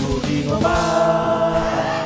Budi Ngobat.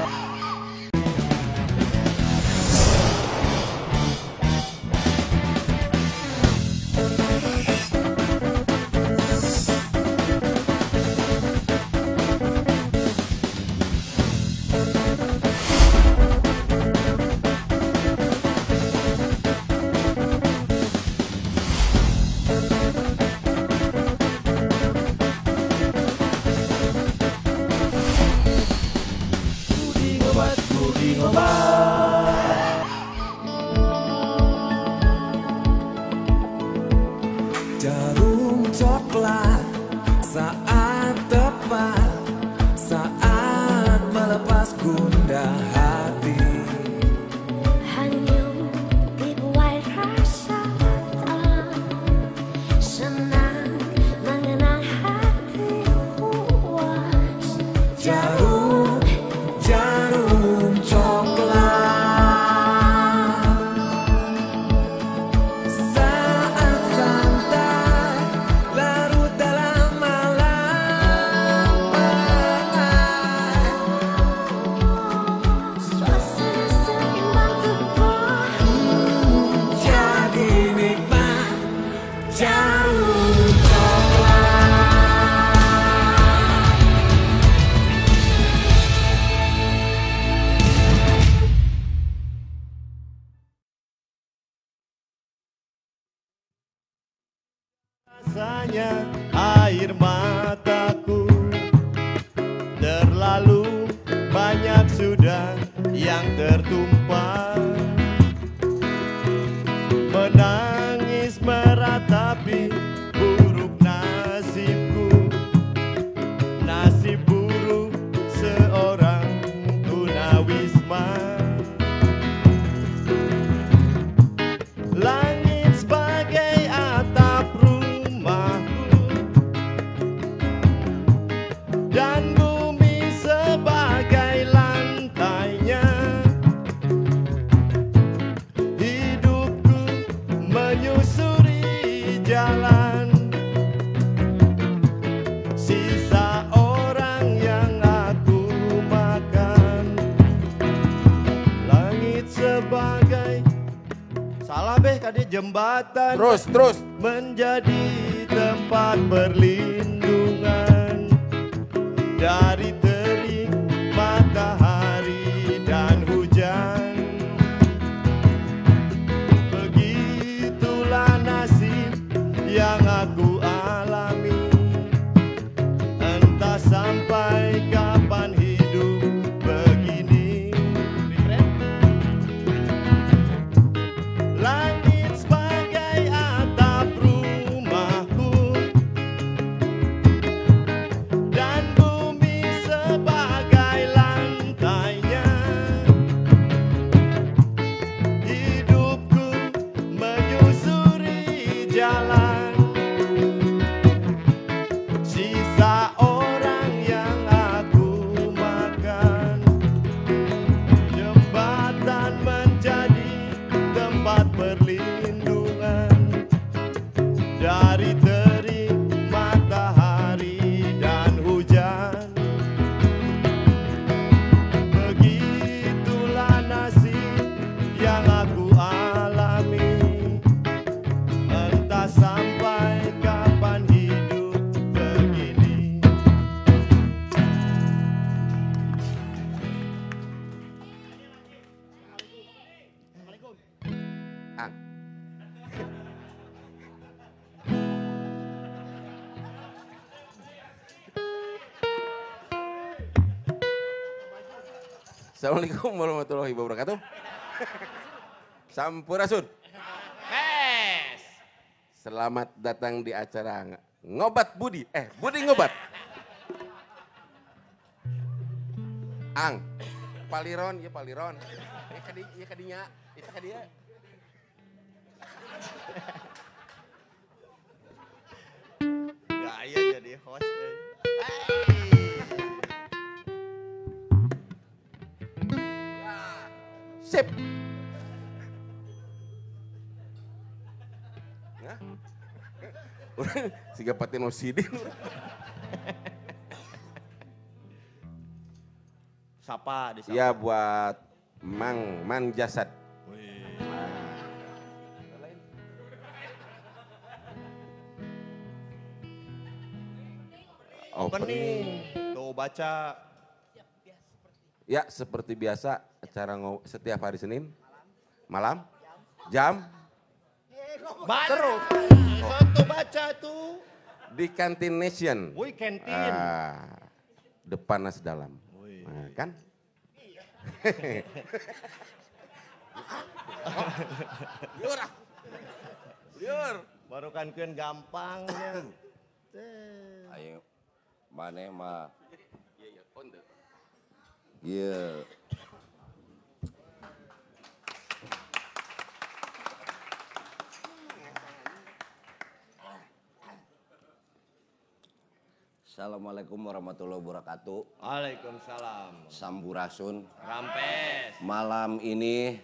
Budi Ngobat. Jarum coklat saat tepat, saat melepas gundah hati. Hanyut dibuai rasa tak senang mengenal hati puas. Jarum coklat saat santai larut dalam malam. Suasana seimbang tepat Jadi nikmat jarum coklat. Rasanya air mataku terlalu banyak sudah yang tertumpah. Menangis meratapi buruk nasibku, nasib buruk seorang tunawisma. Langit sebagai atap rumahku dan bumi sebagai lantainya. Hidupku menyusuri jalan, sisa orang yang aku makan. Langit sebagai salah beh kade jembatan, Terus. menjadi tempat perlindungan dari terik matahari dan hujan. Begitulah nasib yang aku alami, entah sampai kapan hidup begini. Langit sebagai atap rumahku dan bumi sebagai lantainya. Hidupku menyusuri jalan, sisa orang yang aku makan. Jembatan menjadi tempat perlindungan dari terik matahari dan hujan. Begitulah nasib yang aku alami, entah sampai kapan hidup begini. Ang. Assalamualaikum warahmatullahi wabarakatuh. Sampurasun. Selamat datang di acara Ngobat Budi. Budi Ngobat. Ang. Paliron, ya paliron. Ya kadinya, itu kadia. Gaya jadi host. Sip. Nah. Siga paten OCD. Sapa, disapa. Ya buat Man Jasad. Opening. Tuh baca. Ya seperti biasa acara setiap hari Senin malam jam Terus. Satu baca tuh. di Kantin Nation. Woi kantin. Depan Nas Dalam. Nah, kan? Liur. Liur. Baru kan kuen gampangnya. Ayo, mana mah? Iya. Assalamualaikum warahmatullahi wabarakatuh. Waalaikumsalam. Sampurasun. Rampes. Malam ini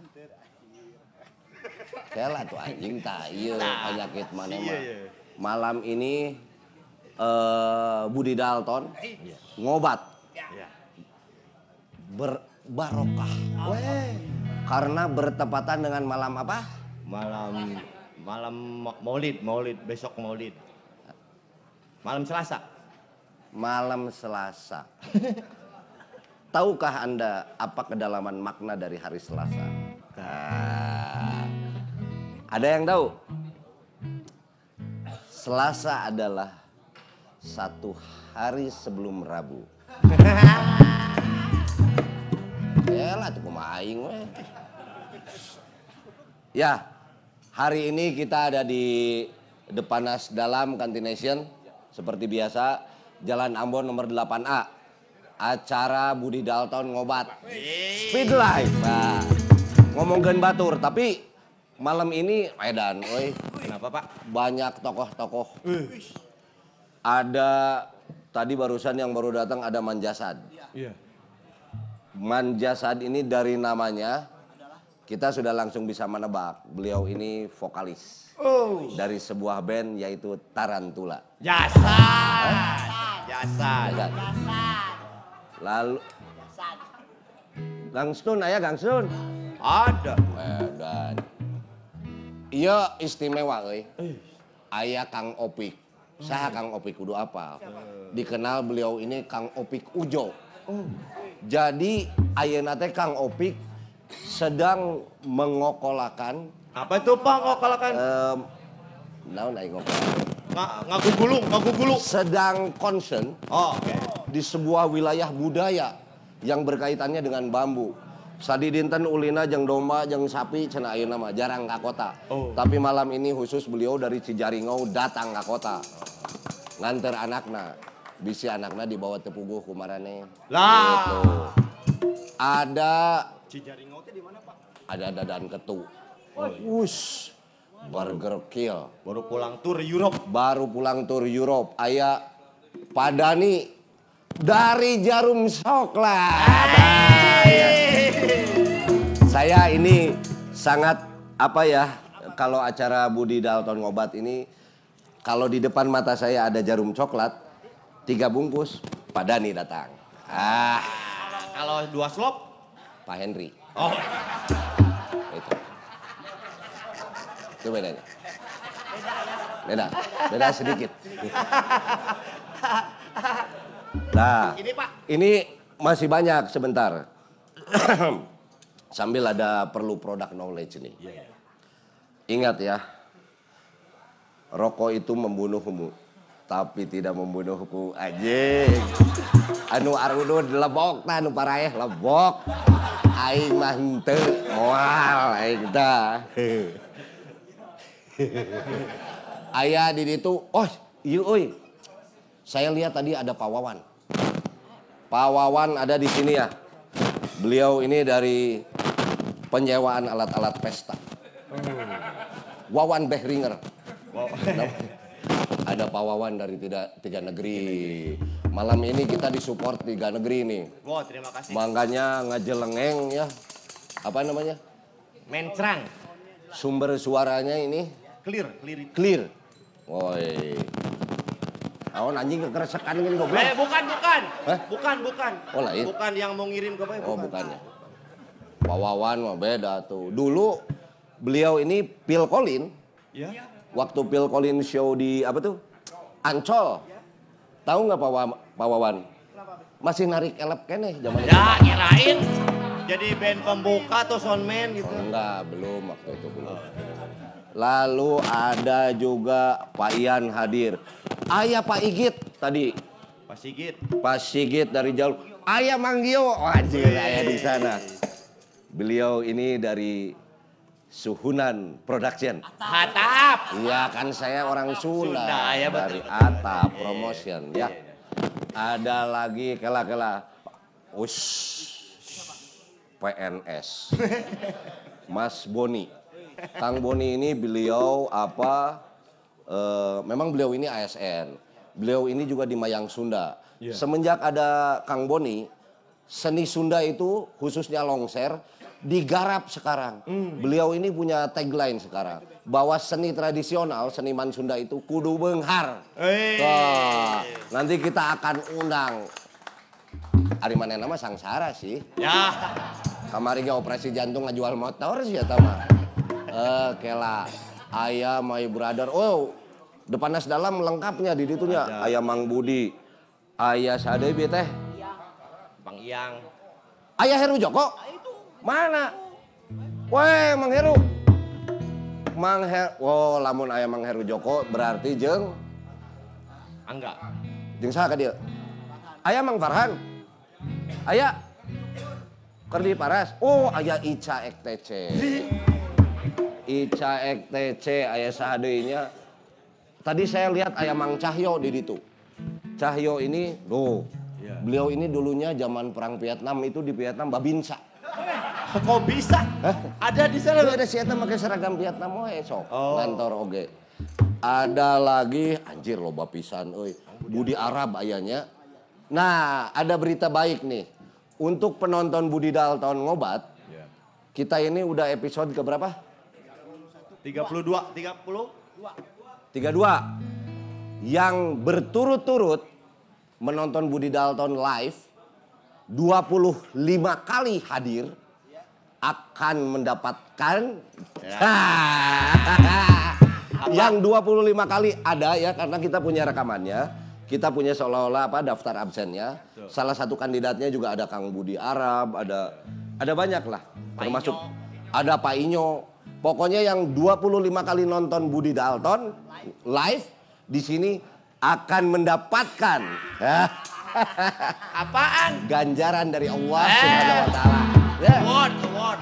kela tuh anjing tak iya penyakit mana mah. Malam ini Budi Dalton ngobat berbarokah. Karena bertepatan dengan malam apa? Malam Maulid, besok Maulid. Malam Selasa. Malam Selasa. Tahukah Anda apa kedalaman makna dari hari Selasa? Ada yang tahu? Selasa adalah satu hari sebelum Rabu. Yalah tuh pemain weh. Ya, hari ini kita ada di depan Nas Dalam Kantin Nation. Seperti biasa, Jalan Ambon nomor 8A. Acara Budi Dalton ngobat. Speed Life. Nah, ngomongin batur, tapi malam ini edan, oi. Kenapa Pak? Banyak tokoh-tokoh. Ada tadi barusan yang baru datang ada Man Jasad. Iya. Man Jasad ini dari namanya kita sudah langsung bisa menebak. Beliau ini vokalis dari sebuah band yaitu Tarantula. Jasad. Jasad. Lalu Gangstun, ayah Gangstun. Ada. Dan iya istimewa euy. Ayah Kang Opik. Saha Kang Opik kudu apa? Dikenal beliau ini Kang Opik Ujo. Jadi ayeuna teh Kang Opik sedang mengokolakan Apa itu Pak ngokolakan? naon aing ngokolakan? Ngaku gulung. Sedang concern Oh, oke. di sebuah wilayah budaya yang berkaitannya dengan bambu. Sadi dinten ulina jeung domba jeung sapi cenah ayeuna mah jarang ka kota. Tapi malam ini khusus beliau dari Cijaringau datang ke kota. Nganter anakna. Bisi anakna dibawa tepuguh ku marane. Lah. Gitu. Ada Cijaringau teh di mana Pak? ada Dadan Ketu. Wush. Burger Kill. Baru pulang tur Europe. Baru pulang tur Europe. Aya Padani dari Jarum Coklat. Saya ini sangat apa ya, kalau acara Budi Dalton ngobat ini, kalau di depan mata saya ada jarum coklat, 3 bungkus, Pak Dani datang. Kalau 2 slop? Pak Henry. Oh. Itu bedanya. Beda sedikit. Nah, Ini Pak. ini masih banyak sebentar. Sambil ada perlu produk knowledge nih. Ingat ya, rokok itu membunuhmu, tapi tidak membunuhku. Anjing. Anu arudud lebok, anu paraeh lebok. Aing mah henteu moal aing tah. Aya di ditu, oh iya euy. Saya lihat tadi ada Pak Wawan. Pak Wawan ada di sini ya. Beliau ini dari penyewaan alat-alat pesta. Wawan Behringer. Ada Pak Wawan dari tiga negeri. Malam ini kita disupport 3 negeri nih. Wow, terima kasih. Makanya ngajelengeng ya. Apa namanya? Mencrang. Sumber suaranya ini Clear. clear. Woi. Oh, anjing kekeresekan gini goblok. Bukan. Hah? Bukan. Oh, lain. Bukan yang mau ngirim ke Bae. Oh, bukannya. Pak Wawan mah beda tuh. Dulu beliau ini Phil Collins. Ya. Waktu Phil Collins show di apa tuh? Ancol. Tahu nggak Pak Wawan? Masih narik elep kene zaman itu. Ya, kirain jadi band pembuka atau soundman gitu. Oh, enggak, belum waktu itu belum. Lalu ada juga Pak Ian hadir. Ayah Pak Igit tadi. Pak Sigit. Pak Sigit dari jauh. Ayah Manggio. Oh, anjir, ayah di sana. Beliau ini dari Suhunan Production. Hatap. Iya kan saya orang Sunda. Sunda, ya, betul, Dari betul. Atap Promotion ya. Ada lagi kela-kela. Ush. PNS. Mas Boni. Kang Boni ini beliau memang beliau ini ASN. Beliau ini juga di Mayang Sunda. Semenjak ada Kang Boni, seni Sunda itu khususnya longser digarap sekarang. Beliau ini punya tagline sekarang. Bahwa seni tradisional, seniman Sunda itu kudu beunghar. Wah, nanti kita akan undang. Ari mana nama Sangsara sih. Ya. Kamari ge operasi jantung ngajual motor sih eta mah. Kela aya my brother. Oh, Depanas Dalam lengkapnya di ditunya. Aya Mang Budi. Aya sadeui bi teh? Bang Iyang. Aya Heru Joko? Mana? Weh, Mang Heru. Oh, lamun aya Mang Heru Joko berarti jeung Angga. jeung saha ka dieu? Aya Mang Farhan. Aya Kerdi Paras. Oh, aya Ica EKTC. Ica EKTC aya saha deui nya? Tadi saya lihat aya Mang Cahyo di ditu. Cahyo ini, beliau ini dulunya zaman perang Vietnam itu di Vietnam babinsa. Kok bisa? Ada di sana. Ada si eta make seragam Vietnam we sok. Oh. Ngantor oge. Ada lagi anjir loba pisan euy. Budi Arab ayanya. Nah, ada berita baik nih. Untuk penonton Budi Dalton Ngobat. Kita ini udah episode ke berapa? 32. 32. Yang berturut-turut menonton Budi Dalton live 25 kali hadir akan mendapatkan yang 25 kali ada ya karena kita punya rekamannya. Kita punya seolah-olah daftar absennya. Salah satu kandidatnya juga ada Kang Budi Arab, ada banyak lah. Termasuk ada Pak Inyo. Pokoknya yang 25 kali nonton Budi Dalton live di sini akan mendapatkan Apaan? ganjaran dari Allah Subhanahu wa taala. Ya. Award.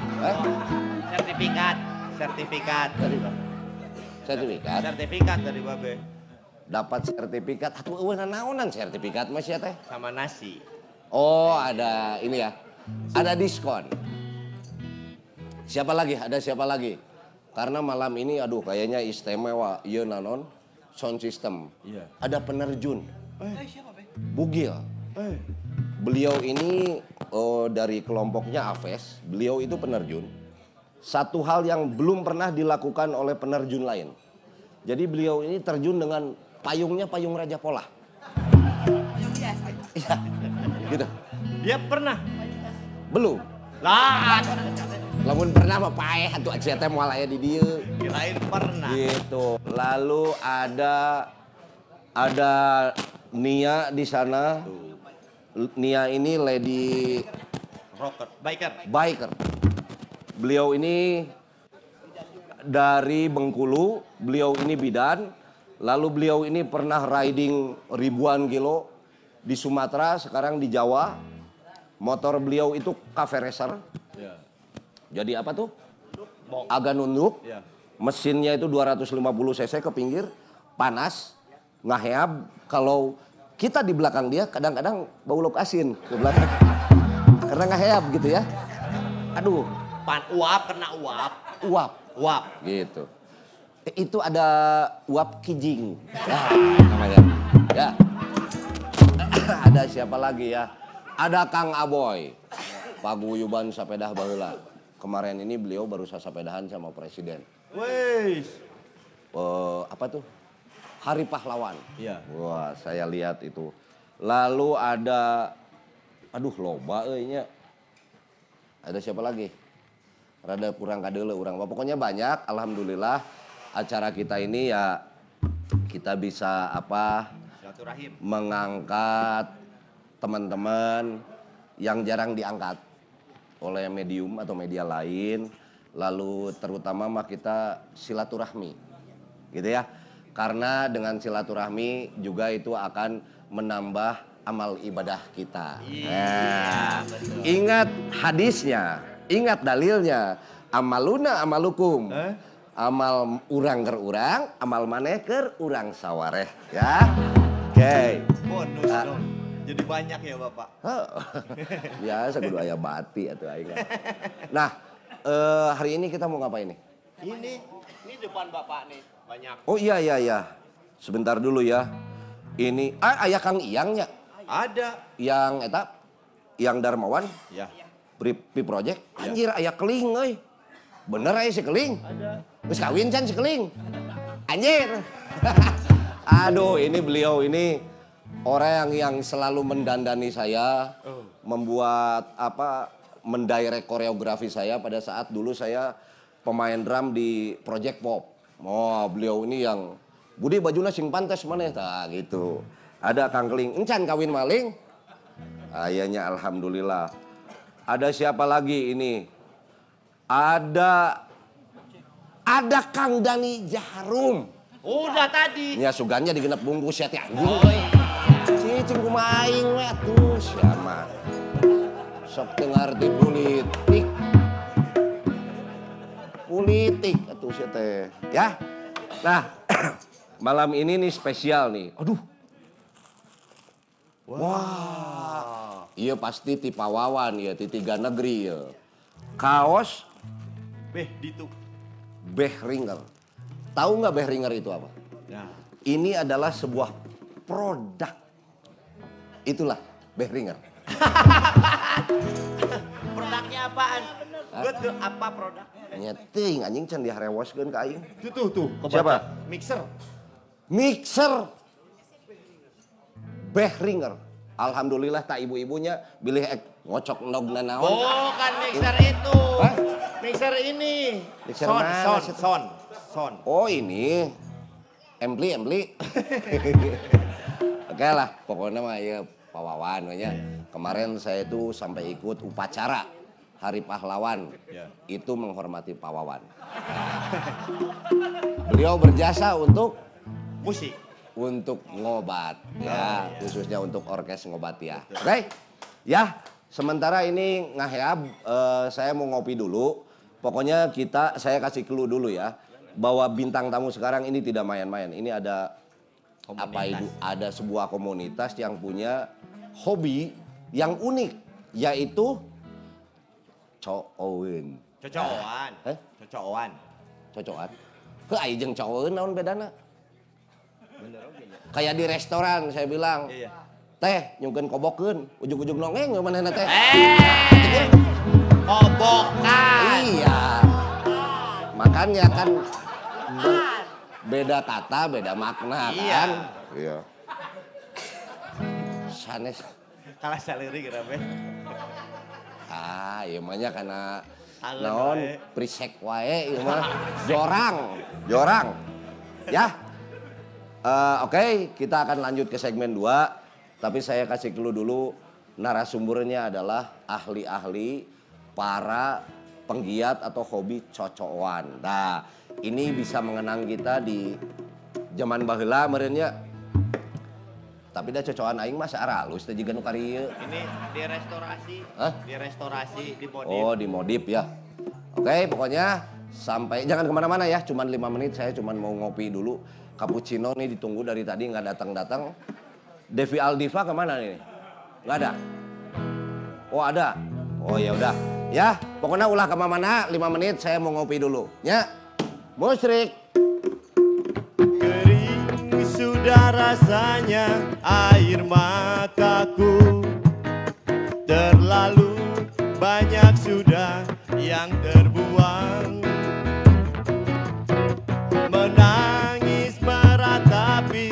Sertifikat dari Babe. Dapat sertifikat. Atuh eueuh naonan sertifikat Mas ya teh? Sama nasi. Oh, ada ini ya. Ada diskon. Siapa lagi? Ada siapa lagi? Karena malam ini aduh kayaknya istimewa ieu nanon sound system. Iya. Ada penerjun. Siapa, Be? Bugil. Beliau ini dari kelompoknya Aves, beliau itu penerjun. Satu hal yang belum pernah dilakukan oleh penerjun lain. Jadi beliau ini terjun dengan payungnya payung Raja Polah. Iya, gitu. Dia pernah? Belum. Lah, Lamun pernah mah paeh atuh aja teh moal aya di dieu. kirain pernah. Gitu. Lalu ada Nia di sana. Nia ini lady Rocker, biker. Beliau ini dari Bengkulu, beliau ini bidan. Lalu beliau ini pernah riding ribuan kilo di Sumatera, sekarang di Jawa. Motor beliau itu cafe racer. Jadi apa tuh? Agak nunduk. Mesinnya itu 250 cc ke pinggir, panas, ngaheab. Kalau kita di belakang dia kadang-kadang bau lok asin ke belakang. Karena ngaheab gitu ya. Aduh. Kena uap. Uap. Gitu. Itu ada uap kijing. Ya, namanya. Ya. Ada siapa lagi ya? Ada Kang Aboy. Paguyuban sapedah baheula. Kemarin ini beliau baru sapedahan sama presiden. Wes. Apa tuh? Hari Pahlawan. Iya. Wah, saya lihat itu. Lalu ada, aduh loba nya. Ada siapa lagi? Rada kurang kadele urang. Pokoknya banyak, alhamdulillah acara kita ini ya kita bisa Silaturahim. mengangkat teman-teman yang jarang diangkat oleh medium atau media lain. Lalu terutama mah kita silaturahmi. Gitu ya. Karena dengan silaturahmi juga itu akan menambah amal ibadah kita. Ingat hadisnya, ingat dalilnya. Amaluna amalukum. Amal urang ker urang, amal maneh ker urang sawareh. Ya. Oke. Bonus dong. Jadi banyak ya Bapak. Biasa kudu aya bati atuh aing. Nah, hari ini kita mau ngapain nih? Ini depan Bapak nih, banyak. Oh iya. Sebentar dulu ya. Ini aya Kang Iyangnya. Ada. Yang eta yang Darmawan, Ya. Pi Project. Anjir aya keling euy. Bener aya si keling? Ada. Geus kawin can si keling? Anjir. Aduh, ini beliau ini orang yang selalu mendandani saya, membuat mendirect koreografi saya pada saat dulu saya pemain drum di Project Pop. Oh, beliau ini yang Budi bajuna sing pantes maneh tah gitu. Ada Kang Keling, encan kawin maling. Ayahnya alhamdulillah. Ada siapa lagi ini? Ada Kang Dani Jaharum. Udah tadi. Nya sugannya digenep bungkus ya teh anjing. Cicing kumaha aing we atuh sia mah. Sok teu ngarti politik. Politik atuh sia teh. Ya. Nah, malam ini nih spesial nih. Aduh. Wah. Iya pasti ti Pawawan ya, ti tiga negeri ya. Kaos Ditu. Behringer. Tahu nggak Behringer itu apa? Nah. Ini adalah sebuah produk. Itulah Behringer. Produknya apaan? Betul, apa produk? Nyeting anjing can diharewoskeun ka aing. Tuh. Siapa? Mixer. Mixer Behringer. Alhamdulillah tak ibu-ibunya bilih ngocok endogna naon. Bukan mixer itu. Hah? Mixer ini. Mixer mana, Seth? Son. Oh ini ampli. Oke lah, pokoknya mah ya Pawawan nya. Kemarin saya itu sampai ikut upacara Hari Pahlawan. Ya. Itu menghormati Pawawan. Beliau berjasa untuk Musik. untuk ngobat ya, khususnya untuk orkes ngobat ya. Oke. Ya, sementara ini ngaheab saya mau ngopi dulu. Pokoknya saya kasih clue dulu ya bahwa bintang tamu sekarang ini tidak main-main. Ini ada ada sebuah komunitas yang punya hobi yang unik yaitu cowoeun. Cocokan. Cocokan. Cocokan. Heuh aya jeung cowoeun naon bedana? Kayak di restoran saya bilang. Iya. Teh nyungkeun kobokeun, ujug-ujug nongeng manehna teh. Kobokan. Iya. Makanya kan beda kata, beda makna kan. Iya. Sanes. Kalah saleurik rabe. Ieu mah nya kana Tangan naon wae. prisek wae ieu mah. Jorang. Ya. Oke, kita akan lanjut ke segmen 2. Tapi saya kasih clue dulu, narasumbernya adalah ahli-ahli para penggiat atau hobi cocokan. Nah, ini bisa mengenang kita di zaman baheula meureun nya. Tapi dah cocokan aing mah saaralus teh jiga nu karieu. Ini direstorasi. Hah? Direstorasi, dimodif. Oh, dimodif ya. Oke, pokoknya sampai jangan kemana-mana ya. Cuman 5 menit saya cuman mau ngopi dulu. Cappuccino nih ditunggu dari tadi nggak datang-datang. Devi Aldiva kemana nih? Nggak ada. Oh ada. Oh ya udah. Ya pokoknya ulah kemana-mana 5 menit saya mau ngopi dulu. Ya. Musrik. Kering sudah rasanya air mataku, terlalu banyak sudah yang terbuang. Menangis meratapi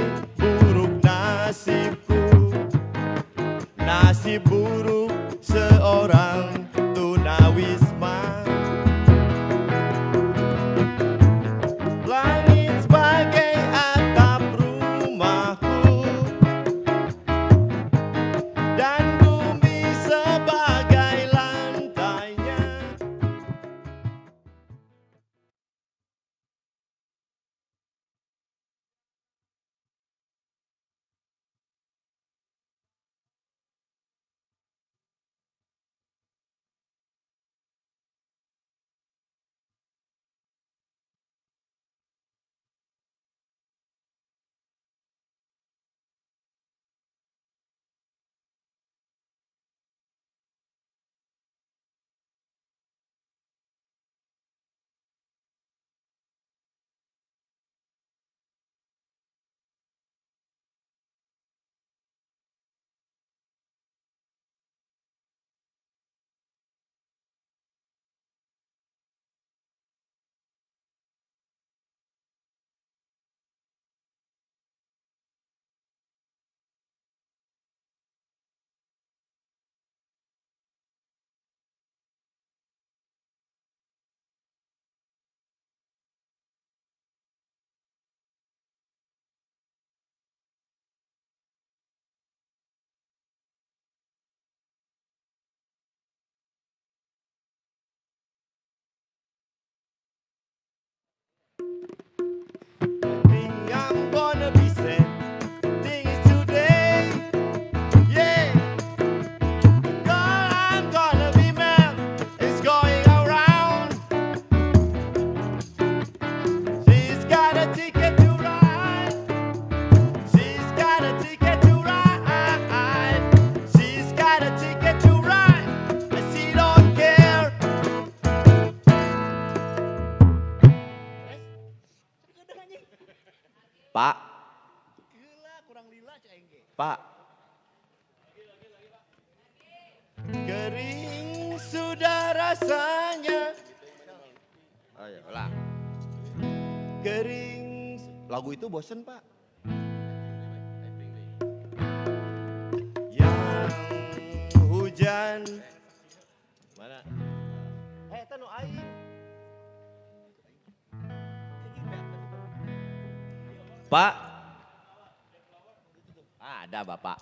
guru seorang tunawisma. Langit sebagai atap rumahku dan bumi sebagai lantainya. Think I'm gonna be sad. Think it's today. Yeah. Girl, I'm gonna be mad. It's going around. She's got a ticket to ride. She's got a ticket to ride. She's got a ticket to ride. And she don't care. Pak. Pak. Kering sudah rasanya. Ayo, ulang. Kering. Lagu itu bosen, Pak. Yang hujan. Mana? Itu nu air. Pak. Ada Bapak.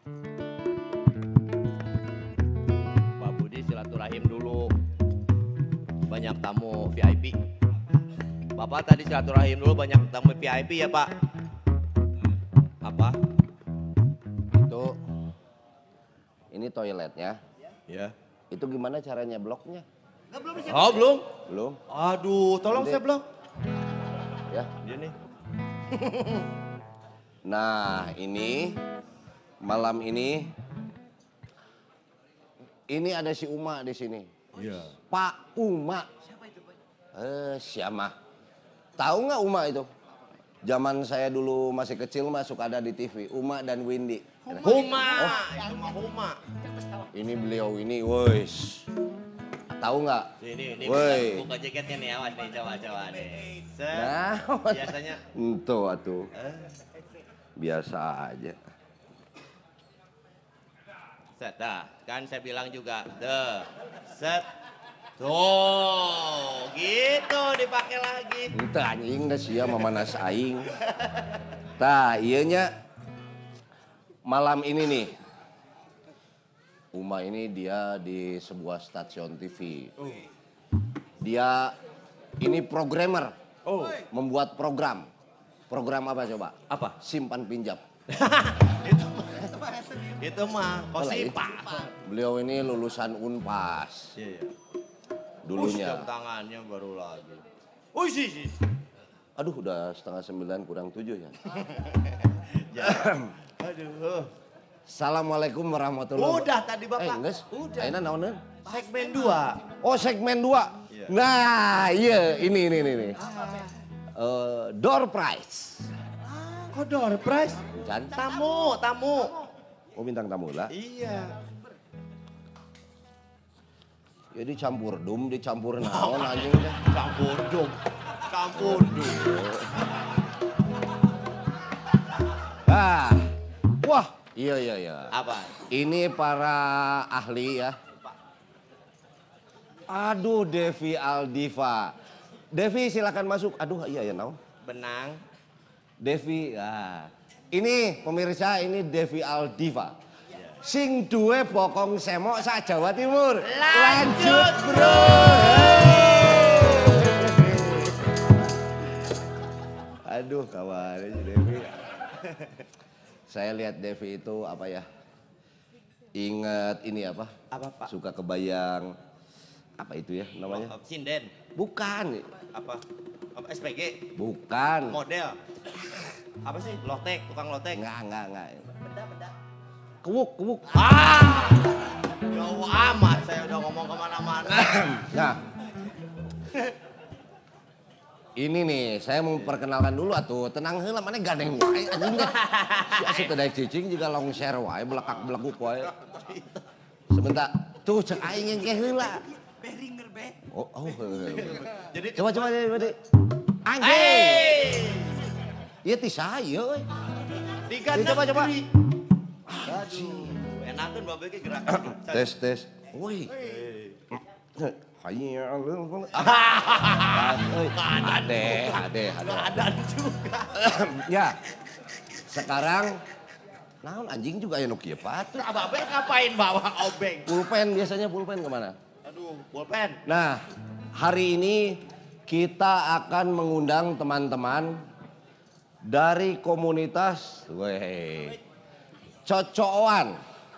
Pak Budi silaturahim dulu. Banyak tamu VIP. Bapak tadi silaturahim dulu banyak tamu VIP ya Pak. Apa? Itu, ini toiletnya. Ya. Itu gimana caranya bloknya? Oh belum? Belum? Aduh, tolong Nanti. saya blok. Ya. Dia nih. Nah, ini malam ini ada si Uma di sini. Iya. Pak Uma. Siapa itu, Pak? Siapa? Tahu nggak Uma itu? Zaman saya dulu masih kecil masuk ada di TV, Uma dan Windy. Huma. Itu mah Huma. Ini beliau ini, woi. Tahu nggak? Ini Woi. buka jaketnya nih, awas nih, coba nih. Set. Nah, Biasanya itu atuh. Biasa aja. set dah. Kan saya bilang juga set. Tuh, gitu dipakai lagi. Itu anjing dah sia mamanas aing. Tah, iyanya malam ini nih. Uma ini dia di sebuah stasiun TV. Dia ini programmer. Membuat program. Program apa coba? Apa? Simpan pinjam. Itu mah Kosipa. Beliau ini lulusan Unpas. Iya. Dulunya. Jam tangannya baru lagi. Oh sih. Aduh udah 8:30 kurang 7 ya. Aduh. Assalamualaikum warahmatullahi wabarakatuh. Udah tadi Bapak. Geus. Udah. Ayeuna naoneun? Segmen 2. Oh segmen 2. Iya. Nah iya ini. Door prize. Kok door prize? Kan? Tamu. Oh bintang tamu lah. Iya. Ya dicampur dum, dicampur naon anjing teh. Campur dum. Ah. Wah, Iya, iya, iya. Apa? Ini para ahli ya. Aduh, Devi Aldiva. Devi silakan masuk. Aduh, iya ya, naon? Benang. Devi, ya. Ini pemirsa, ini Devi Aldiva. Sing duwe bokong semok sa Jawa Timur. Lanjut, bro. Aduh, kawan si Devi. Saya lihat Devi itu apa ya? Ingat ini apa? Apa, Pak? Suka kebayang apa itu ya namanya? Sinden. Bukan. Apa? SPG. Bukan. Model. Apa sih? Lotek, tukang lotek. Enggak. Beda. Kewuk. Ah! Jauh amat saya udah ngomong kemana-mana. Nah. Ini nih, saya mau perkenalkan dulu atuh. Tenang heula maneh gandeng wae anjing teh. Si asup teh daek cicing juga long share wae, belekak-belekuk wae. Sebentar. Tuh cek aing engke heula. Beringer, Be. Oh. Jadi Coba jadi. Anjing. Hey! Ieu ti saya euy. Tiga Coba. Aduh, enakeun babe ge gerak. Tes. Woi. Hayya alul. Ade. Ada juga. Ya. Sekarang naon anjing juga aya nu kieu pat. Nah, babe ngapain bawa obeng? Pulpen kemana? Aduh, pulpen. Nah, hari ini kita akan mengundang teman-teman dari komunitas Cocoan.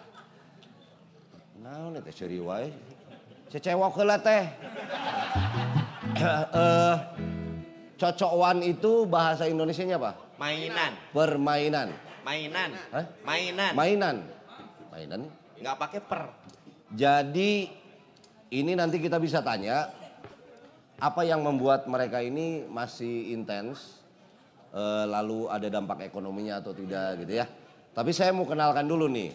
Naon teh ceuri wae? Cecewok heula teh. Cocoan itu bahasa Indonesianya apa? Mainan. Permainan. Hah? Mainan. Mainan. Nggak pakai per. Jadi ini nanti kita bisa tanya apa yang membuat mereka ini masih intens, lalu ada dampak ekonominya atau tidak gitu ya. Tapi saya mau kenalkan dulu nih.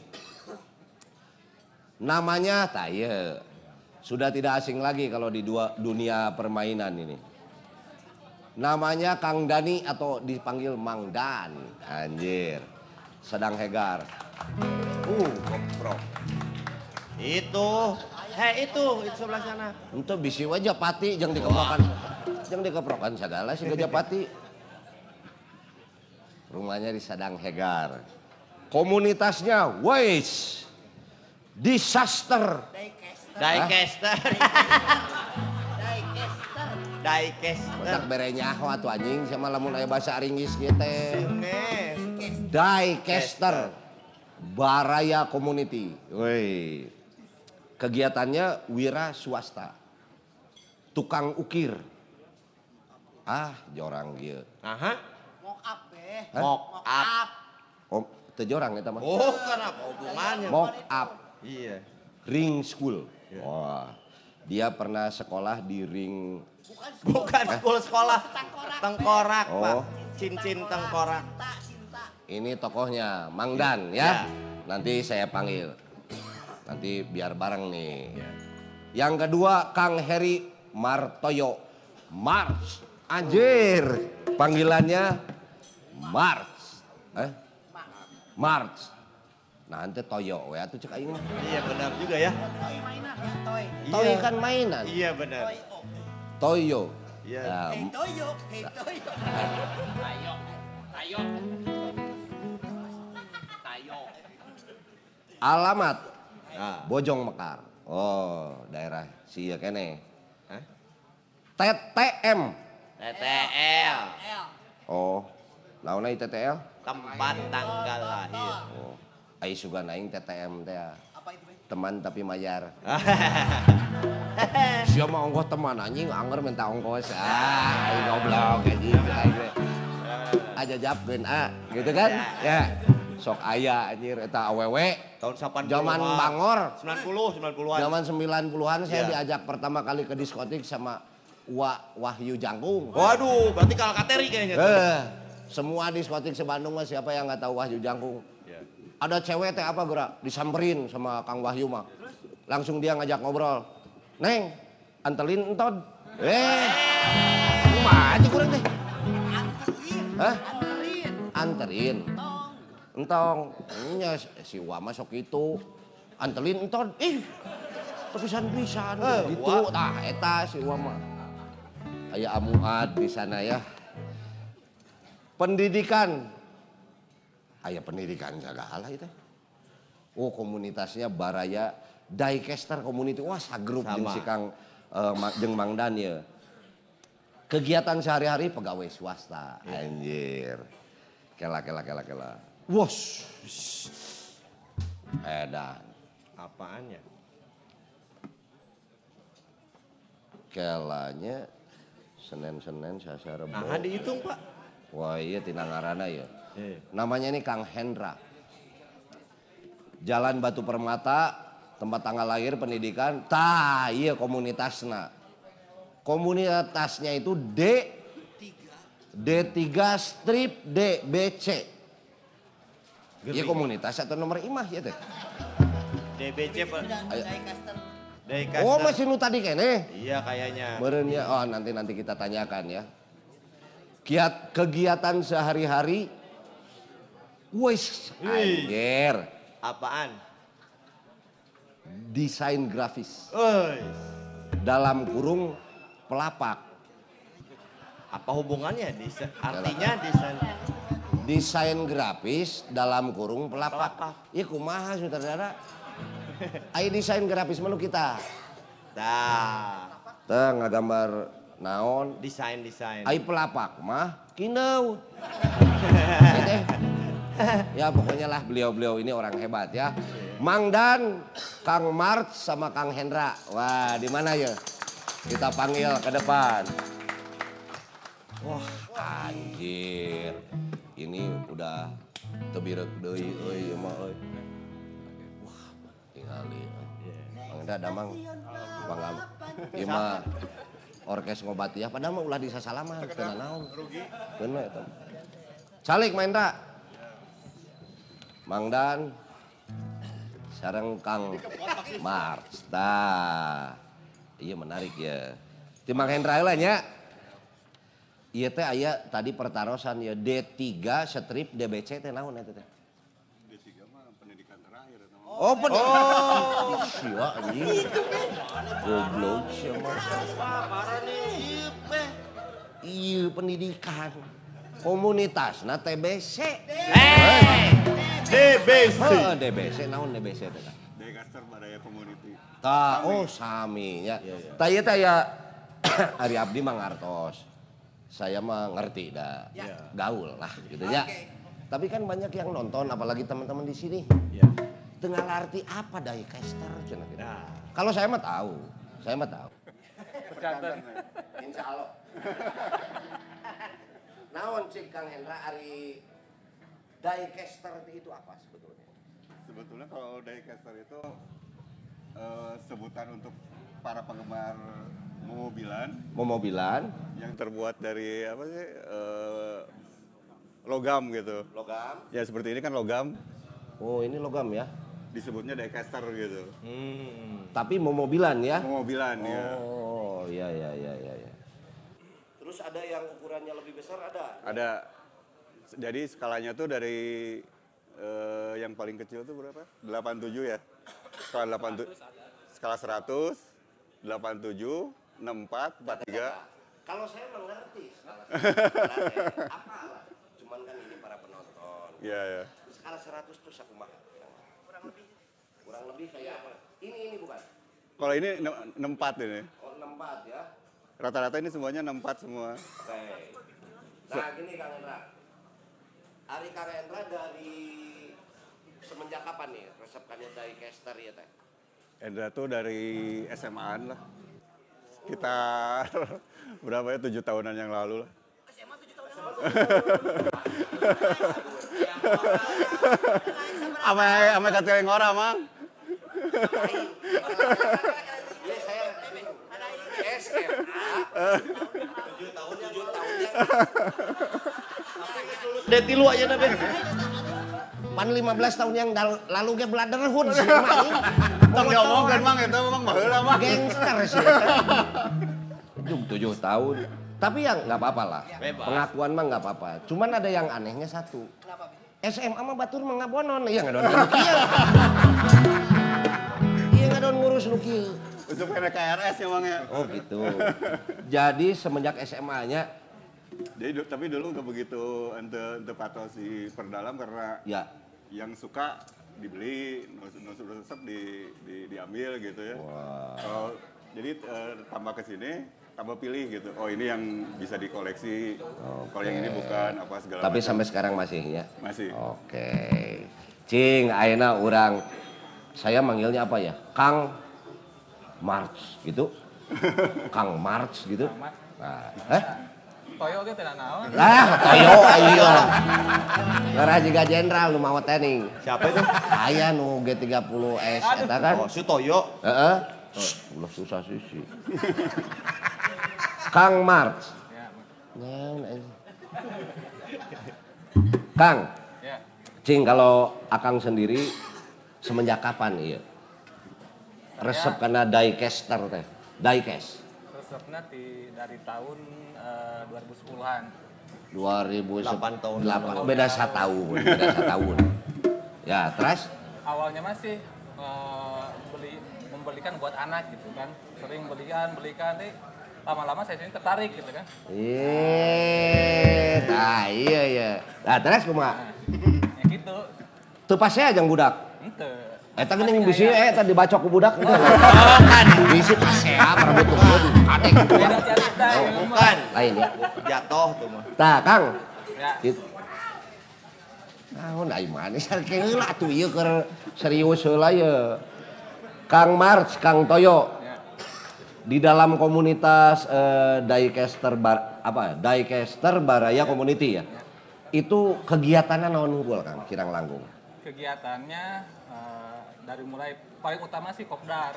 Namanya Taye. Sudah tidak asing lagi kalau di dunia permainan ini. Namanya Kang Dani atau dipanggil Mang Dan. Anjir. Sedang Hegar. Goprok. Itu sebelah sana. Itu bisi aja pati jangan dikeprokan. Jangan dikeprokan segala si gajah pati. Rumahnya di Sadang Hegar. Komunitasnya Wais Disaster. Diecaster. Otak berenya atuh anjing sama lamun aya bahasa Inggris kieu teh. Diecaster. Baraya Community. Woi. Kegiatannya wira swasta. Tukang ukir. Jorang kieu. Aha. Hah? Mock up. Oh, teu jorang eta mah. Oh, kenapa hubungannya? Mock up. Iya. Ring school. Wah. Dia pernah sekolah di ring. Bukan sekolah. Tengkorak, Oh. Pak. Cincin tengkorak. Ini tokohnya Mang Dan ya. Nanti saya panggil. Nanti biar bareng nih. Yang kedua Kang Heri Martoyo. Mars. Anjir. Panggilannya Mars. Mars. Nah, ente Toyo we atuh cek aing mah. Iya benar juga ya. Toy kan mainan. Iya benar. Toyo. Iya. Nah, alamat Nah. Bojong Mekar. Oh, daerah sia kene. Hah? TTM. TTL. Oh, naon ieu TTL? Tempat tanggal lahir. Oh, ai sugan aing TTM teh. Teman tapi mayar. Sia mah ongkos teman anjing anger minta ongkos. Aing goblok anjing. Aja japkeun gitu kan? Ya. Sok aya anjir eta awewe. Tahun 80-an. Zaman Bangor. 90-an. Zaman 90-an saya Iya. diajak pertama kali ke diskotik sama Wahyu Jangkung. Waduh, berarti kalau kateri kayaknya. Semua diskotik se-Bandung mah siapa yang nggak tahu Wahyu Jangkung. Iya. Ada cewek teh apa gerak disamperin sama Kang Wahyu mah. Langsung dia ngajak ngobrol. Neng, antelin entod. Kumaha aja kurang teh. Hah? Anterin. Entong, nya si Wama sok itu. Antelin enton, pisan-pisan gitu. Tah eta si Wama. Aya Amuad di sana ya. Pendidikan. Aya pendidikan segala itu. Oh komunitasnya Baraya Dicaster Community. Wah sagrup jeung si Kang jeung Mang Dan ya. Kegiatan sehari-hari pegawai swasta. Anjir. Kela. Wos. Edan. Apaan ya? Kelanya Senin Selasa Rebo. Nah, dihitung Pak. Wah iya tina ngaranna ya. Namanya ini Kang Hendra. Jalan Batu Permata, tempat tanggal lahir, pendidikan. Tah iya komunitasna. Komunitasnya itu D3 strip DBC. Iya komunitas atau nomor imah ya teh. DBC Pak. Dicaster. Dicaster. Oh masih nu tadi kene. Iya kayaknya. Meureun ya. Oh nanti kita tanyakan ya. Kegiatan sehari-hari. Wis anjir. Apaan? Desain grafis. Oi. Dalam kurung pelapak. Apa hubungannya? Artinya desain. Desain grafis dalam kurung pelapak. Iya kumaha sutradara. Ai desain grafis menu kita. Dah. Teu ngagambar naon? Desain. Ai pelapak mah kineu. Ya pokoknya lah beliau-beliau ini orang hebat ya. Mang Dan, Kang Mart sama Kang Hendra. Wah, di mana ya? Kita panggil ke depan. Wah, anjir. Ini udah tebirek deui euy mah euy. Wah, tingali. Mang Hendra damang pangam. Ieu mah orkes ngobati ya padahal mah ulah disasalaman teu naon. Bener eta. Calik Mang Hendra. Mang Dan sareng Kang Mars. Tah. Iya menarik ya. Ti Mang Hendra heula nya. Ieu teh aya tadi pertarosan ya D3 strip DBC teh naon eta teh? D3 mah pendidikan terakhir. Oh, pendidikan. Sia anjing. Goblok sia mah. Parah nih. Iya pendidikan. Komunitasna TBC. DBC. Heeh, DBC naon DBC teh? Dicaster Baraya Community. Tah, oh sami nya. Tah ieu teh aya Ari Abdi mah ngartos. Saya mah ngerti dah. Gaul lah gitu ya. Tapi kan banyak yang nonton apalagi teman-teman di sini. Iya. Tengah arti apa Dicaster cenah gitu. Nah. Kalau saya mah tahu. Saya mah tahu. Catat. Insya Allah. Naon cik Kang Hendra Ari Dicaster itu apa sebetulnya? Sebetulnya kalau Dicaster itu sebutan untuk para penggemar Mobilan. yang terbuat dari apa sih logam gitu. Logam. Ya seperti ini kan logam, Oh ini logam ya. disebutnya Dicaster gitu. Tapi mobilan ya. Mobilan ya. Oh iya. Terus ada yang ukurannya lebih besar ada? Ada. Jadi skalanya tuh dari yang paling kecil tuh berapa? 87 ya. Skala 87. Skala 100, 87, 64, 43. Kalau saya mengerti skala 100. Apa lah? Cuman kan ini para penonton. Iya, ya. Skala 100 tuh sakumaha? Kurang lebih kayak apa? Ini bukan? Kalau ini 64 ini. Oh 64 ya. Rata-rata ini semuanya 64 semua. Oke. Nah gini Kang Hendra. Ari Kang Hendra dari semenjak kapan nih resepkannya Dicaster ya teh? Hendra tuh dari SMA-an lah. Sekitar berapa ya 7 tahunan yang lalu lah. SMA 7 tahun yang lalu. Ame kecil yang orang, Mang. Iya saya SMA 7 tahun ya. Deti lu aja nabe. Pan 15 tahun yang lalu ge brotherhood sih mah. Tong diomongkeun Mang eta Mang baheula Mang. Gangster sih. 7 tahun. Tapi yang nggak apa-apa lah. Bebas. Pengakuan mah nggak apa-apa. Cuman ada yang anehnya satu. Kenapa, Bi? SMA mah batur mah ngabonon. Iya ngadon nu kieu. Iya ngadon ngurus nu kieu. Untuk kena KRS emangnya. Oh gitu. Jadi semenjak SMA-nya Jadi tapi dulu nggak begitu ente patos si perdalam karena ya. yang suka dibeli, nusuk diambil gitu ya. Kalau jadi tambah ke sini, tambah pilih gitu. Oh ini yang bisa dikoleksi. Kalau yang ini bukan apa segala Tapi macam. sampai sekarang masih ya? Masih. Oke. Cing, ayeuna urang saya manggilnya apa ya? Kang March gitu. Kang March gitu. Nah, Toyo gitu tidak naon. Toyo ayo. Ngara juga jenderal nu mawa teh Siapa itu? Aya nu G30S eta kan. Oh, Sutoyo. Heeh. Ulah susah sih. Kang March. Naon Kang. Ya. Cing, kalau Akang sendiri semenjak kapan iya? Resep karena diecaster teh. Diecast. Resepnya dari tahun 2010-an. 2008 tahun. Beda 1 tahun. Ya, terus Awalnya masih membelikan buat anak gitu kan. Sering belikan, lama-lama saya sini tertarik gitu kan. nah iya. Nah, terus kumaha? Ya gitu. Teu pas saya jeung budak. Ente. Eta geuning bisi eta dibacok ku budak. Bisi pas saya perebutkeun adek. Beda cerita. Bukan. Lain ya. Jatuh tuh mah. Tah, Kang. Ya. Naon ai manis heula atuh ieu keur serius heula ye. Kang March, Kang Toyo. Ya. Di dalam komunitas Diecaster Baraya Community ya. Itu kegiatannya naon unggul Kang Kirang Langgung? Kegiatannya dari mulai paling utama sih kopdar.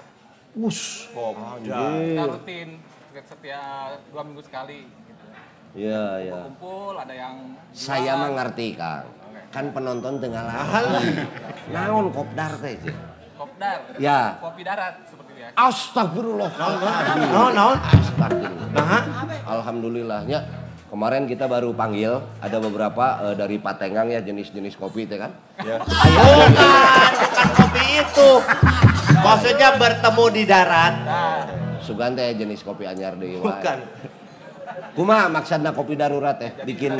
Kita rutin setiap 2 minggu sekali gitu. Iya. Kumpul, ada yang Saya jualan. mah ngerti Kang. Kan penonton tengah lahan. Naon kopdar teh? Kopdar. Ya. Kopi darat seperti biasa. Astagfirullah. Naon? Astagfirullah. Alhamdulillahnya. Kemarin kita baru panggil ada beberapa dari Patengang ya jenis-jenis kopi teh kan. Ya. Bukan kopi itu. Maksudnya bertemu di darat. Sugan teh jenis kopi anyar deui wae. Bukan. Kumaha maksudna kopi darurat teh? Bikin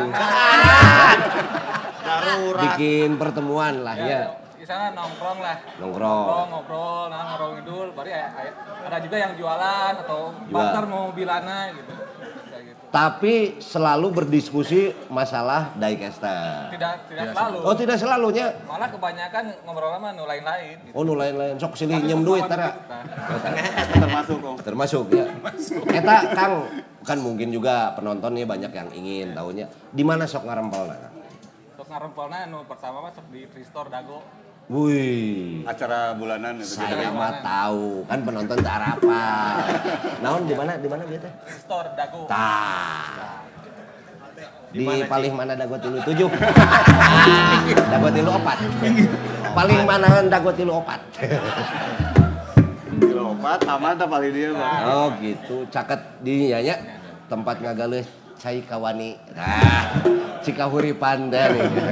Darurat. bikin pertemuan lah ya. Di sana nongkrong lah. Nongkrong. Ngobrol, nongkrong idul. Baru ada juga yang jualan atau barter mobilana gitu. Kayak gitu. Tapi selalu berdiskusi masalah diecaster. Tidak selalu. Oh tidak selalunya. Malah kebanyakan ngobrol sama nu lain-lain. Gitu. Oh nu lain-lain. Sok silih nyem duit tara. Termasuk kok. Termasuk ya. Eta Kang kan mungkin juga penonton nih banyak yang ingin tahunya. Di mana sok ngarempelna Kang? Sok ngarempelna nu pertama mah sok di Tristor Dago. Wih. Acara bulanan itu. Saya mah tahu, kan penonton tak apa. Naon di mana dia teh? Tristor Dago. Tah. Di paling mana dago 37? Dago 34. Paling manahan dago 34. Kilo 4 aman tak paling dia Bang. Oh gitu, caket di nya tempat ngagaleus cai kawani. Nah, cikahuripan teh.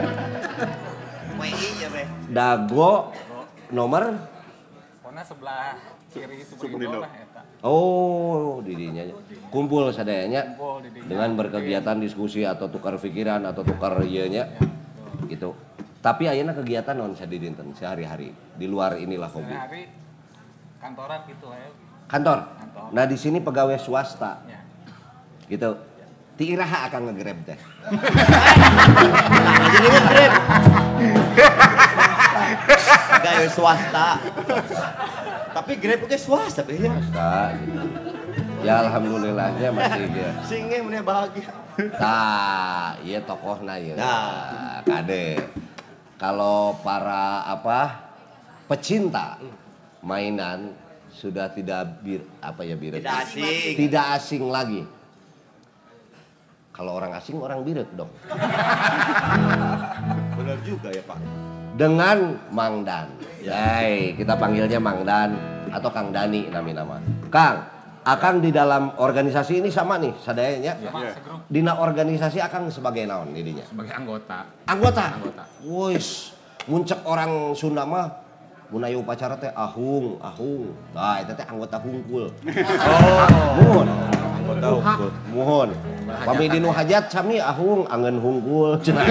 Dago nomor Pokoknya sebelah kiri Superindo. Superindo lah eta. oh di dinya kumpul sadayanya Kumpul di dinya. dengan berkegiatan diskusi atau tukar pikiran atau tukar ieu nya gitu. Tapi ayeuna kegiatan non sadidinten sehari-hari di luar inilah hobi. Sehari kantoran gitu ya. Kantor. Kantor. Nah di sini pegawai swasta Ya. gitu. Ti iraha akan nge-grab teh. Jadi nge-grab. Gaya swasta. Tapi Grab ke swasta ya. Swasta gitu. Ya alhamdulillahnya masih dia. Singe mana bahagia. Tah, iya tokohna ya. Nah. Kade. Kalau para pecinta mainan sudah tidak birek. Tidak asing. Tidak asing lagi. Kalau orang asing orang birek dong. Benar juga ya Pak. Dengan Mang Dan. Yai, kita panggilnya Mang Dan atau Kang Dani nama. Kang, Akang di dalam organisasi ini sama nih sadayanya. Sama segrup Dina organisasi Akang sebagai naon didinya? sebagai anggota. Anggota. Anggota. Wis, muncak orang Sunda mah mun aya upacara teh ahung. Nah, eta teh anggota hungkul. Muhun. Anggota hukum. Muhun. Pami dinu hajat sami ahung angeun hungkul. Gitu.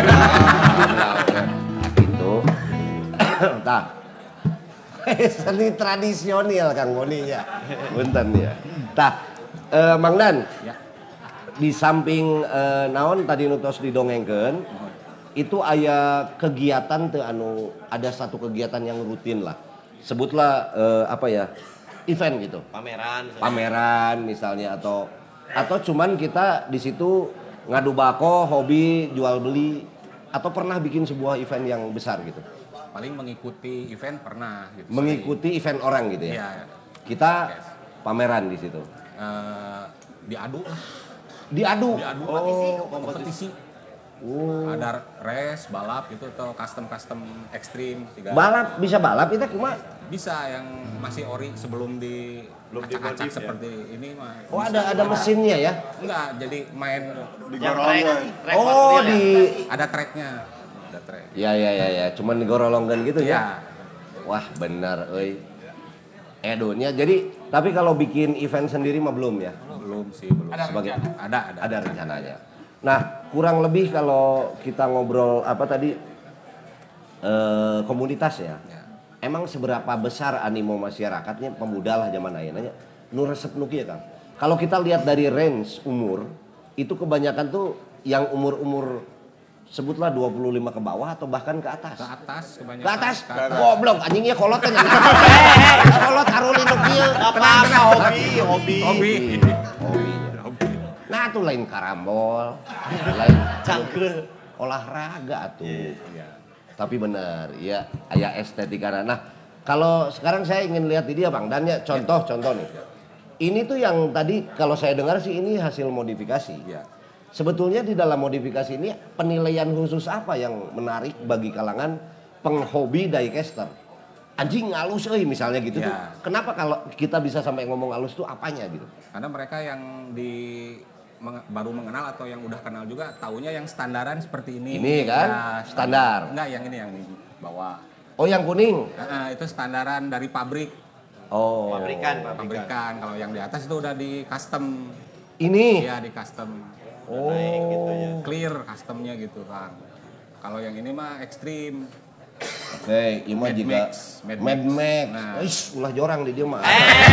Tah. Seni tradisional Kang Boni nya. Punten ya. Tah, Mang Dan. Ya. Di samping naon tadi nutos didongengkeun, itu aya kegiatan teu anu ada satu kegiatan yang rutin lah. Sebutlah apa ya? Event gitu. Pameran misalnya atau cuman kita di situ ngadu bako, hobi, jual beli atau pernah bikin sebuah event yang besar gitu. Paling mengikuti event pernah gitu. Mengikuti event orang gitu ya. Iya. Kita pameran di situ. Diadu lah. Diadu. Kompetisi. Ada race, balap gitu atau custom ekstrim. Balap bisa balap itu cuma Bisa yang masih ori sebelum di acak-acak seperti ini mah. oh ada mesinnya ya. Enggak, jadi main Oh di ada tracknya. Ada track. ya cuman digorolongkan gitu Iya. ya. Wah benar euy. Edonya jadi tapi kalau bikin event sendiri mah belum ya. Belum sih, belum. Sebagai Ada rencananya. Nah, kurang lebih kalau kita ngobrol apa tadi komunitas ya. Emang seberapa besar animo masyarakatnya pemuda lah zaman ayeuna nya nu resep nu kieu Kang. Kalau kita lihat dari range umur itu kebanyakan tuh yang umur-umur sebutlah 25 ke bawah atau bahkan ke atas. Ke atas kebanyakan. Ke atas? Goblok anjing ieu kolot teh. Kolot haruli nu kieu. Apa hobi. Hobi. Nah tuh lain karambol, lain Cangkeul. olahraga tuh. Iya. Tapi benar, ya aya estetika. Nah, kalau sekarang saya ingin lihat di dia Bang, dan ya contoh nih. Ini tuh yang tadi kalau saya dengar sih ini hasil modifikasi. Ya. Sebetulnya di dalam modifikasi ini penilaian khusus apa yang menarik bagi kalangan penghobi diecaster? Anjing halus misalnya gitu tuh. Ya. Kenapa kalau kita bisa sampai ngomong halus tuh apanya gitu? Karena mereka yang baru mengenal atau yang udah kenal juga taunya yang standaran seperti ini. Ini kan standar. Enggak, yang ini yang di bawah. Oh yang kuning? Itu standaran dari pabrik. Oh. Pabrikan. Kalau yang di atas itu udah di custom. Ini? Iya, di custom. Oh. Naik gitu ya. Clear customnya gitu kan. Kalau yang ini mah ekstrim. Oke, ini mah juga Mad Max. Nah. Ish, ulah jorang di dia mah.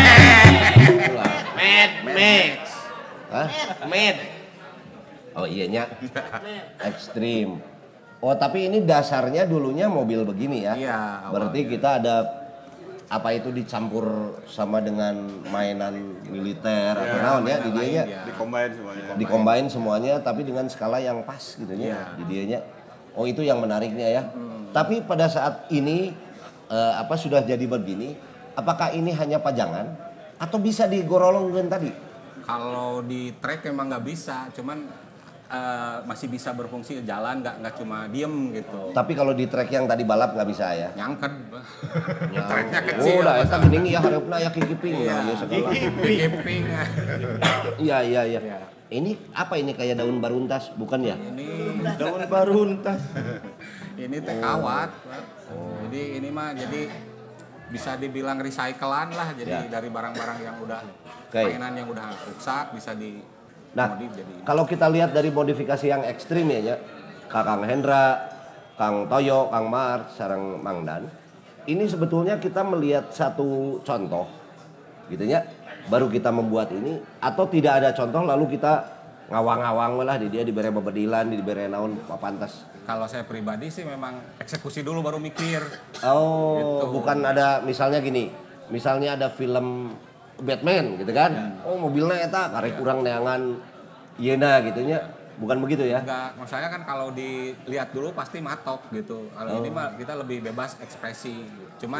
Mad Max. Hah? Mad. Oh iya nya. Ekstrim. Oh tapi ini dasarnya dulunya mobil begini ya? Iya. Berarti kita ada apa itu dicampur sama dengan mainan militer atau naon ya di dianya? Dicombine semuanya tapi dengan skala yang pas gitu ya di dianya. Oh itu yang menariknya ya. Tapi pada saat ini sudah jadi begini, apakah ini hanya pajangan atau bisa digorolongkan tadi? Kalau di track emang nggak bisa, cuman masih bisa berfungsi jalan, nggak cuma diem gitu. Tapi kalau di track yang tadi balap nggak bisa ya? Nyangket. Tracknya kecil. Oh, udah eta geuning ya hareupeuna ya kikiping Iya, ya segala. Kikiping. Iya. Ini apa ini kayak daun baruntas bukan ya? Ini Daun baruntas. ini teh kawat. Jadi ini mah jadi bisa dibilang recyclean lah, jadi dari barang-barang yang udah mainan yang udah rusak bisa di Nah, kalau kita lihat dari modifikasi yang ekstrim ya, Kang Hendra, Kang Toyo, Kang Mar, sareng Mang Dan, ini sebetulnya kita melihat satu contoh, gitu ya, baru kita membuat ini, atau tidak ada contoh lalu kita ngawang-ngawang lah di dia diberi bebedilan, diberi naon pantas. Kalau saya pribadi sih memang eksekusi dulu baru mikir. Oh, gitu. Bukan ada misalnya gini, misalnya ada film Batman gitu kan, oh mobilnya eta karek kurang neangan yeuna gitunya, bukan begitu ya? Enggak, maksudnya kan kalau dilihat dulu pasti matok gitu. Kalau ini mah kita lebih bebas ekspresi. Cuman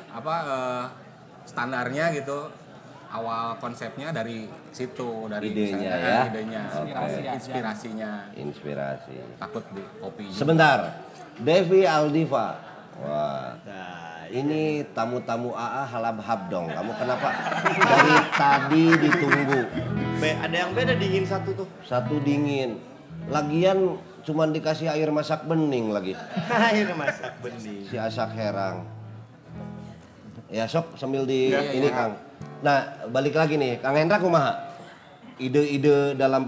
standarnya gitu, awal konsepnya dari situ, dari idenya misalnya, ya, idenya, inspirasinya. Inspirasi. Takut di copy. Sebentar, Devi Aldiva, wah, Nah, Ini tamu-tamu AA halab-hab dong. Kamu kenapa dari tadi ditunggu? Ada yang beda dingin satu tuh. Satu dingin. Lagian cuman dikasih air masak bening lagi. Air masak bening. Si Asak Herang. Ya sok sambil di Ya, ini Kang. Nah balik lagi nih Kang Hendra kumaha? Ide-ide dalam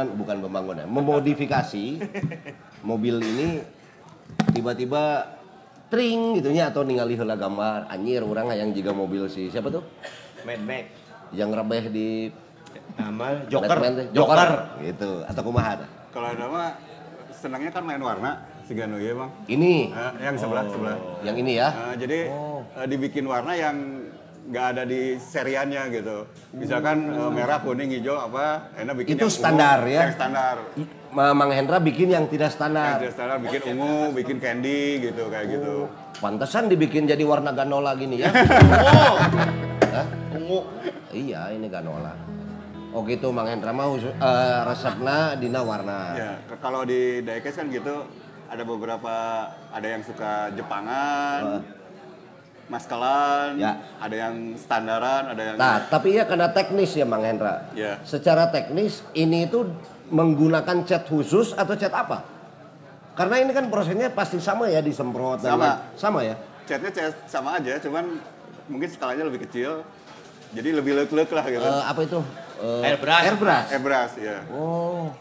memodifikasi mobil ini tiba-tiba tring gitunya atau ningali heula gambar anjir urang hayang jiga mobil si siapa tuh? Mad Max. Yang rebeh di Nama Joker. Batman teh, Joker gitu atau kumaha tah? Kalau ada mah senangnya kan main warna si Ganu ya bang. Ini Yang sebelah. yang ini ya. Jadi dibikin warna yang nggak ada di seriannya gitu. Misalkan merah, kuning, hijau apa, enak bikin Itu yang standar ungu, ya? Yang standar. Mang Hendra bikin yang tidak Yang standar. tidak standar bikin ungu, bikin candy gitu kayak gitu. Pantesan dibikin jadi warna ganola gini ya. Oh, Hah? ungu. Iya ini ganola. Oh gitu Mang Hendra mau resepna dina warna. Ya, kalau di diecast kan gitu ada beberapa, ada yang suka Jepangan, maskelan, Ya. ada yang standaran, ada yang Nah, tapi ya karena teknis ya Mang Hendra. Ya. Secara teknis ini itu menggunakan cat khusus atau cat apa? Karena ini kan prosesnya pasti sama ya disemprot dan sama ya. catnya cat sama aja, cuman mungkin skalanya lebih kecil, jadi lebih lek-lek lah gitu. Apa itu? Airbrush. Airbrush. Airbrush ya. Oh.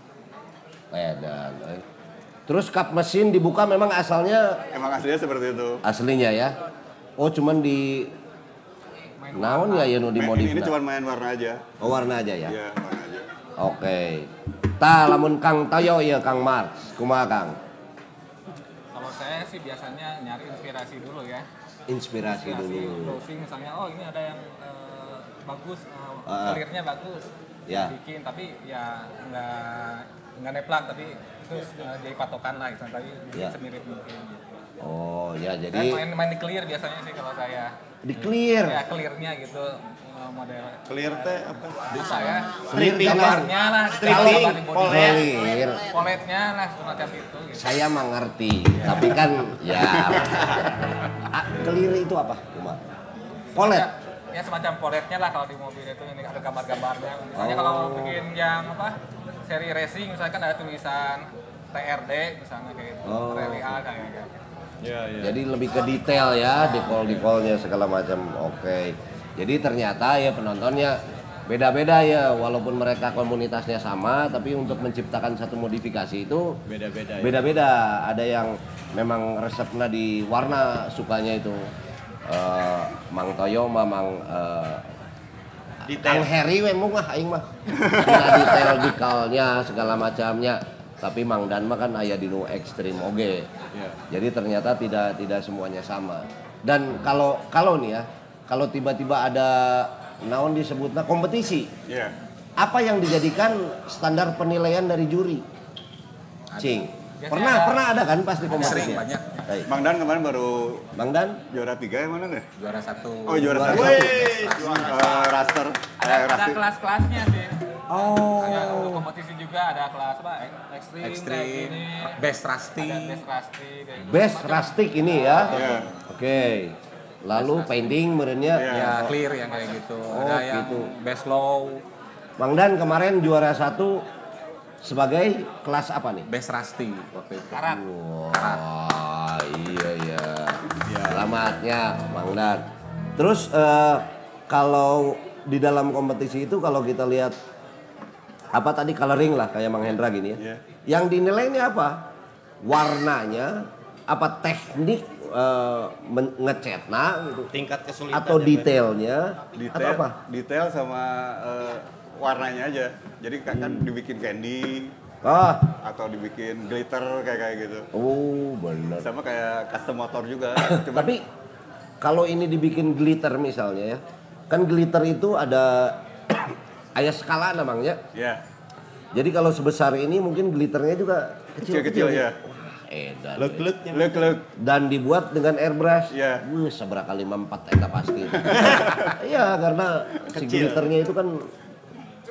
Edan. Terus kap mesin dibuka memang asalnya Emang aslinya seperti itu. aslinya ya. Oh cuman di naon ya nu Ini dimodif. cuma main warna aja. Oh warna aja ya. Iya, warna aja. Oke. Tah lamun Kang Toyo ya Kang Mars. Kumaha Kang? Kalau saya sih biasanya nyari inspirasi dulu ya. Inspirasi dulu. Browsing misalnya, oh ini ada yang bagus, clear-nya bagus, Ya. bikin. Tapi ya nggak neplak, tapi itu jadi patokan lah. Gitu. Tapi bikin Ya. semirip mungkin. Gitu. Oh ya Dan jadi main di clear biasanya sih kalau saya. di clear. Ya clear-nya gitu model. Clear teh apa? Bisa ya. Stripping. Gambarnya lah, Stripping, polet. Clear. Poletnya lah semacam itu. Gitu. Saya mengerti, tapi kan ya clear itu apa? Kumaha? Polet. Ya semacam poletnya lah kalau di mobil itu ini ada gambar-gambarnya. Misalnya kalau bikin yang apa seri racing misalkan ada tulisan TRD misalnya kayak gitu, Rally A kayak gitu. Jadi lebih ke detail ya, detail-detailnya segala macam. Oke. Jadi ternyata ya penontonnya beda-beda ya, walaupun mereka komunitasnya sama, tapi untuk menciptakan satu modifikasi itu Beda-beda. Ya. beda-beda. Ada yang memang resepnya di warna sukanya itu. Mang Toyo mah Mang Detail. Kang Heri we mah aing mah. Dina detail dikalnya segala macamnya. Tapi Mang Dan mah kan aya di nu ekstrim oge. Jadi ternyata tidak semuanya sama. Dan kalau nih ya, kalau tiba-tiba ada naon disebutnya kompetisi, Iya. apa yang dijadikan standar penilaian dari juri? Cing. Pernah ada kan pasti kompetisi. Sering, banyak. Baik. Bang Dan kemarin baru Bang Dan juara 3 yang mana deh? Juara satu. Oh juara Juara 1. Wih, Raster. Ada kelas-kelasnya sih. Oh. Ada untuk kompetisi juga ada kelas apa? Ekstrim, kayak Ekstrim, gini. best rusty. Ada best rusty. kayak gitu. Best rustic ini ya. Iya. Oke. Lalu painting merenya. Iya. Ya clear yang kayak gitu. Oh, Ada yang gitu. best low, Bang Dan kemarin juara 1 sebagai kelas apa nih? best rusty waktu itu. Karat. Wah, iya. Selamatnya Bang Dan. Terus kalau di dalam kompetisi itu kalau kita lihat apa tadi coloring lah kayak Mang Hendra gini ya. Iya. Yang dinilai ini apa? Warnanya, apa teknik ngecetna gitu Tingkat kesulitan. atau detailnya atau apa? Detail sama warnanya aja. Jadi kan dibikin candy Ah, atau dibikin glitter kayak gitu. oh benar. Sama kayak custom motor juga. Cuma Tapi kalau ini dibikin glitter misalnya ya, kan glitter itu ada ada skala namanya. ya Jadi kalau sebesar ini mungkin glitternya juga kecil-kecil ya. Edan. Lek-leknya. Lek-lek. Dan dibuat dengan airbrush. Iya. Wih, seberapa kali 4 eta pasti. Iya, karena si Kecil. glitternya itu kan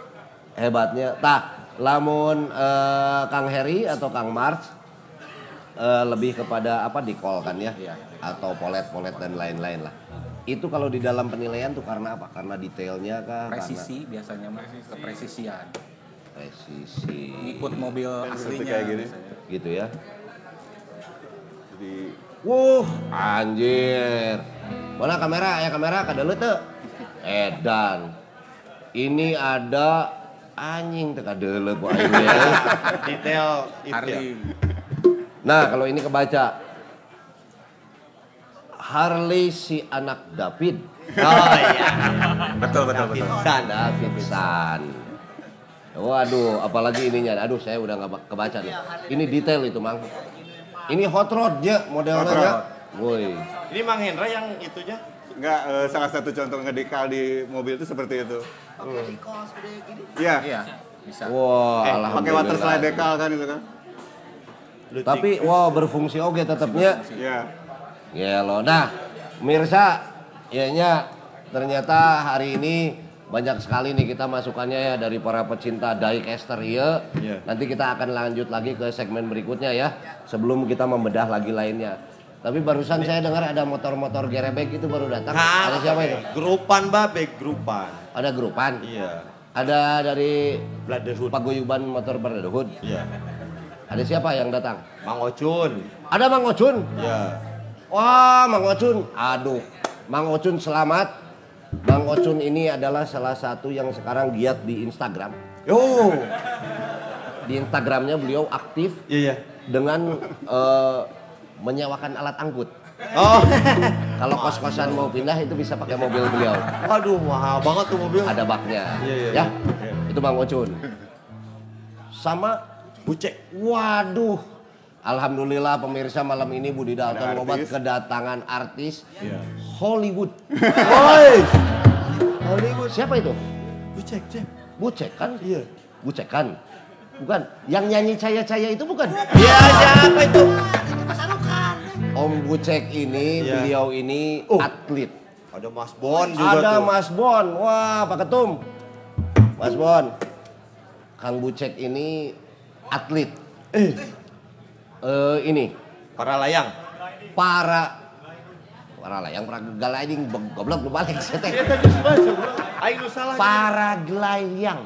hebatnya. Tah, lamun Kang Heri atau Kang Mars lebih kepada apa dikol kan ya, Iya. atau polet-polet dan lain-lain lah. Itu kalau di dalam penilaian tuh karena apa? Karena detailnya kah? Presisi biasanya mah, kepresisian. Karena presisi. Ngikut mobil seperti aslinya kayak gini. biasanya. Gitu ya. Jadi Anjir. Mana kamera? Ya kamera kadaleut teu. Edan. Ini ada anjing teu kadaleut ku aing ya. Detail itu ya. Harley. Nah, kalau ini kebaca. Harley si anak David. Oh iya. Betul. Davidson. Waduh, apalagi ininya. Aduh, saya udah nggak kebaca nih. Ini detail itu, Mang. Ini hot rod ya modelnya. Hot rod. Woi. Ini Mang Hendra yang itunya. enggak salah satu contoh ngedekal di mobil itu seperti itu. Iya. Iya, bisa. Wah, Pakai alhamdulillah. water slide dekal kan itu kan. Tapi wow berfungsi oke tetapnya. Iya. Ya loh. Nah, Mirsa, ya ternyata hari ini banyak sekali nih kita masukannya ya dari para pecinta diecast ya. Iya. Nanti kita akan lanjut lagi ke segmen berikutnya ya. Sebelum kita membedah lagi lainnya. Tapi barusan saya dengar ada motor-motor gerebek itu baru datang. Ada siapa itu? Grupan babe, grupan. Ada grupan. Iya. Ada dari Brotherhood. paguyuban motor Brotherhood. Iya. Ada siapa yang datang? Mang Ocun. Ada Mang Ocun. Iya. Wah, Mang Ocun. Aduh, Mang Ocun selamat. Mang Ocun ini adalah salah satu yang sekarang giat di Instagram. Yo. Di Instagramnya beliau aktif Iya. dengan menyewakan alat angkut. Oh. Kalau kos-kosan mau pindah itu bisa pakai mobil beliau. Waduh, mahal banget tuh mobil. Ada baknya. Iya. Ya, itu Mang Ocun. Sama Bucek. waduh. Alhamdulillah pemirsa malam ini Budi Dalton Ada ngobat artis. kedatangan artis Iya. Hollywood. Woi. Hollywood. Siapa itu? Bucek, Cek. Bucek kan? Iya. Bucek kan? Bukan. Yang nyanyi Caya-Caya itu bukan? Iya, siapa itu? Om Bucek ini, Iya. beliau ini Oh. atlet. Ada Mas Bon juga Ada tuh. Mas Bon. Wah, Pak Ketum. Mas Bon. Kang Bucek ini atlet. Ini Para layang. para layang gliding goblok lu balik saya teh. Aing lu salah. Para layang.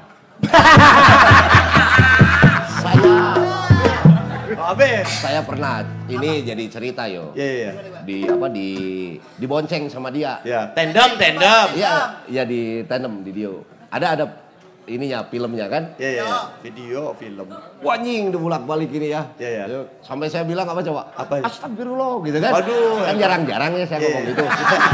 Saya Abe. saya pernah ini jadi cerita yo. Iya. Dibonceng sama dia. Ya, tandem. Iya, ya di tandem di dia. Ada ininya filmnya kan? Iya. Video, film. Wanying dibulak-balik ini ya. Iya. Yuk, sampai saya bilang apa coba? Apa? Astagfirullah gitu kan. Waduh. Kan jarang-jarang ya saya Iya. ngomong gitu.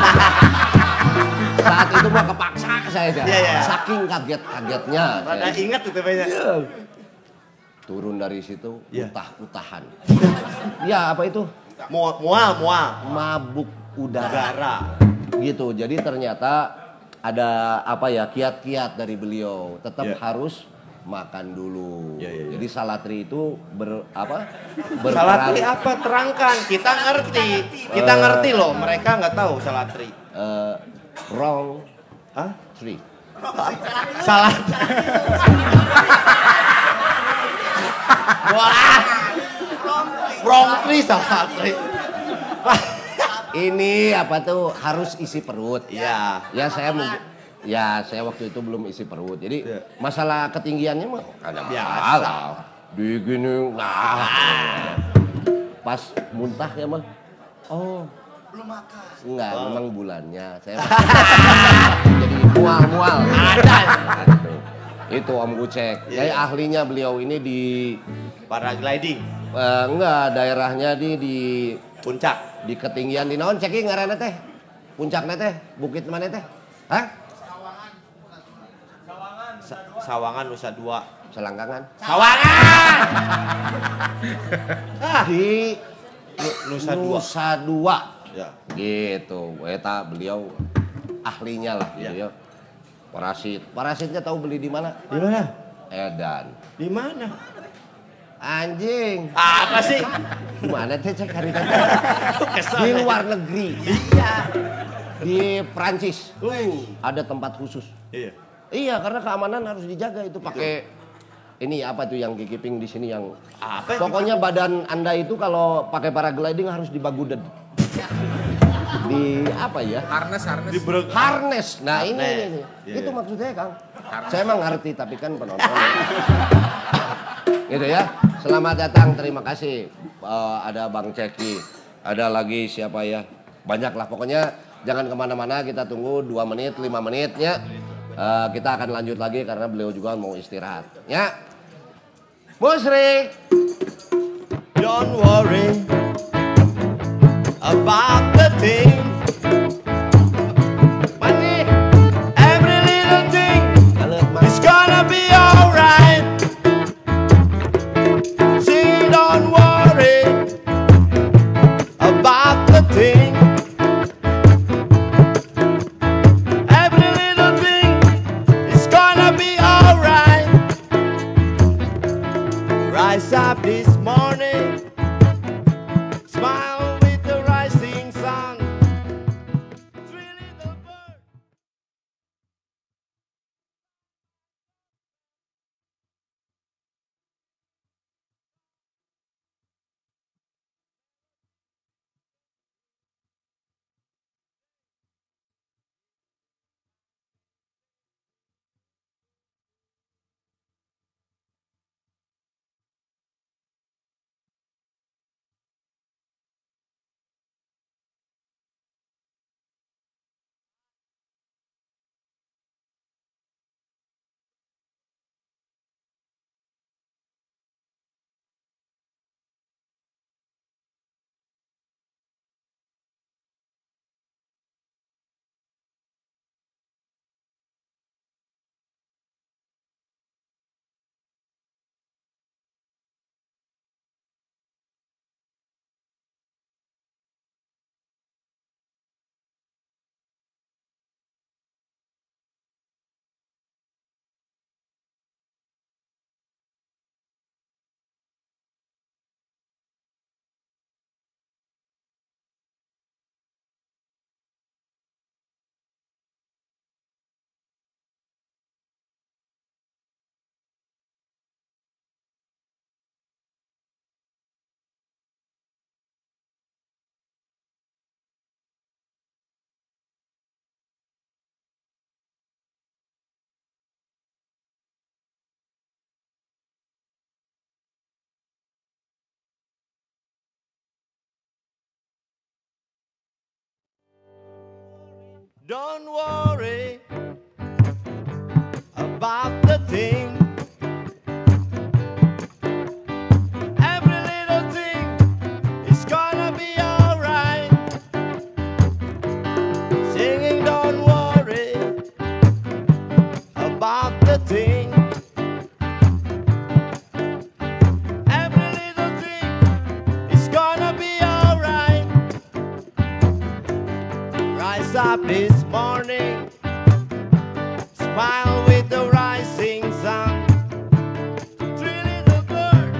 Saat itu mah kepaksa saya. Iya. Saking kagetnya. Rada saya. ingat itu banyak. Turun dari situ, Iya. utah-utahan. Ya apa itu? Mual. Mabuk udara. Gara. Gitu. Jadi ternyata ada apa ya kiat-kiat dari beliau. Tetap Iya. harus makan dulu. Iya. Jadi salatri itu Salatri berperan apa? Terangkan. Kita ngerti. Kita ngerti loh. Mereka nggak tahu salatri. wrong Hah? tree. Salah. Wah. Wrong tree salatri. Ini apa tuh harus isi perut. Iya. Ya saya waktu itu belum isi perut. Jadi Iya. masalah ketinggiannya mah ada Biasa. masalah. Di gini pas muntah ya mah. Oh. Belum makan. Enggak, memang bulannya. Saya jadi mual. Ada. Itu Om Bucek. Iya. Jadi ahlinya beliau ini di Paragliding. enggak daerahnya di Puncak. di ketinggian di naon ceking ngaranna teh? Puncakna teh, bukit mana teh? Hah? Sawangan Nusa Dua. Selangkangan. Sawangan. Di Nusa Dua. Nusa Dua. Ya. Gitu. Eta beliau ahlinya lah gitu ya. Parasitnya tahu beli di mana? Di mana? Edan. Di mana? Anjing. Apa sih? Gimana teh cek hari tadi? Kesel. Di luar negeri. Iya. Di Prancis. Ada tempat khusus. Iya. Iya, karena keamanan harus dijaga itu pakai Ini apa tuh yang kikiping di sini yang Apa? pokoknya badan Anda itu kalau pakai paragliding harus dibaguded. Di apa ya? Harness. Harness. Nah, ini. Iya, Itu iya. maksudnya, Kang. Saya emang ngerti tapi kan penonton. Gitu ya. Selamat datang, terima kasih. Ada Bang Ceki, ada lagi siapa ya? Banyak lah pokoknya. Jangan kemana-mana, kita tunggu 2 menit, 5 menitnya. Kita akan lanjut lagi karena beliau juga mau istirahat. Ya. Musrik. Don't worry about the thing. Mandi. Every little thing Galet, Mas. is gonna be alright. See, don't worry about the thing. Every little thing is gonna be alright. Rise up this morning, smile with the rising sun. Three little birds. Don't worry about the thing. Every little thing is gonna be alright. Singing, don't worry about the thing. Every little thing is gonna be alright. Rise up this morning, smile with the rising sun. Three little birds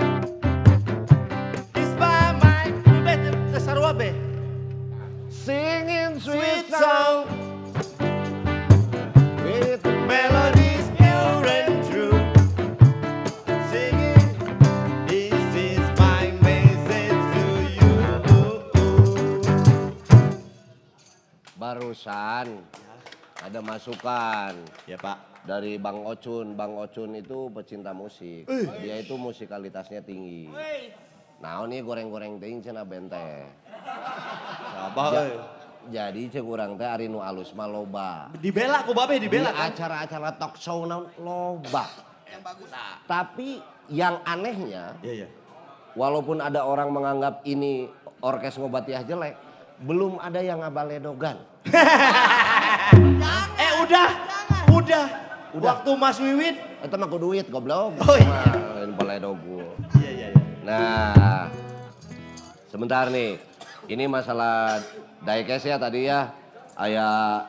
is by my bed, Singing sweet song with melodies pure and true. Singing, this is my message to you. Barusan ada masukan Ya Pak. dari Bang Ocun. Bang Ocun itu pecinta musik. Dia itu musikalitasnya tinggi. Nah, ini goreng-goreng ting cenah bente. Sabar. Jadi cek urang teh ari nu alus mah loba. Dibela ku babe Di dibela kan. acara-acara talk show naon loba. Tapi yang anehnya, Iya iya. walaupun ada orang menganggap ini orkes ngobatiah jelek, belum ada yang ngabaledogan. Udah. Waktu Mas Wiwit. Itu mah ku duit goblok. Oh, iya. Lain baledogu. Iya. Nah, sebentar nih. Ini masalah diecast ya tadi ya. Aya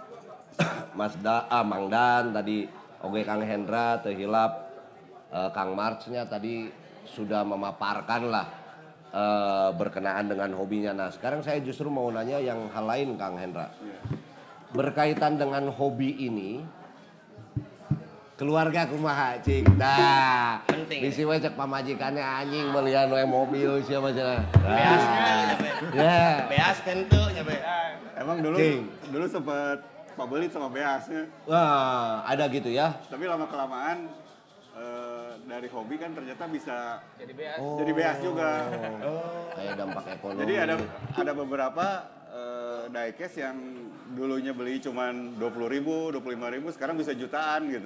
Mang Dan tadi, oge Kang Hendra, teu hilap Kang Marchnya tadi sudah memaparkan lah berkenaan dengan hobinya. Nah, sekarang saya justru mau nanya yang hal lain, Kang Hendra. Berkaitan dengan hobi ini, Keluarga kumaha cing. Nah, bisi we cek pamajikannya anjing melihat we mobil siapa cenah. Beasnya gitu, Be. Ya. Beas kentu nya, Be. Emang dulu sempet pabelit sama beasnya. Wah, ada gitu ya. Tapi lama kelamaan dari hobi kan ternyata bisa Oh. jadi beas juga. Kayak dampak ekonomi. Jadi ada beberapa diecast yang dulunya beli cuman 20.000, 25.000, sekarang bisa jutaan gitu.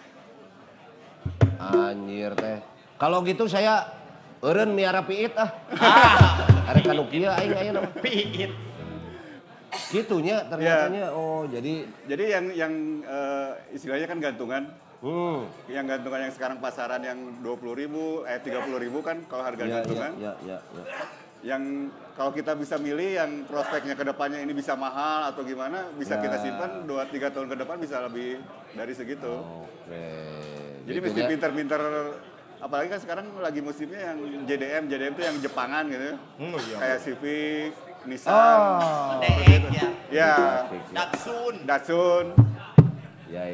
Anjir teh. Kalau gitu saya eureun miara piit ah. Arek kanu kieu aing aya nama. Piit. Gitunya ternyatanya. Oh, jadi yang istilahnya kan gantungan. Yang gantungan yang sekarang pasaran yang 20.000, 30.000 kan kalau harga gantungan. Ya. Yang kalau kita bisa milih yang prospeknya ke depannya ini bisa mahal atau gimana, bisa kita simpan 2-3 tahun ke depan bisa lebih dari segitu. Oke. Jadi mesti pinter-pinter, apalagi kan sekarang lagi musimnya yang JDM itu yang Jepangan gitu. Kayak Civic, Nissan. DX ya. Ya. Datsun. Ya.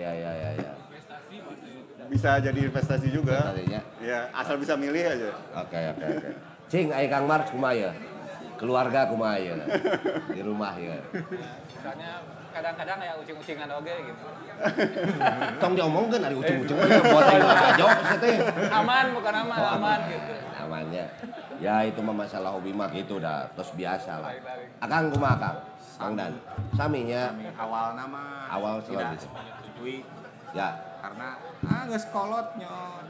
Bisa jadi investasi juga. Investasinya. Ya, asal bisa milih aja. Oke. Cing, ai Kang Mars kumaha ya? Keluarga kumaha ya? Di rumah ya. Misalnya kadang-kadang ya ucing-ucingan oge gitu. Tong diomongkeun ari ucung-ucung ya buat aing ngajok teh. Aman bukan aman gitu. Amannya. Ya itu mah masalah hobi mah gitu dah, terus biasa lah. Akang kumaha Kang? Kang Dan. Saminya Awal nama. Awal tidak selalu. menyetujui ya. karena geus kolot nyon.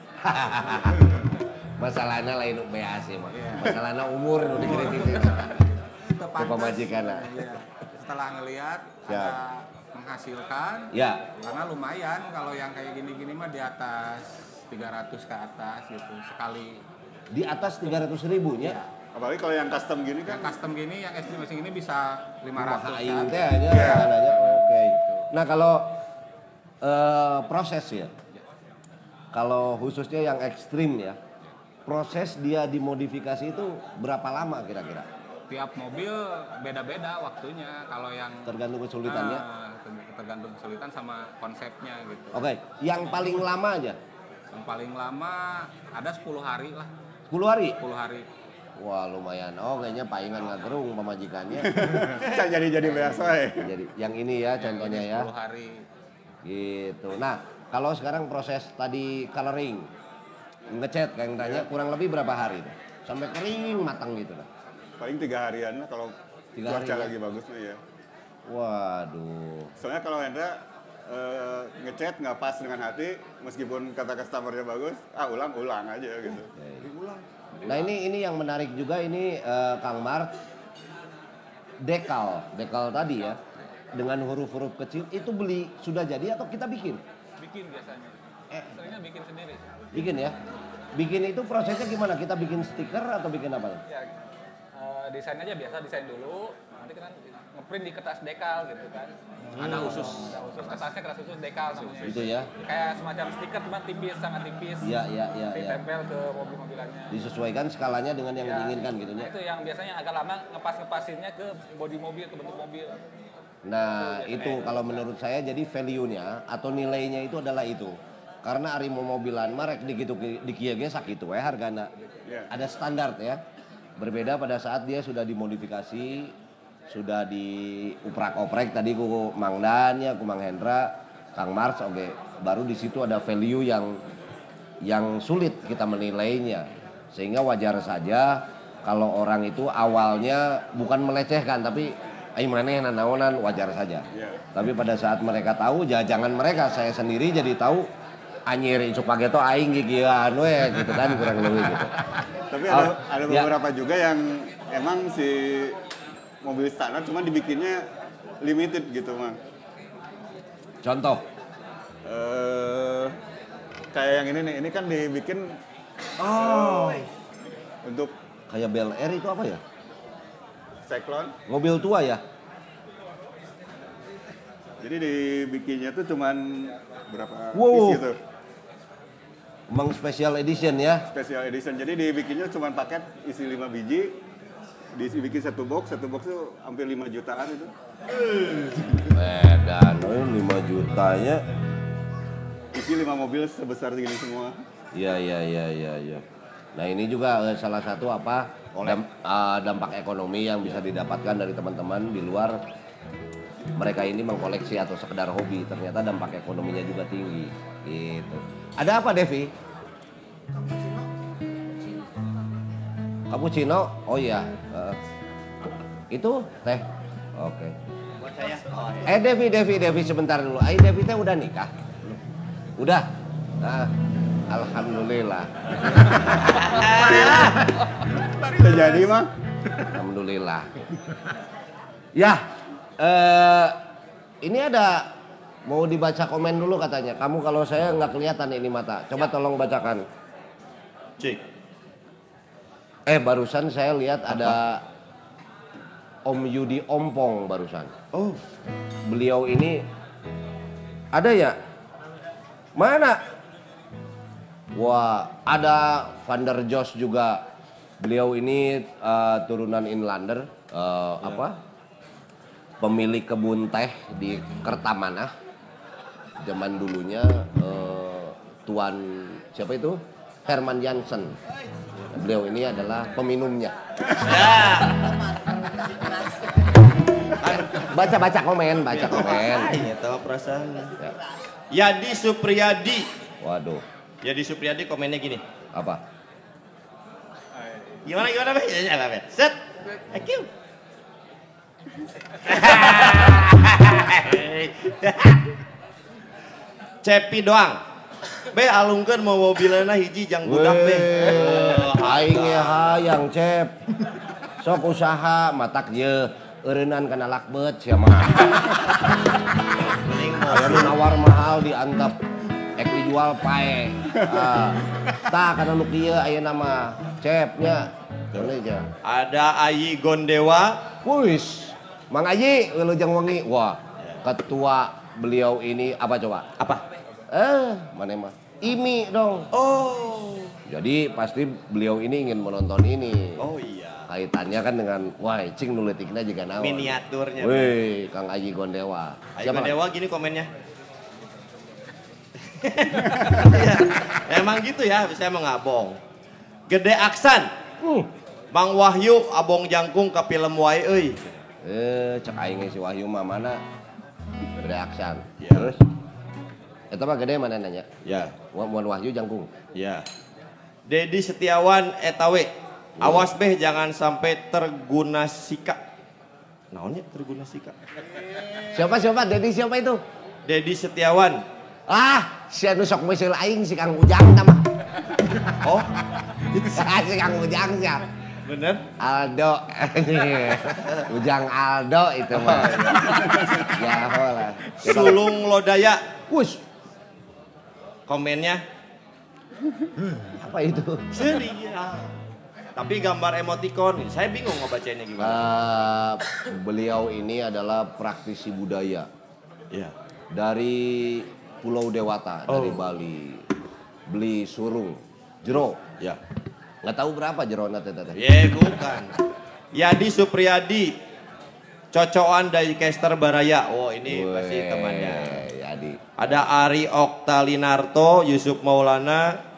Masalahnya lain beas ya mah. Masalahnya umur nu dikritik. Pemajikanna. Iya. Setelah ngelihat Ya. ada menghasilkan. Ya. Karena lumayan kalau yang kayak gini-gini mah di atas 300 ke atas gitu sekali. Di atas 300.000 nya. Apalagi kalau yang custom gini kan. Yang custom gini, yang estimasi gini bisa 500 Aing kan. teh aja aja. Oke. Nah, kalau proses ya. Kalau khususnya yang ekstrim ya. Proses dia dimodifikasi itu berapa lama kira-kira? Tiap mobil beda-beda waktunya. Kalau yang Tergantung kesulitannya. Tergantung kesulitan sama konsepnya gitu. Oke, yang paling lama aja. Yang paling lama ada 10 hari lah. 10 hari? 10 hari. Wah, lumayan. Oh, kayaknya paingan ngagerung pemajikannya. jadi biasa ya. Jadi yang ini ya contohnya ya. 10 hari. Gitu. Nah, kalau sekarang proses tadi coloring, ngecat kayak yang tanya kurang lebih berapa hari tuh? Sampai kering matang gitu lah. Paling 3 harian lah kalau 3 hari cuaca ya? lagi bagus mah ya. Waduh. Soalnya kalau Hendra ngecat nggak pas dengan hati, meskipun kata customernya bagus, ulang aja gitu. Nah ini yang menarik juga ini Kang Mart, dekal tadi ya, dengan huruf-huruf kecil itu beli sudah jadi atau kita bikin? Bikin biasanya. Seringnya bikin sendiri. Bikin ya. Bikin itu prosesnya gimana? Kita bikin stiker atau bikin apa? Ya, desain aja biasa desain dulu. Nanti kan ngeprint di kertas dekal gitu kan. Ada khusus kertasnya kertas khusus dekal namanya. Itu ya. Kayak semacam stiker cuma tipis, sangat tipis. Iya. Ditempel ke mobil-mobilannya. Disesuaikan skalanya dengan yang Ya, diinginkan gitu nah ya. itu yang biasanya agak lama ngepasinnya ke bodi mobil, ke bentuk mobil. Nah itu kalau menurut saya jadi value-nya atau nilainya itu adalah itu. Karena ari mobilan marek di kieu ge sakitu we hargana. Ada standar ya. Berbeda pada saat dia sudah dimodifikasi, sudah diuprak-oprek tadi ku Mang Dan ya, ku Mang Hendra, Kang Mars oke. Baru di situ ada value yang sulit kita menilainya. Sehingga wajar saja kalau orang itu awalnya bukan melecehkan tapi ai maneh nanaonan wajar saja. Tapi pada saat mereka tahu, jangan mereka, saya sendiri jadi tahu anjir isuk pagi tuh aing gigian we gitu kan kurang lebih gitu. Tapi ada beberapa juga yang emang si mobil standar cuma dibikinnya limited gitu, Mang. Contoh? Kayak yang ini nih, ini kan dibikin untuk kayak Bel Air itu apa ya? Cyclone. Mobil tua ya? Jadi dibikinnya tuh cuman berapa Wow. piece gitu. Emang special edition ya? Special edition. Jadi dibikinnya cuman paket isi 5 biji. Dibikin satu box tuh hampir 5 jutaan itu. Dan 5 jutanya isi 5 mobil sebesar segini semua. Iya. Nah ini juga salah satu dampak ekonomi yang bisa didapatkan dari teman-teman di luar mereka ini mengkoleksi atau sekedar hobi. Ternyata dampak ekonominya juga tinggi. Gitu. Ada apa Devi? Cappuccino? Oh iya. Itu teh. Oke. Buat saya. Oh, iya. Devi sebentar dulu. Devi teh udah nikah? Udah. Nah, alhamdulillah. Udah jadi mah. Alhamdulillah. Ya, ini ada mau dibaca komen dulu katanya. Kamu kalau saya nggak kelihatan ini mata. Coba tolong bacakan. Cik. Barusan saya lihat ada Om Yudi Ompong barusan. Oh, Beliau ini ada ya? Mana? Wah, ada Van der Jos juga. Beliau ini turunan Inlander, pemilik kebun teh di Kertamanah. Zaman dulunya Tuan siapa itu? Herman Jansen. Beliau ini adalah peminumnya. Baca komen. ini tahu perasaan. Ya. Yadi Supriyadi. Waduh. Yadi Supriyadi komennya gini. Apa? Gimana Be? Ya, Be. Set. Thank you. Cepi doang. Be alungkeun mau mobilna hiji jang budak be. Aing hayang cep. Sok usaha matak ye eureunnan kana lakbeut sia mah. Aya nawar mahal diantep ek dijual pae. Tah kana nu kieu ayeuna mah cepnya. Ada Ayi Gondewa. Wis. Mang Ayi wilujeng wengi. Wah, ketua beliau ini apa coba? Apa? Mana mah? IMI dong. Oh. Jadi pasti beliau ini ingin menonton ini. Oh iya. Kaitannya kan dengan wah cing nu leutikna juga naon. Miniaturnya. Wih, Kang Aji Gondewa. Aji Gondewa gini komennya. Ya, emang gitu ya, saya mau ngabong. Gede Aksan. Bang Wahyu abong jangkung ke film wae euy. Cek aing si Wahyu mah mana? Gede Aksan. Ya. Terus eta mah gede mana nanya? Ya. Mun Wahyu jangkung. Ya. Dedi Setiawan etawe. Awas beh jangan sampai terguna sika. Naonnya terguna sika? Siapa? Dedi siapa itu? Dedi Setiawan. Si anu sok mesil aing si Kang Ujang nama. Oh, si Kang Ujang siapa? Bener? Aldo. Ujang Aldo itu mah. Ya lah. Sulung Lodaya. Wush. Komennya apa itu? Ceria. Tapi gambar emoticon, saya bingung ngebacanya gimana. Beliau ini adalah praktisi budaya. Ya. Dari Pulau Dewata, dari Bali. Beli surung, jero. Ya. Nggak tahu berapa jerona teteh. Bukan. Yadi Supriyadi. Cocokan dari Kester Baraya. Oh, ini pasti temannya. Yadi. Ada Ari Oktalinarto, Yusuf Maulana.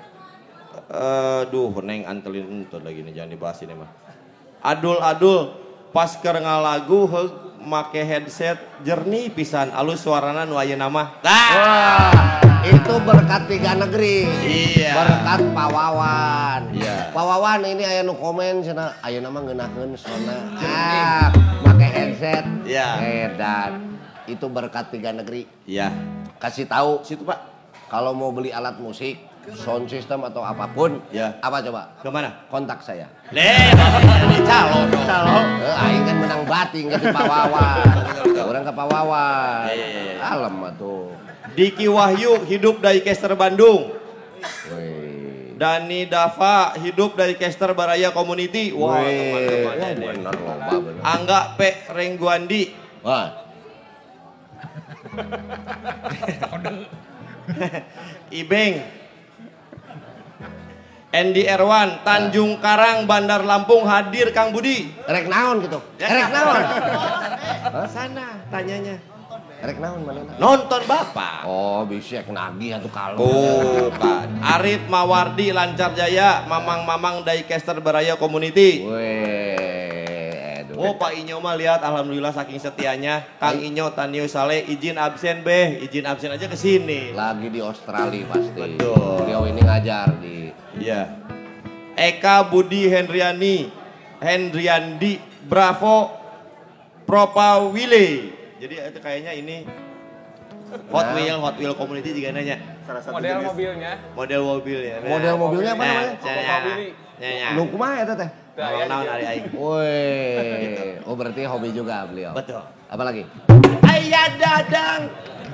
Neng antelin entot lagi nih, jangan dibahas ini mah. Adul pas keur ngalagu make headset jernih pisan alus suarana nu ayeuna mah. Wah, itu berkat 3 negeri. Iya. Berkat Pak Wawan. Iya. Pak Wawan ini aya nu komen cenah ayeuna mah ngeunaheun sona. Make headset. Iya. Dan itu berkat 3 negeri. Iya. Kasih tahu Situ, Pak. kalau mau beli alat musik, sound system atau apapun, Ya. apa coba? Kemana? Kontak saya. Ini calo dong. Aing kan menang bating ke Pak Wawan. Orang ke Pak Wawan. Iya. Alam atuh. Diki Wahyu hidup dari Kester Bandung. Wih. Dani Dava hidup dari Kester Baraya Community. Wah, teman-teman. Bener loba bener. Angga P. Rengguandi. Wah. Ibeng. Endi Erwan, Tanjung Karang, Bandar Lampung hadir Kang Budi. Rek naon gitu. Ya, Rek naon. Sana tanyanya. Rek naon manehna? Nonton Bapak. Oh, bisa nagih atuh kalau. Bukan. Arif Mawardi Lancar Jaya, Mamang-mamang Daycaster Baraya Community. Weh, aduh. Oh, Pak Inyo mah lihat alhamdulillah saking setianya. Kang Inyo Tanio Saleh izin absen beh, izin absen aja ke sini. Lagi di Australia pasti. Betul. Beliau ini ngajar di. Iya. Eka Budi Hendriandi Bravo Propawile. Jadi itu kayaknya ini Hot Wheel Community juga nanya. Model mobilnya. Model mobilnya. Nah, Model mobilnya apa namanya? Nya. Lu kumaha eta teh? Naon ari aing. Woi, oh berarti hobi juga beliau. Betul. Apalagi? Ayah dadang.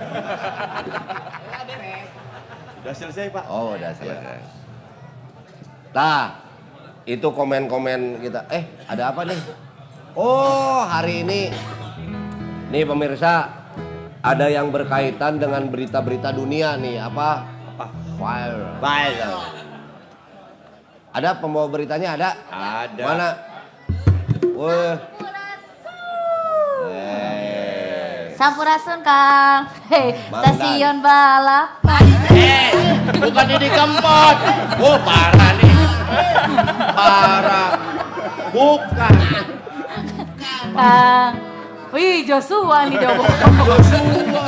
Udah selesai, Pak. Oh, udah selesai. Nah, itu komen-komen kita. Ada apa nih? Oh, hari ini nih pemirsa, ada yang berkaitan dengan berita-berita dunia nih. Apa? Viral. Ada pembawa beritanya ada? Ada. Mana? Wah. Sampurasun Kang. Stasiun balapan. Bukan di Kempot. Oh, parah nih. Parah. Bukan. Kang. Wih, Joshua nih dong. Joshua.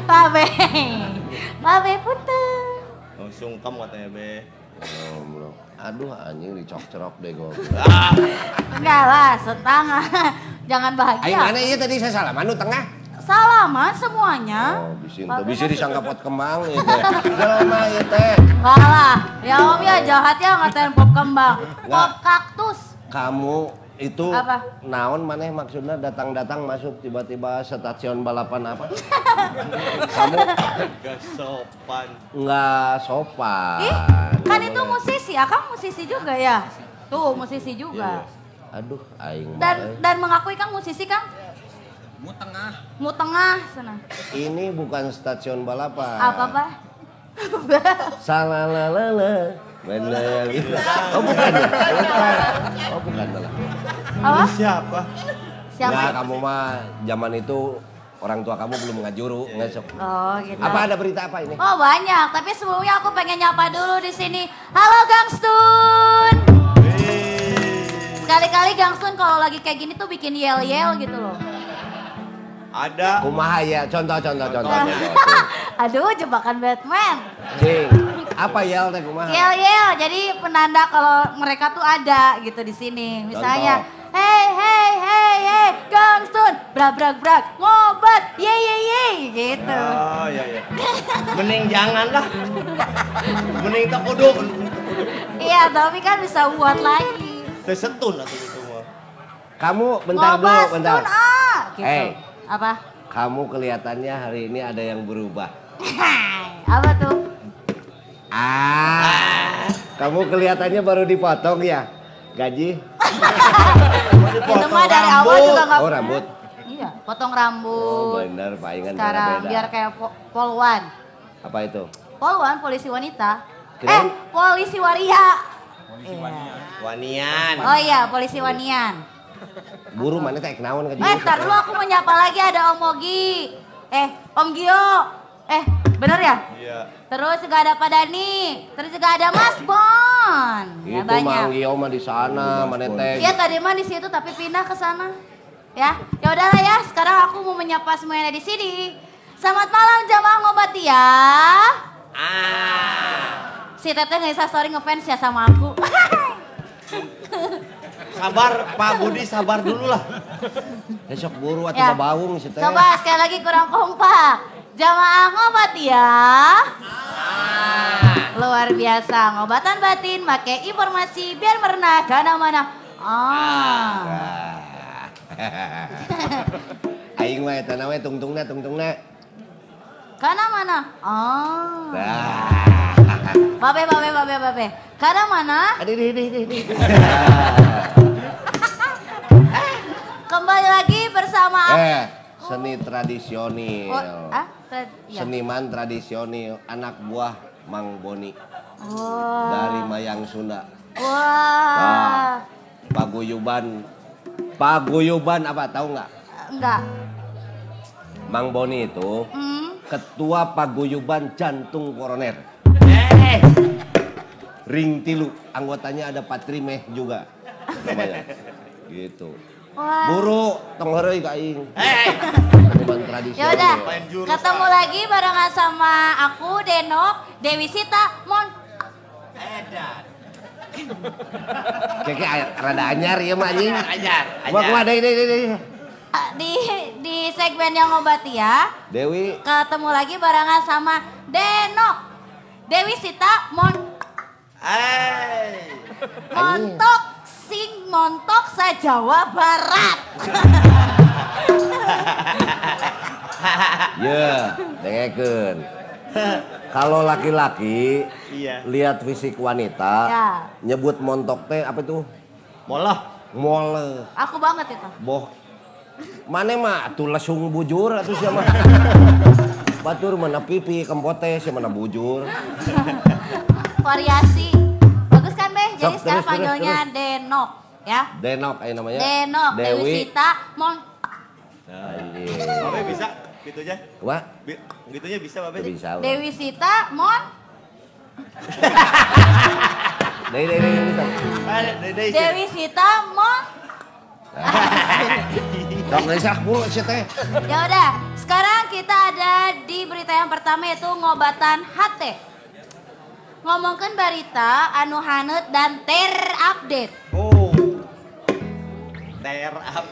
Babe punten. Oh, sungkem katanya, Be. Belum. Aduh, anjing dicok-cerok deh gue. Enggak lah, setengah. Jangan bahagia. Aing mana iya tadi saya salaman nu tengah? Salaman semuanya. Oh, bisa disangka pot kembang itu. Jelema ieu teh. Enggak lah. Ya Om ya jahat ya ngatain pop kembang. Pop kaktus. Kamu itu apa? Naon maneh maksudnya datang-datang masuk tiba-tiba stasiun balapan apa? Kamu Gak sopan. nggak sopan. Ih, kan itu musisi, Akang musisi juga ya? Tuh, musisi juga. Aduh, aing. Dan mengakui Kang musisi Kang? Mu tengah sana. Ini bukan stasiun balapan. Apa, Pak? Salalalala. Bener gitu. Oh bukan ya? Bukan. Oh bukan malah. Apa? Siapa? Siapa? Ya kamu mah zaman itu orang tua kamu belum ngajuru, ngesok. Oh gitu. Apa ada berita apa ini? Oh banyak, tapi sebelumnya aku pengen nyapa dulu di sini. Halo Gangstun. Sekali-kali Gangstun kalau lagi kayak gini tuh bikin yel-yel gitu loh. Ada. Kumaha ya, contoh. Aduh, jebakan Batman. Cing, apa yel teh kumaha? Yel-yel, jadi penanda kalau mereka tuh ada gitu di sini. Misalnya, hey, Gangstun, brag, ngobat, ye, gitu. Oh iya. Mending jangan lah. Mending tak kudu. Iya, tapi kan bisa buat lagi. Tersetun atau itu mah. Kamu bentar dulu, bentar. Gitu. Hey. Apa? Kamu kelihatannya hari ini ada yang berubah. Apa tuh? Kamu kelihatannya baru dipotong ya? Gaji? Itu mah dari awal juga nggak. Oh rambut? Iya, potong rambut. Oh benar, palingan sekarang beda. biar kayak polwan. Apa itu? Polwan, polisi wanita. Kirain? Polisi waria. Wanian. Oh iya, polisi wanian. Buru mana teh kenaon ke Ntar dulu aku menyapa lagi ada Om Mogi. Om Gio. Bener ya? Iya. Terus juga ada Pak Dani. Terus juga ada Mas Bon. Ya itu banyak. Mang Gio mah di sana, mana teh. Iya tadi mah di situ tapi pindah ke sana. Ya udahlah ya. Sekarang aku mau menyapa semuanya di sini. Selamat malam jamaah ngobat ya. Si Teteh nggak bisa story ngefans ya sama aku. Sabar Pak Budi, sabar dulu lah. Besok buru atau Ya. babaung sih teh. Coba sekali lagi kurang kompak. Jamaah ngobat ya. Luar biasa. Ngobatan batin pakai informasi biar merenah mana. Aing mah eta na we tungtungna. Kana mana? Babe. Kana mana? Kembali lagi bersama seni tradisional. Ya. Seniman tradisional anak buah Mang Boni Wah. dari Mayang Sunda. Wah. Paguyuban apa tahu nggak? Enggak. Mang Boni itu ketua paguyuban jantung koroner. Ring tilu, anggotanya ada Patrimeh juga namanya. Gitu. Wah. Buru tong heureuy ka aing. Seniman tradisional. Ya udah, ketemu lagi barengan sama aku Denok, Dewi Sita, Mon. Keke rada anyar ieu mah anjing. Anyar. Kumaha deui. Di segmen yang ngobati ya. Dewi. Ketemu lagi barengan sama Denok, Dewi Sita, Mon. Montok sing montok sa Jawa Barat. Ya, dengekeun. Kalau laki-laki Iya. lihat fisik wanita, Ya. nyebut montok teh apa itu? Molah. Mole. Aku banget itu. Boh. Mane mah atuh lesung bujur atuh sia mah. Batur mana pipi kempote sia mana bujur. Variasi. Bagus kan, Beh? Jadi Sok, sekarang terus, panggilnya Denok, ya. Denok aya namanya. Denok, Dewi Sita, Mon. Anjing. Babe bisa gitu aja. Kumaha? Gitunya bisa Babe. Teu bisa. Dewi Sita, Mon. Dewi Sita, Mon. Sok ngesah bulu sia teh. Ya udah, sekarang kita ada di berita yang pertama yaitu ngobatan hate. Ngomongkeun berita anu haneut dan terupdate. Oh. Terap.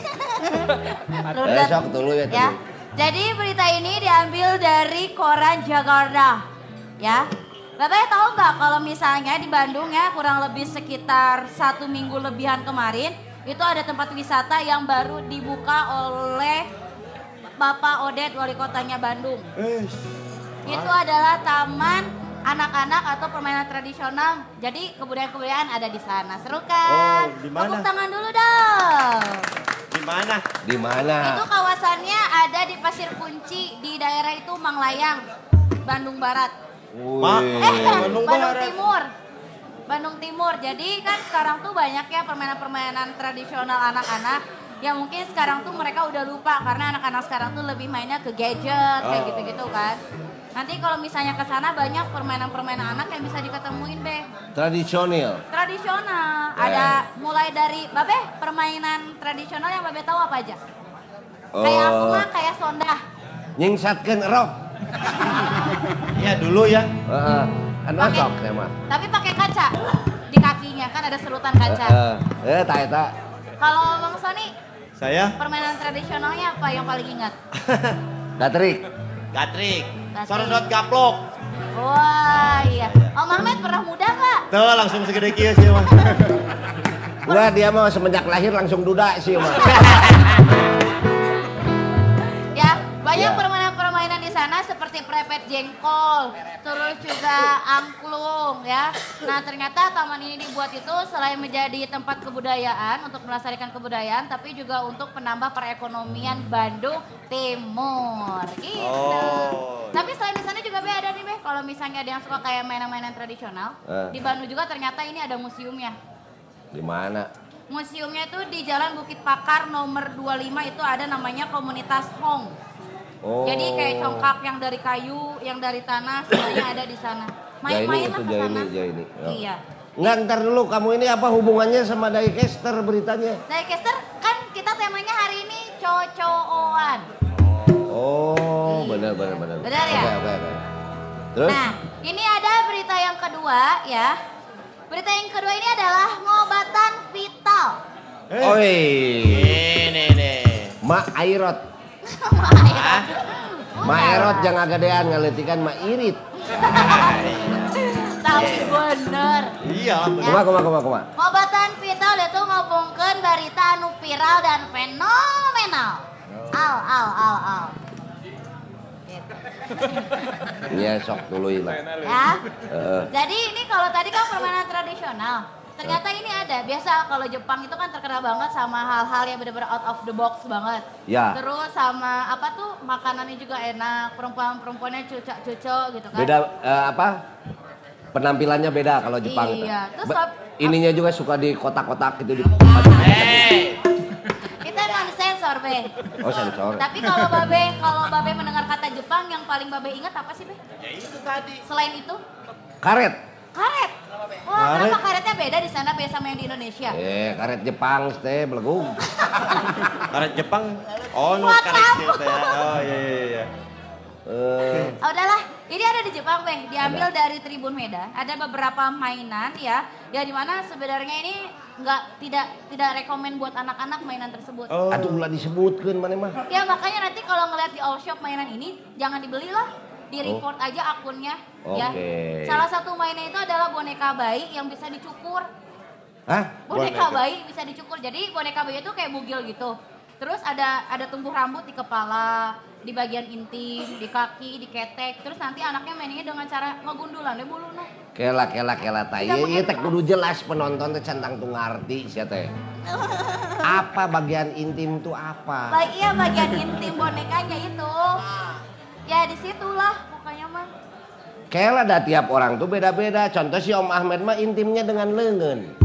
Sok tulu ya Ya. tulu. Jadi berita ini diambil dari koran Jakarta. Ya. Bapak tahu nggak kalau misalnya di Bandung ya kurang lebih sekitar 1 minggu lebihan kemarin itu ada tempat wisata yang baru dibuka oleh Bapak Odet wali kotanya Bandung. Itu adalah taman anak-anak atau permainan tradisional. Jadi kebudayaan-kebudayaan ada di sana. Seru kan? Oh, di mana? Tepuk tangan dulu dong. Di mana? Di mana? Itu kawasannya ada di Pasir Kunci di daerah itu Manglayang, Bandung Barat. Bandung Barat. Timur. Bandung Timur. Jadi kan sekarang tuh banyak ya permainan-permainan tradisional anak-anak yang mungkin sekarang tuh mereka udah lupa karena anak-anak sekarang tuh lebih mainnya ke gadget kayak gitu-gitu kan. Nanti kalau misalnya ke sana banyak permainan-permainan anak yang bisa diketemuin, Be. Tradisional. Tradisional. Ada mulai dari Babe permainan tradisional yang Babe tahu apa aja? Kayak aku mah kayak sondah. Nyingsatkeun erok. Ya dulu ya. Heeh. Anu sok teh mah. Tapi pakai kaca di kakinya kan ada serutan kaca. Ta eta. Kalau Bang Sony, Saya permainan tradisionalnya apa yang paling ingat? Gatrik. Gatrik. Gatrik. Sorot gaplok. Wah iya. Om Ahmed pernah muda nggak? Tuh langsung segede kieu sih mah. Enggak, dia mah semenjak lahir langsung duda sih mah. Ya banyak Ya. permainan-permainan di sana seperti prepet jengkol, terus juga angklung ya. Nah ternyata taman ini dibuat itu selain menjadi tempat kebudayaan untuk melestarikan kebudayaan, tapi juga untuk penambah perekonomian Bandung Timur. Gitu. Oh. Tapi selain di sana juga Be ada nih Be, kalau misalnya ada yang suka kayak mainan-mainan tradisional, di Bandung juga ternyata ini ada museumnya. Di mana? Museumnya itu di Jalan Bukit Pakar nomor 25 itu ada namanya komunitas Hong. Oh. Jadi kayak congkak yang dari kayu, yang dari tanah, semuanya ada di sana. Main-main lah ke sana. Jaini. Iya. Enggak, ntar dulu kamu ini apa hubungannya sama Dicaster beritanya? Dicaster kan kita temanya hari ini cocoan. Oh, benar. Benar ya? Oke. Terus? Nah, ini ada berita yang kedua ya. Berita yang kedua ini adalah ngobatan vital. Oi. Ini. Ma Airot. Ma Airot jangan gadean ngaletikan Ma Irit. Tapi bener. Iya, Kumaha. Ngobatan vital itu ngobongkeun berita anu viral dan fenomenal. Al. Gitu. Iya sok dulu ini. Ya. Jadi ini kalau tadi kan permainan tradisional. Ternyata ini ada. Biasa kalau Jepang itu kan terkenal banget sama hal-hal yang benar-benar out of the box banget. Ya. Terus sama apa tuh makanannya juga enak. Perempuan-perempuannya cucok gitu kan. Beda penampilannya beda kalau Jepang. Iya. Terus ininya juga suka di kotak-kotak gitu di. kita emang disensor Be. Be. Oh sensor. Tapi kalau Babe mendengar kata Jepang yang paling Babe ingat apa sih, Be? Ya itu tadi. Selain itu? Karet. Karet. Wah, kenapa karetnya beda di sana Be sama yang di Indonesia? Karet Jepang teh belegung. Karet Jepang. Oh, nu Wah, karet kamu. gitu ya. Oh iya. Udahlah, ini ada di Jepang, Be. Diambil dari Tribun Medan. Ada beberapa mainan ya, di mana sebenarnya ini tidak rekomen buat anak-anak mainan tersebut. Atuh ulah disebutkeun mana mah. Ya makanya nanti kalau ngeliat di all shop mainan ini jangan dibelilah, di report aja akunnya. Ya. Salah satu mainan itu adalah boneka bayi yang bisa dicukur. Hah? Boneka bayi bisa dicukur. Jadi boneka bayi itu kayak bugil gitu. Terus ada tumbuh rambut di kepala, di bagian intim, di kaki, di ketek. Terus nanti anaknya mainnya dengan cara ngegundulan deh bulunya. Kela tai. Ieu teh kudu jelas penonton teh centang tuh ngarti sia teh. Apa bagian intim tuh apa? Iya bagian intim bonekanya itu. Ya disitulah pokoknya mah. Kela dah tiap orang tuh beda-beda. Contoh si Om Ahmed mah intimnya dengan leungeun.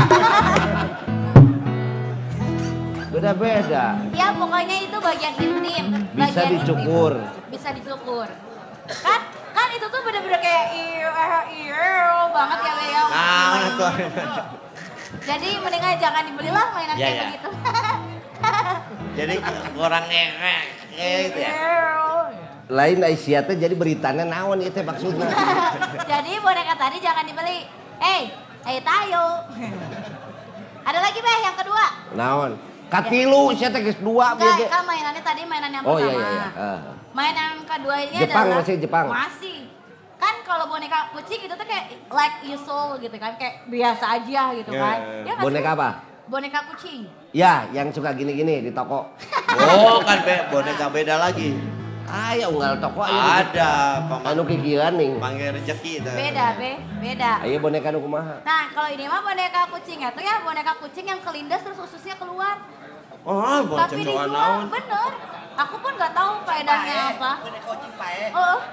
Beda-beda. Ya pokoknya itu bagian intim. Bisa bagian dicukur. Intim. Bisa dicukur. Kan itu tuh bener-bener kayak banget ya Be ya. Nah, itu. Jadi mendingan jangan dibelilah mainan kayak begitu. Jadi kurang ngek gitu ya. Lain Aisyah teh jadi beritanya naon ieu teh maksudna. Jadi boneka tadi jangan dibeli. Ayo tayo. Ada lagi Be yang kedua. Naon? Katilu sia teh geus dua Enggak, kan mainannya tadi mainan yang pertama. Iya. Mainan kedua ini Jepang adalah masih Jepang. Masih. Kan kalau boneka kucing itu tuh kayak like usual gitu kan, kayak biasa aja gitu kan. Ya, boneka apa? Boneka kucing. Ya, yang suka gini-gini di toko. Oh, kan boneka beda lagi. Ayo unggal toko ada anu kikiran ning. Panggil rezeki itu. Beda. Ayo boneka nu kumaha? Nah, kalau ini mah boneka kucingnya tuh ya boneka kucing yang kelindas terus ususnya keluar. Oh, Tapi dijual, bener. Aku pun nggak tahu faedahnya apa. Boneka kucing pae.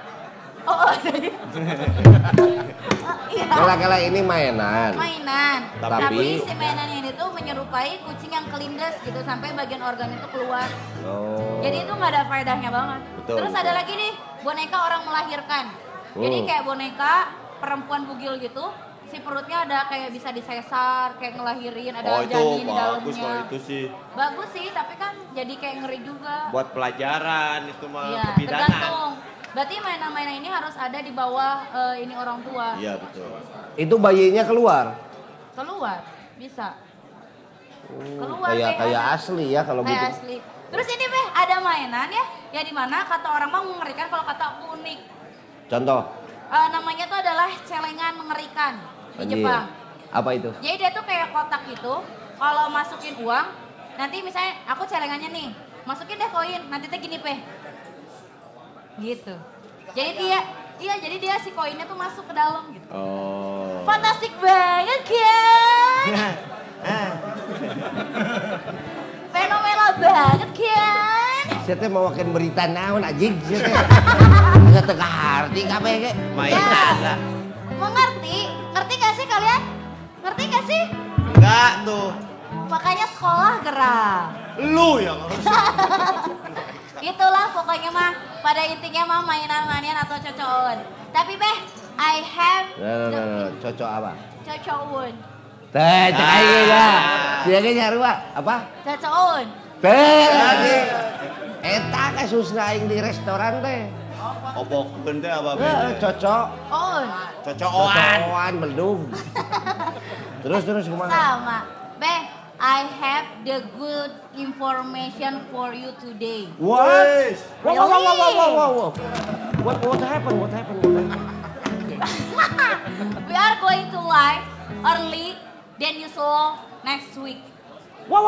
Iya. Kala-kala ini mainan. Tapi si mainan ini tuh menyerupai kucing yang kelindas gitu sampai bagian organ itu keluar. Jadi itu nggak ada faedahnya banget. Betul. Terus ada lagi nih boneka orang melahirkan. Jadi kayak boneka perempuan bugil gitu. Si perutnya ada kayak bisa disesar, kayak ngelahirin, ada janin di dalamnya. Bagus kalau itu sih. Bagus sih, tapi kan jadi kayak ngeri juga. Buat pelajaran itu mah Iya, kebidanan. tergantung. Berarti mainan-mainan ini harus ada di bawah ini orang tua. Iya betul. Itu bayinya keluar. Keluar, bisa. Keluar Kayak asli ya kalau kayak gitu. asli. Terus ini Beh, ada mainan ya di mana kata orang mah mengerikan kalau kata unik. Contoh. Namanya tuh adalah celengan mengerikan di Jepang. Apa itu? Jadi dia tuh kayak kotak gitu. Kalau masukin uang, nanti misalnya aku celengannya nih, masukin deh koin, nanti teh gini Peh. Gitu. Jadi dia si koinnya tuh masuk ke dalam gitu. Oh. Fantastik banget kan? Fenomena banget kan? Saya teh mau makan berita naon anjing saya teh. Agak tengah arti kabeh ge. Mainan lah. Mengerti? Ngerti gak sih kalian? Ngerti gak sih? Enggak tuh. Makanya sekolah gerak. Lu yang harus. Itulah pokoknya mah pada intinya mah mainan-mainan atau cocokan. Tapi Beh, I have Cocok apa? cocokan. Teh, cek aja ya. Sia ge nyarua apa? Cocokan. Teh lagi. Eta kasusna aing di restoran teh. Obokeun teh apa beda? Cocok. Cocokan. Cocokan beldung. Terus kumaha? Sama. Beh, I have the good information for you today. What? Really? Wow. What happened? We are going to live early than usual next week. Wow.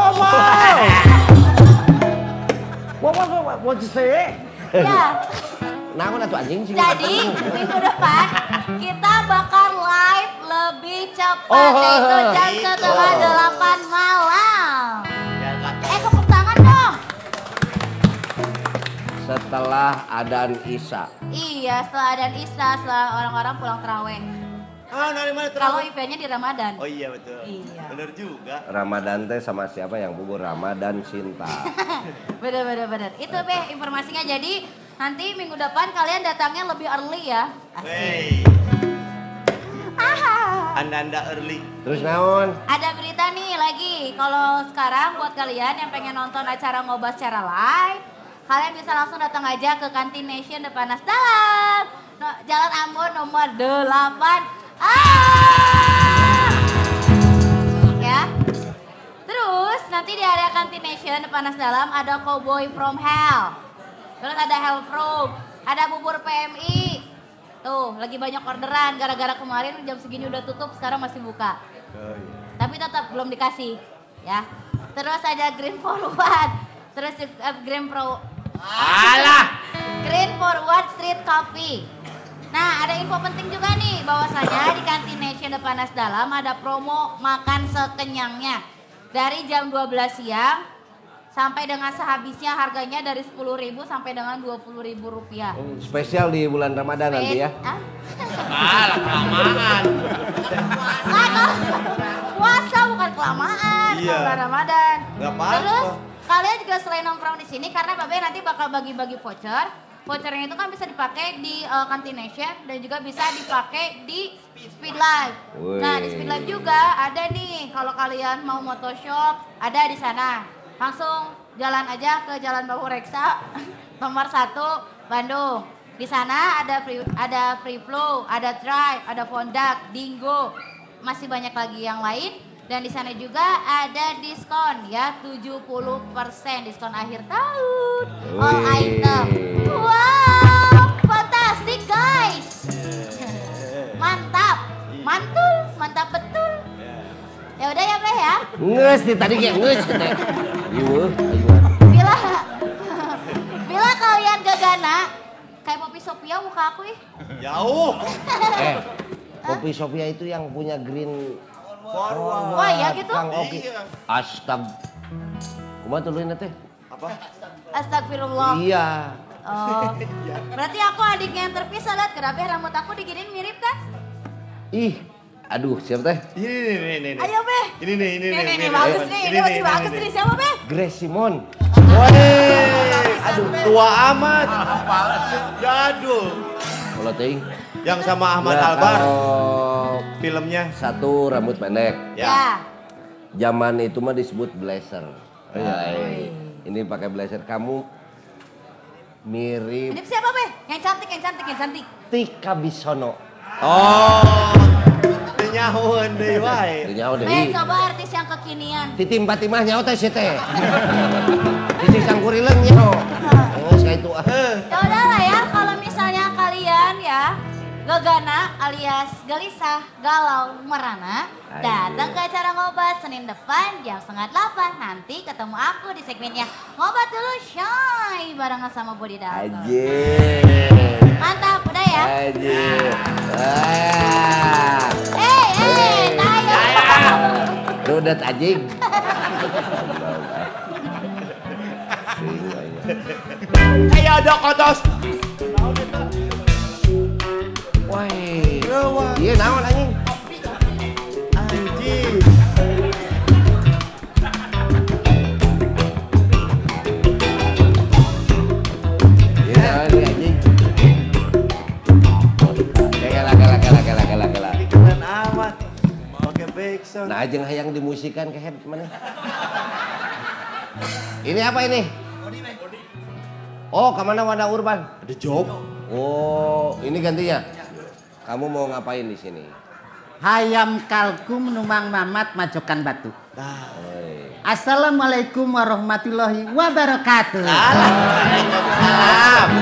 What you say? Ya, Naon atuh anjing sih? jadi minggu depan kita bakal live lebih cepat yaitu jam setengah 8 malam. Tepuk tangan dong. Setelah adzan Isya. Iya, setelah adzan Isya, setelah orang-orang pulang taraweh. Ah, dari mana tuh? Kalau eventnya di Ramadan. Oh iya betul. Iya. Bener juga. Ramadan teh sama siapa yang bubur Ramadan Sinta. Bener. Itu Beh informasinya. Jadi nanti minggu depan kalian datangnya lebih early ya. Asik. Hey. Anda early. Terus naon? Ada berita nih lagi. Kalau sekarang buat kalian yang pengen nonton acara Ngobas secara live, kalian bisa langsung datang aja ke Kantin Nation depan Nasdaq. Jalan Ambon nomor 8A. Ya. Terus nanti di area Kantin Nation depan Nasdaq ada Cowboy from Hell. Terus ada Hell Proof, ada bubur PMI. Tuh, lagi banyak orderan gara-gara kemarin jam segini udah tutup, sekarang masih buka. Tapi tetap belum dikasih, ya. Terus ada Green Forward. Terus Green Forward Street Coffee. Nah, ada info penting juga nih, bahwasanya di Kantin Nation depan Nasdalam ada promo makan sekenyangnya. Dari jam 12 siang sampai dengan sehabisnya, harganya dari 10.000 sampai dengan 20.000 rupiah. Spesial di bulan Ramadan nanti ya. Alah, kelamaan. Puasa bukan kelamaan, Iya. bulan Ramadan. Gak apa-apa. Terus kalian juga selain nongkrong di sini, karena Babe nanti bakal bagi-bagi voucher. Vouchernya itu kan bisa dipakai di Kantin Nation dan juga bisa dipakai di Speed Live. Nah, di Speed Live juga ada nih, kalau kalian mau motoshop ada di sana. Langsung jalan aja ke Jalan Bahu Reksa nomor 1 Bandung. Di sana ada free flow, ada drive, ada fondak, dingo, masih banyak lagi yang lain. Dan di sana juga ada diskon ya 70% diskon akhir tahun. All item. Wow, fantastic guys. Mantap, mantap betul. Ya udah ya Bleh ya. Nges nih tadi kayak nges teh. Bila kalian gagana kayak Poppy Sophia muka aku ih. Jauh. Poppy Sophia itu yang punya Green Forward. Wah ya gitu. Kang Oki. Kumaha tuluy teh? Apa? Astagfirullah. Iya. Oh. Berarti aku adiknya yang terpisah, lihat kenapa rambut aku diginiin mirip kan? Ih, aduh siapa teh? Ini. Ayo Beh. Ini Ini bagus nih, ini masih bagus nih. Siapa Beh? Grace Simon. Aduh, tua amat. Jadul. Kalau ting Yang sama Ahmad Albar. Kalau Filmnya. satu rambut pendek. Ya. Zaman itu mah disebut blazer. Ini pakai blazer, kamu mirip Ini siapa Beh? Yang cantik. Tika Bisono. Oh. Nyahoan deui wae. Nyaho Beh, deui. coba artis yang kekinian. Titi Batimah nyaho teh si teh. Titi Sangkurileung nyaho. Oh, saya itu. Ya udahlah ya, kalau misalnya kalian ya gegana alias gelisah, galau, merana, datang ke acara Ngobat Senin depan jam 7:30. Nanti ketemu aku di segmennya Ngobat Dulu Shy barengan sama Budi Dalton. Mantap, udah ya? Tayo. Rudet anjing. Ayo dok kotos. Woi. Iya naon anjing? Anjing. Iya anjing. Kela. Keren amat. Pakai backsound. Nah jeung hayang dimusikan ke head mana? Ini apa ini? Oh, kemana Wanda Urban? Ada job. Oh, ini gantinya. Kamu mau ngapain di sini? Hayam kalkum numang mamat majokan batu. Nah. Assalamualaikum warahmatullahi wabarakatuh. Salam.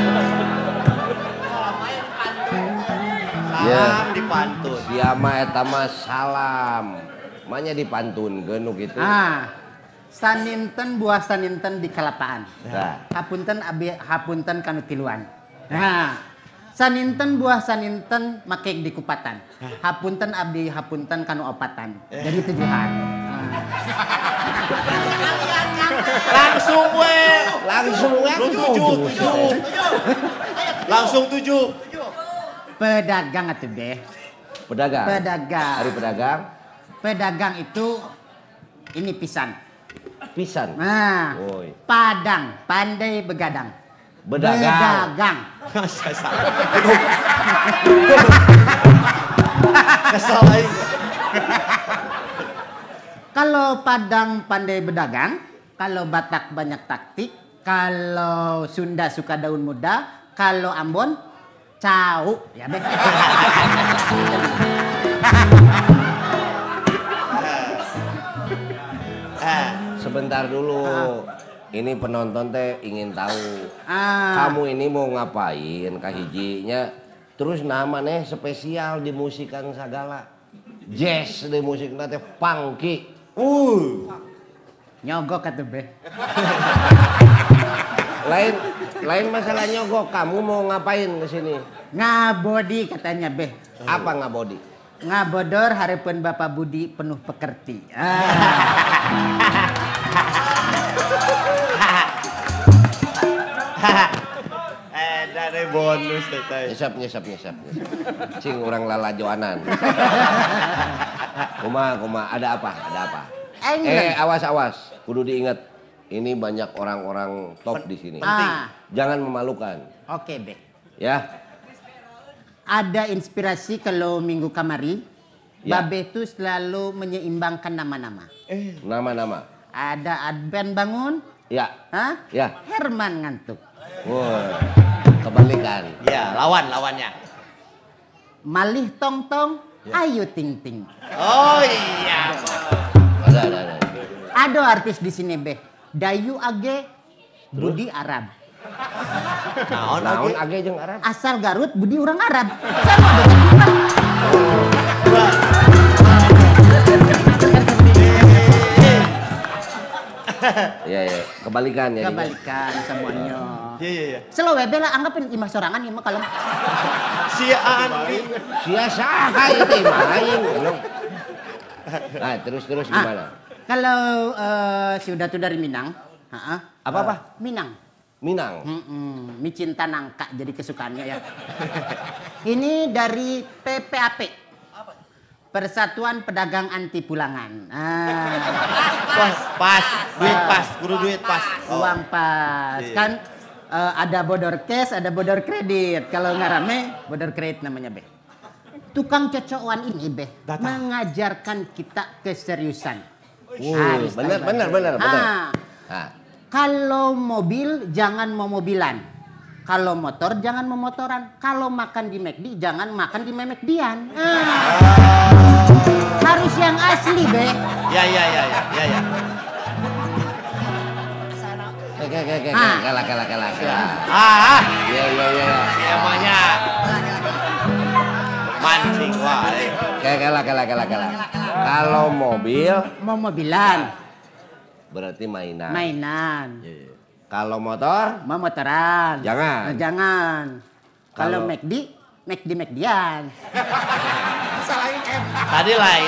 Ya. Dipantun. Dia mah eta mah salam. Manya dipantunkeun nu kitu. Saninten buah saninten di kelapaan. Nah. Hapunten abi hapunten kanu tiluan. Nah, saninten buah saninten make di kupatan. Hapunten abi hapunten kanu opatan. Jadi tujuan. Langsung we. Tujuh. Langsung 7. Pedagang atuh deh. Pedagang. Pedagang. Hari pedagang. Pedagang itu ini pisan. Pisan. Nah, Woi. padang, pandai begadang. Bedagang. Bedagang. Saya salah. Kesel aing. Kalau Padang pandai berdagang, kalau Batak banyak taktik, kalau Sunda suka daun muda, kalau Ambon cau, ya Beh. Sebentar dulu. Ini penonton teh ingin tahu. Ah. Kamu ini mau ngapain kahijinya? Terus namanya spesial di musikan sagala. Jazz di musik teh funky. Nyogok atuh Beh. Lain masalah nyogok. Kamu mau ngapain ke sini? Ngabodi katanya Beh. Apa ngabodi? Ngabodor harapan Bapak Budi penuh pekerti. Dari bonus teh. Nyesap. Cing orang lalajoanan. Kuma, ada apa? Awas. Kudu diingat. Ini banyak orang-orang top di sini. Jangan memalukan. Oke, Beh. Ya. Ada inspirasi kalau minggu kamari, Ya. Babe itu selalu menyeimbangkan nama-nama. Nama-nama. Ada Adben bangun, Ya. hah? Ya. Herman ngantuk. Wah. Kebalikan. Ya, lawannya. Malih tong-tong, ayu ting-ting. Oh iya. Ada. Ada artis di sini, Beh. Dayu Age, Budi Arab. Naon age jeung Arab? Asal Garut, Budi orang Arab. Sama dengan Iya. Kebalikan ya. Kebalikan semuanya. Iya. Selo webe lah anggapin imah sorangan ya mah kalau. Si Andi. Sia saha itu main. Nah, terus gimana? Kalau sudah tuh dari Minang, Apa? Minang. Minang. Mi cinta nangka jadi kesukaannya ya. Ini dari PPAP. Persatuan Pedagang Anti Pulangan. Pas. Duit pas. Kudu duit pas. Uang pas. Iya. Kan ada bodor cash, ada bodor kredit. Kalau nggak rame, bodor kredit namanya, Beh. Tukang cocokan ini, Beh, mengajarkan kita keseriusan. Bener. Kalau mobil jangan mau mobilan. Kalau motor jangan mau motoran. Kalau makan di McD jangan makan di McD-an. Harus yang asli, Be. Ya. Kalah. Iya. Emangnya. Mancing wae. Kalah. Kalau mobil Mau mobilan, berarti mainan. mainan. Kalau motor Mau motoran. Jangan. Jangan. Kalau Kalau- McD-an. Tadi lain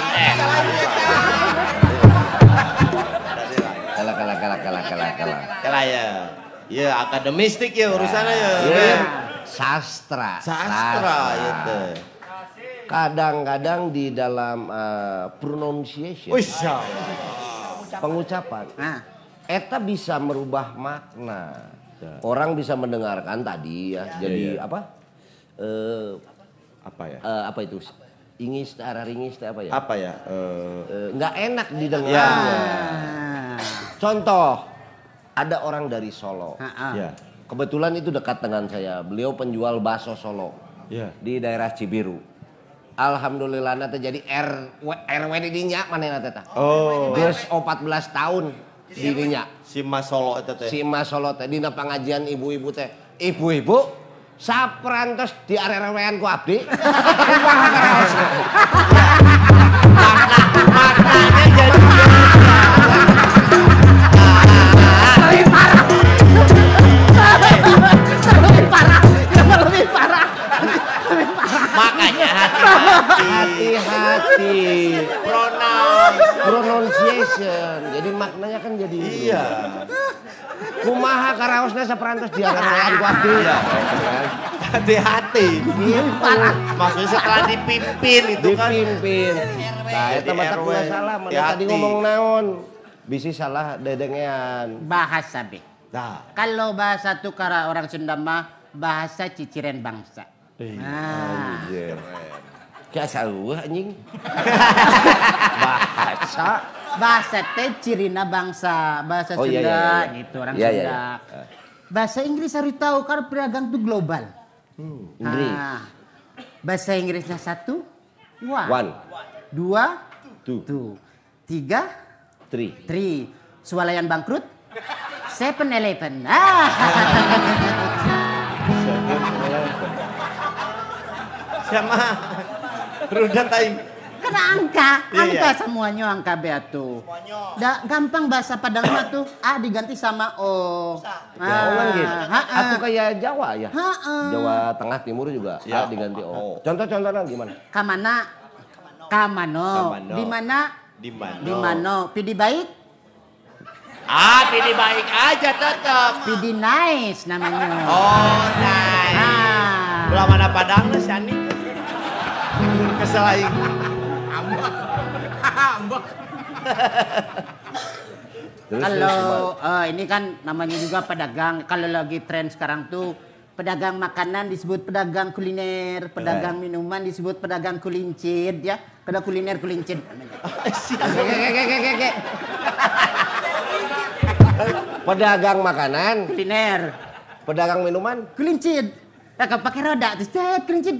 Kalah. Kalah ya. Ya akademistik ya urusannya ya. Iya. Sastra Ya teh. Kadang-kadang di dalam pronunciation, pengucapan, eta bisa merubah makna. Orang bisa mendengarkan tadi ya, jadi apa? Apa itu? Ingis, ringis, apa ya? Apa ya? Nggak enak didengarnya. Contoh, ada orang dari Solo. Ya. Kebetulan itu dekat dengan saya. Beliau penjual bakso Solo di daerah Cibiru. Alhamdulillah nanti jadi RW di dinya mana nanti teh? Geus 14 tahun di dinya. Si Mas Solo eta teh. Si Mas Solo teh dina pangajian ibu-ibu teh. Ibu-ibu saperantos di RW-an ku abdi. Maknanya jadi Lebih parah. makanya Hati-hati. Pronunciation. Jadi maknanya kan jadi kumaha karaosna saperantos di RW-an ku abdi. Hati-hati. Maksudnya setelah dipimpin itu kan. Dipimpin. Nah, eta mah RW. tak salah, mana Hati-hati. tadi ngomong naon. Bisi salah dedengean. Bahasa be. Nah. Kalau bahasa tuh kara orang Sunda mah bahasa ciciren bangsa. Nah. Anjir. Kayak saueuh anjing. Bahasa. Bahasa teh cirina bangsa, bahasa Oh, Sunda iya. gitu orang Iya, Sunda. iya. Bahasa Inggris harus tahu karena pedagang tuh global. Inggris. Nah, bahasa Inggrisnya 1, One, 2, two, 3, three. 3. Swalayan bangkrut, 7-Eleven. Ah. Sama rudat aing. Karena angka Iya. semuanya angka bea tuh. Gampang bahasa Padang mah tuh A diganti sama O. Jauh gitu. Ha-ha. Atau kayak Jawa ya. Ha-ha. Jawa Tengah Timur juga Ya. A diganti O. Contoh-contohnya gimana? Kamana, Kamano. di mana, Di mana? di mano, pidi baik, Pilih baik aja tetap. pidi nice namanya. Oh, nice. Ah. Belah mana Padang lu Sani? Kesel aing. Terus, Kalau ini kan namanya juga pedagang. Kalau lagi tren sekarang tuh pedagang makanan disebut pedagang kuliner, pedagang minuman disebut pedagang kulincid ya. Kalau kuliner kulincid. pedagang makanan, Kuliner, pedagang minuman. kulincid. Ya kalau pakai roda terus kulincid.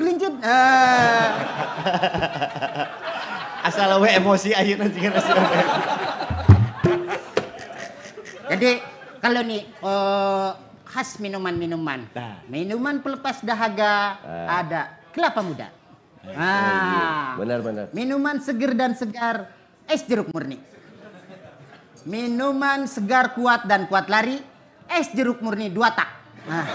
Asal we emosi ayeuna nanti kan Jadi kalau nih khas minuman-minuman. Nah. Minuman pelepas dahaga ada kelapa muda. Benar-benar. Minuman seger dan segar es jeruk murni. Minuman segar kuat dan kuat lari es jeruk murni 2 tak. Nah,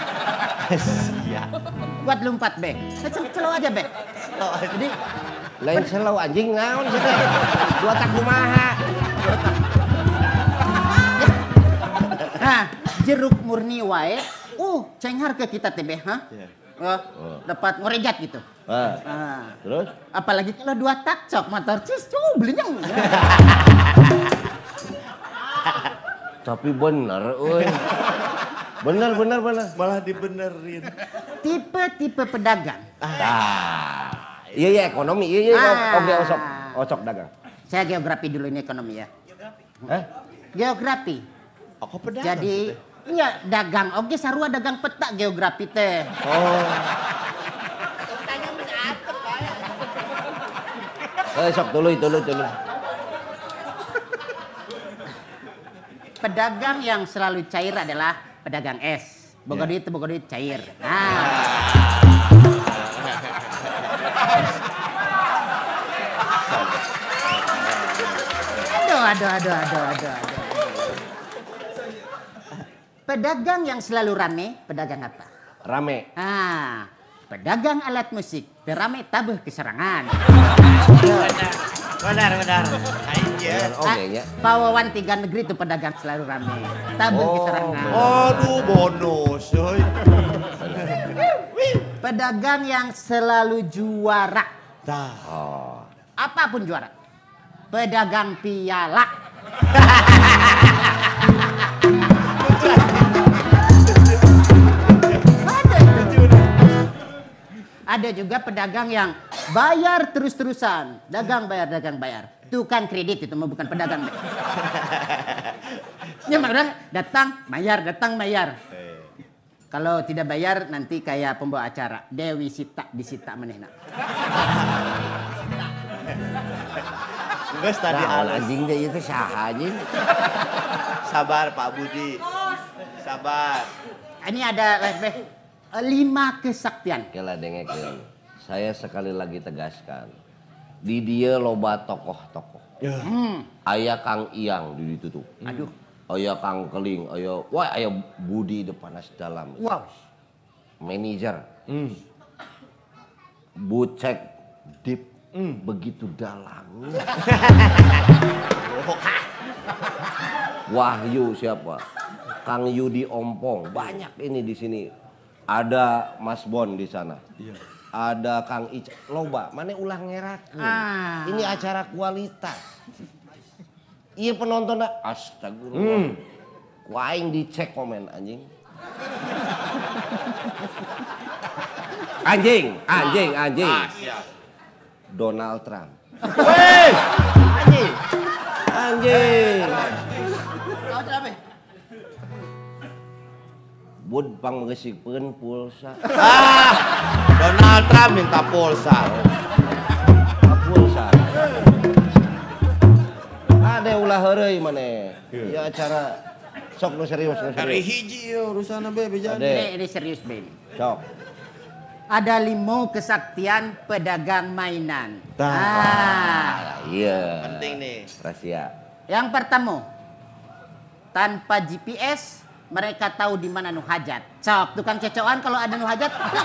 buat lompat be. Celo aja be. Jadi Lain selalu anjing naon sih. 2 tak kumaha. nah, jeruk murni wae. Cenghar ke kita teh be, ha? Dapat ngorejat gitu. Terus? Apalagi kalau 2 tak cok motor cis, belinya. Tapi bener, euy. Bener. malah dibenerin. Tipe-tipe pedagang. Iya ekonomi, iya. Oke, osok dagang. Saya geografi dulu ini ekonomi ya. Geografi. Aku pedagang. Jadi iya dagang. Oke sarua dagang peta geografi teh. Sok dulu. Pedagang yang selalu cair adalah pedagang es. Boga duit cair. Nah. Aduh. Pedagang yang selalu rame, pedagang apa? Rame. Pedagang alat musik, terame tabuh keserangan. Benar. Aja. Oke nya. Pawawan 3 negeri itu pedagang selalu rame, tabuh keserangan. Aduh bonus. Pedagang yang selalu juara, apapun juara. Pedagang piala. Ada juga pedagang yang bayar terus-terusan. Dagang bayar. Itu kan kredit, itu mah bukan pedagang. Ya orang datang bayar. Kalau tidak bayar nanti kayak pembawa acara. Dewi Sita disita menehna. Geus tadi Anjing deh itu saha anjing. Sabar Pak Budi. Sabar. Ini ada 5 kesaktian. Kela dengekeun. Saya sekali lagi tegaskan. Di dia loba tokoh-tokoh. Aya Kang Iyang di ditu tuh. Aduh. Aya Kang Keling, aya Budi Depanas Dalam. Wow. Manajer. Bucek Deep begitu dalam. Wahyu siapa? Kang Yudi Ompong. Banyak ini di sini. Ada Mas Bon di sana. Iya. Ada Kang Ica. Loba, mana ulah ngerak. Ini acara kualitas. Iya penontonnya, astagfirullah. Ku aing dicek komen anjing. Anjing. Donald Trump. Weh! Anjing. Bud pang ngesikeun pulsa. Donald Trump minta pulsa. Pulsa. Ada ulah heureuy maneh. Ya acara sok nu serius. Hari hiji urusan be bejana. Ini serius Ben. Sok. Ada 5 kesaktian pedagang mainan. Iya. Penting nih. Rahasia. Yang pertama, tanpa GPS mereka tahu di mana nu hajat. Sok, tukang cecokan kalau ada nu hajat.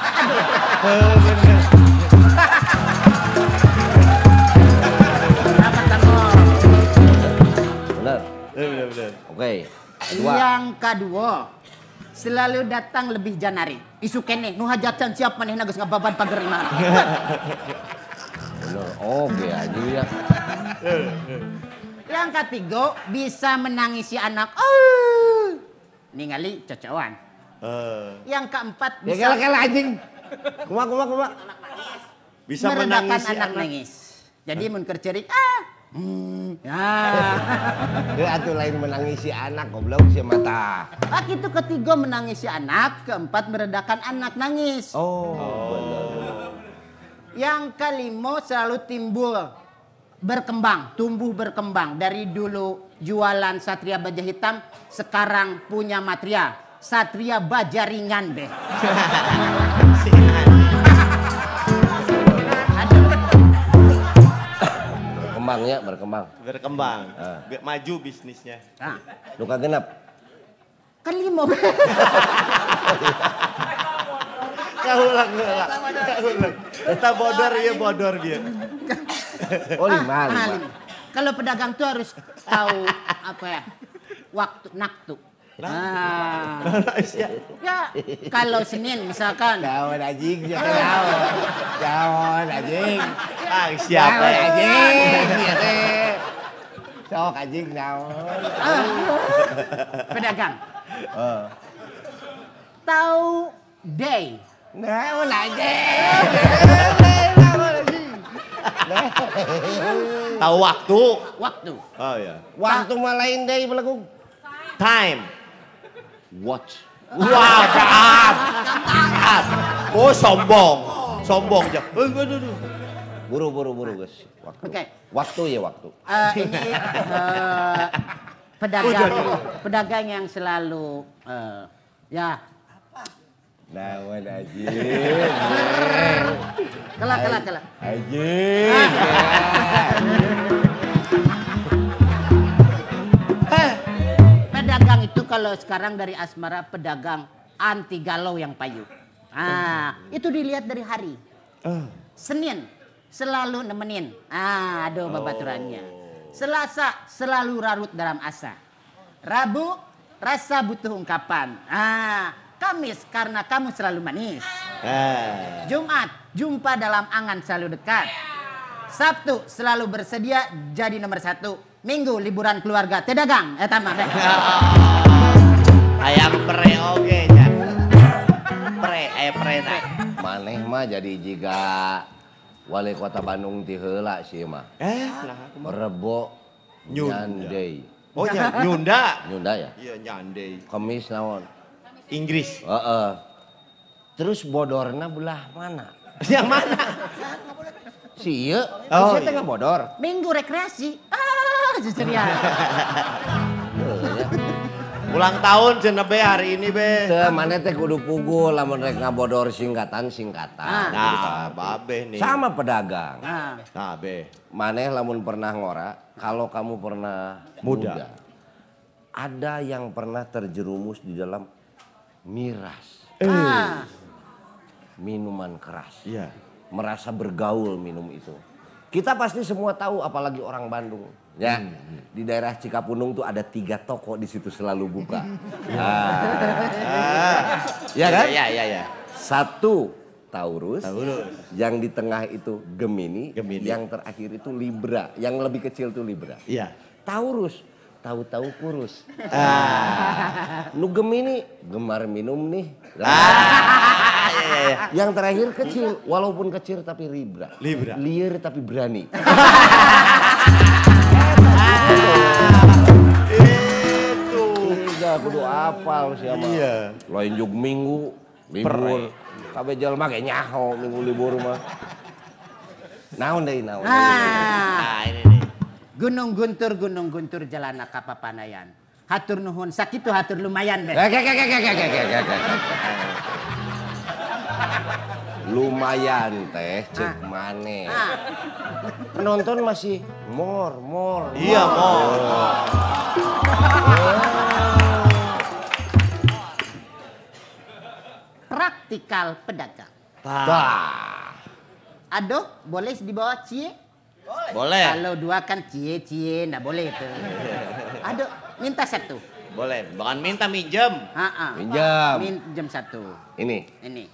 Benar. Benar. Oke. Yang kedua, selalu datang lebih janari. Isu kene nu hajatan siap manehna geus ngababan pager imah. Bener. Oke aja ya. Yang ketiga, bisa menangisi anak. Ningali cocokan. Yang keempat, bisa kela anjing. Kuma. Bisa meredakan menangisi anak nangis. Jadi mun keur cerik Atuh lain menangisi anak goblok si mata. Itu ketiga menangisi anak, keempat meredakan anak nangis. Bener. Yang kelima selalu tumbuh berkembang. Dari dulu jualan Satria Baja Hitam, sekarang punya Matria. Satria Baja Ringan deh. Berkembang. Maju bisnisnya. Lu kagenep. Kelima. Kaulang. Kita bodor dia. Oh 5. Kalau pedagang tuh harus tahu waktu naktu. Ya kalau Senin misalkan. Jawon anjing. Siapa anjing? Sok anjing naon. Pedagang. Tahu day. Naon anjing? Tahu waktu. Oh ya. Waktu mah lain deui belegu. Time. Watch. Wah, jahat. Oh, sombong aja. Buru guys. Waktu. Oke. Waktu ya waktu. Ini pedagang yang selalu ya. Nawan aja. Kelak. Aja. Pedagang itu kalau sekarang dari asmara pedagang anti galau yang payu. Itu dilihat dari hari. Senin selalu nemenin. Aduh babaturannya. Selasa selalu rarut dalam asa. Rabu rasa butuh ungkapan. Kamis karena kamu selalu manis. Jumat jumpa dalam angan selalu dekat. Sabtu selalu bersedia jadi nomor 1. Minggu liburan keluarga teh dagang. Ayam pre oge nya. Pre tah. Maneh mah jadi jiga wali kota Bandung ti heula sih mah. Rebo nyandei. Oh nyunda. Nyunda ya? Iya nyandei. Kemis naon? Inggris. Terus bodorna belah mana? Yang mana? Si ieu. Oh, si teh bodor. Minggu rekreasi. Ceria. Ulang tahun cenah be hari ini be. Teu maneh teh kudu pugu lamun rek ngabodor singkatan. Nah, babe nih. Sama pedagang. Nah, be. Maneh lamun pernah ngora, kalau kamu pernah muda. Ada yang pernah terjerumus di dalam miras. Minuman keras. Iya. Merasa bergaul minum itu. Kita pasti semua tahu apalagi orang Bandung. Ya, di daerah Cikapundung tuh ada 3 toko di situ selalu buka. Ya kan? Iya. Satu Taurus, yang di tengah itu Gemini, yang terakhir itu Libra, yang lebih kecil itu Libra. Iya. Taurus, tahu-tahu kurus. Nu Gemini, gemar minum nih. Yang terakhir kecil, walaupun kecil tapi Libra. Liar tapi berani. Itu. Iya, kudu apal siapa. Iya. Lain jug minggu, libur. Kabe jelema ge nyaho minggu libur mah. Naon deui naon. Ini nih. Gunung Guntur jalana ka papanayan. Hatur nuhun sakitu hatur lumayan deh. Lumayan teh cek maneh. Penonton masih more. Iya, more. Praktikal pedagang. Aduh, boleh dibawa cie? Boleh. Kalau dua kan cie, nggak boleh itu. Aduh, minta satu. Boleh, bukan minta minjem. Minjam. Minjem satu. Ini.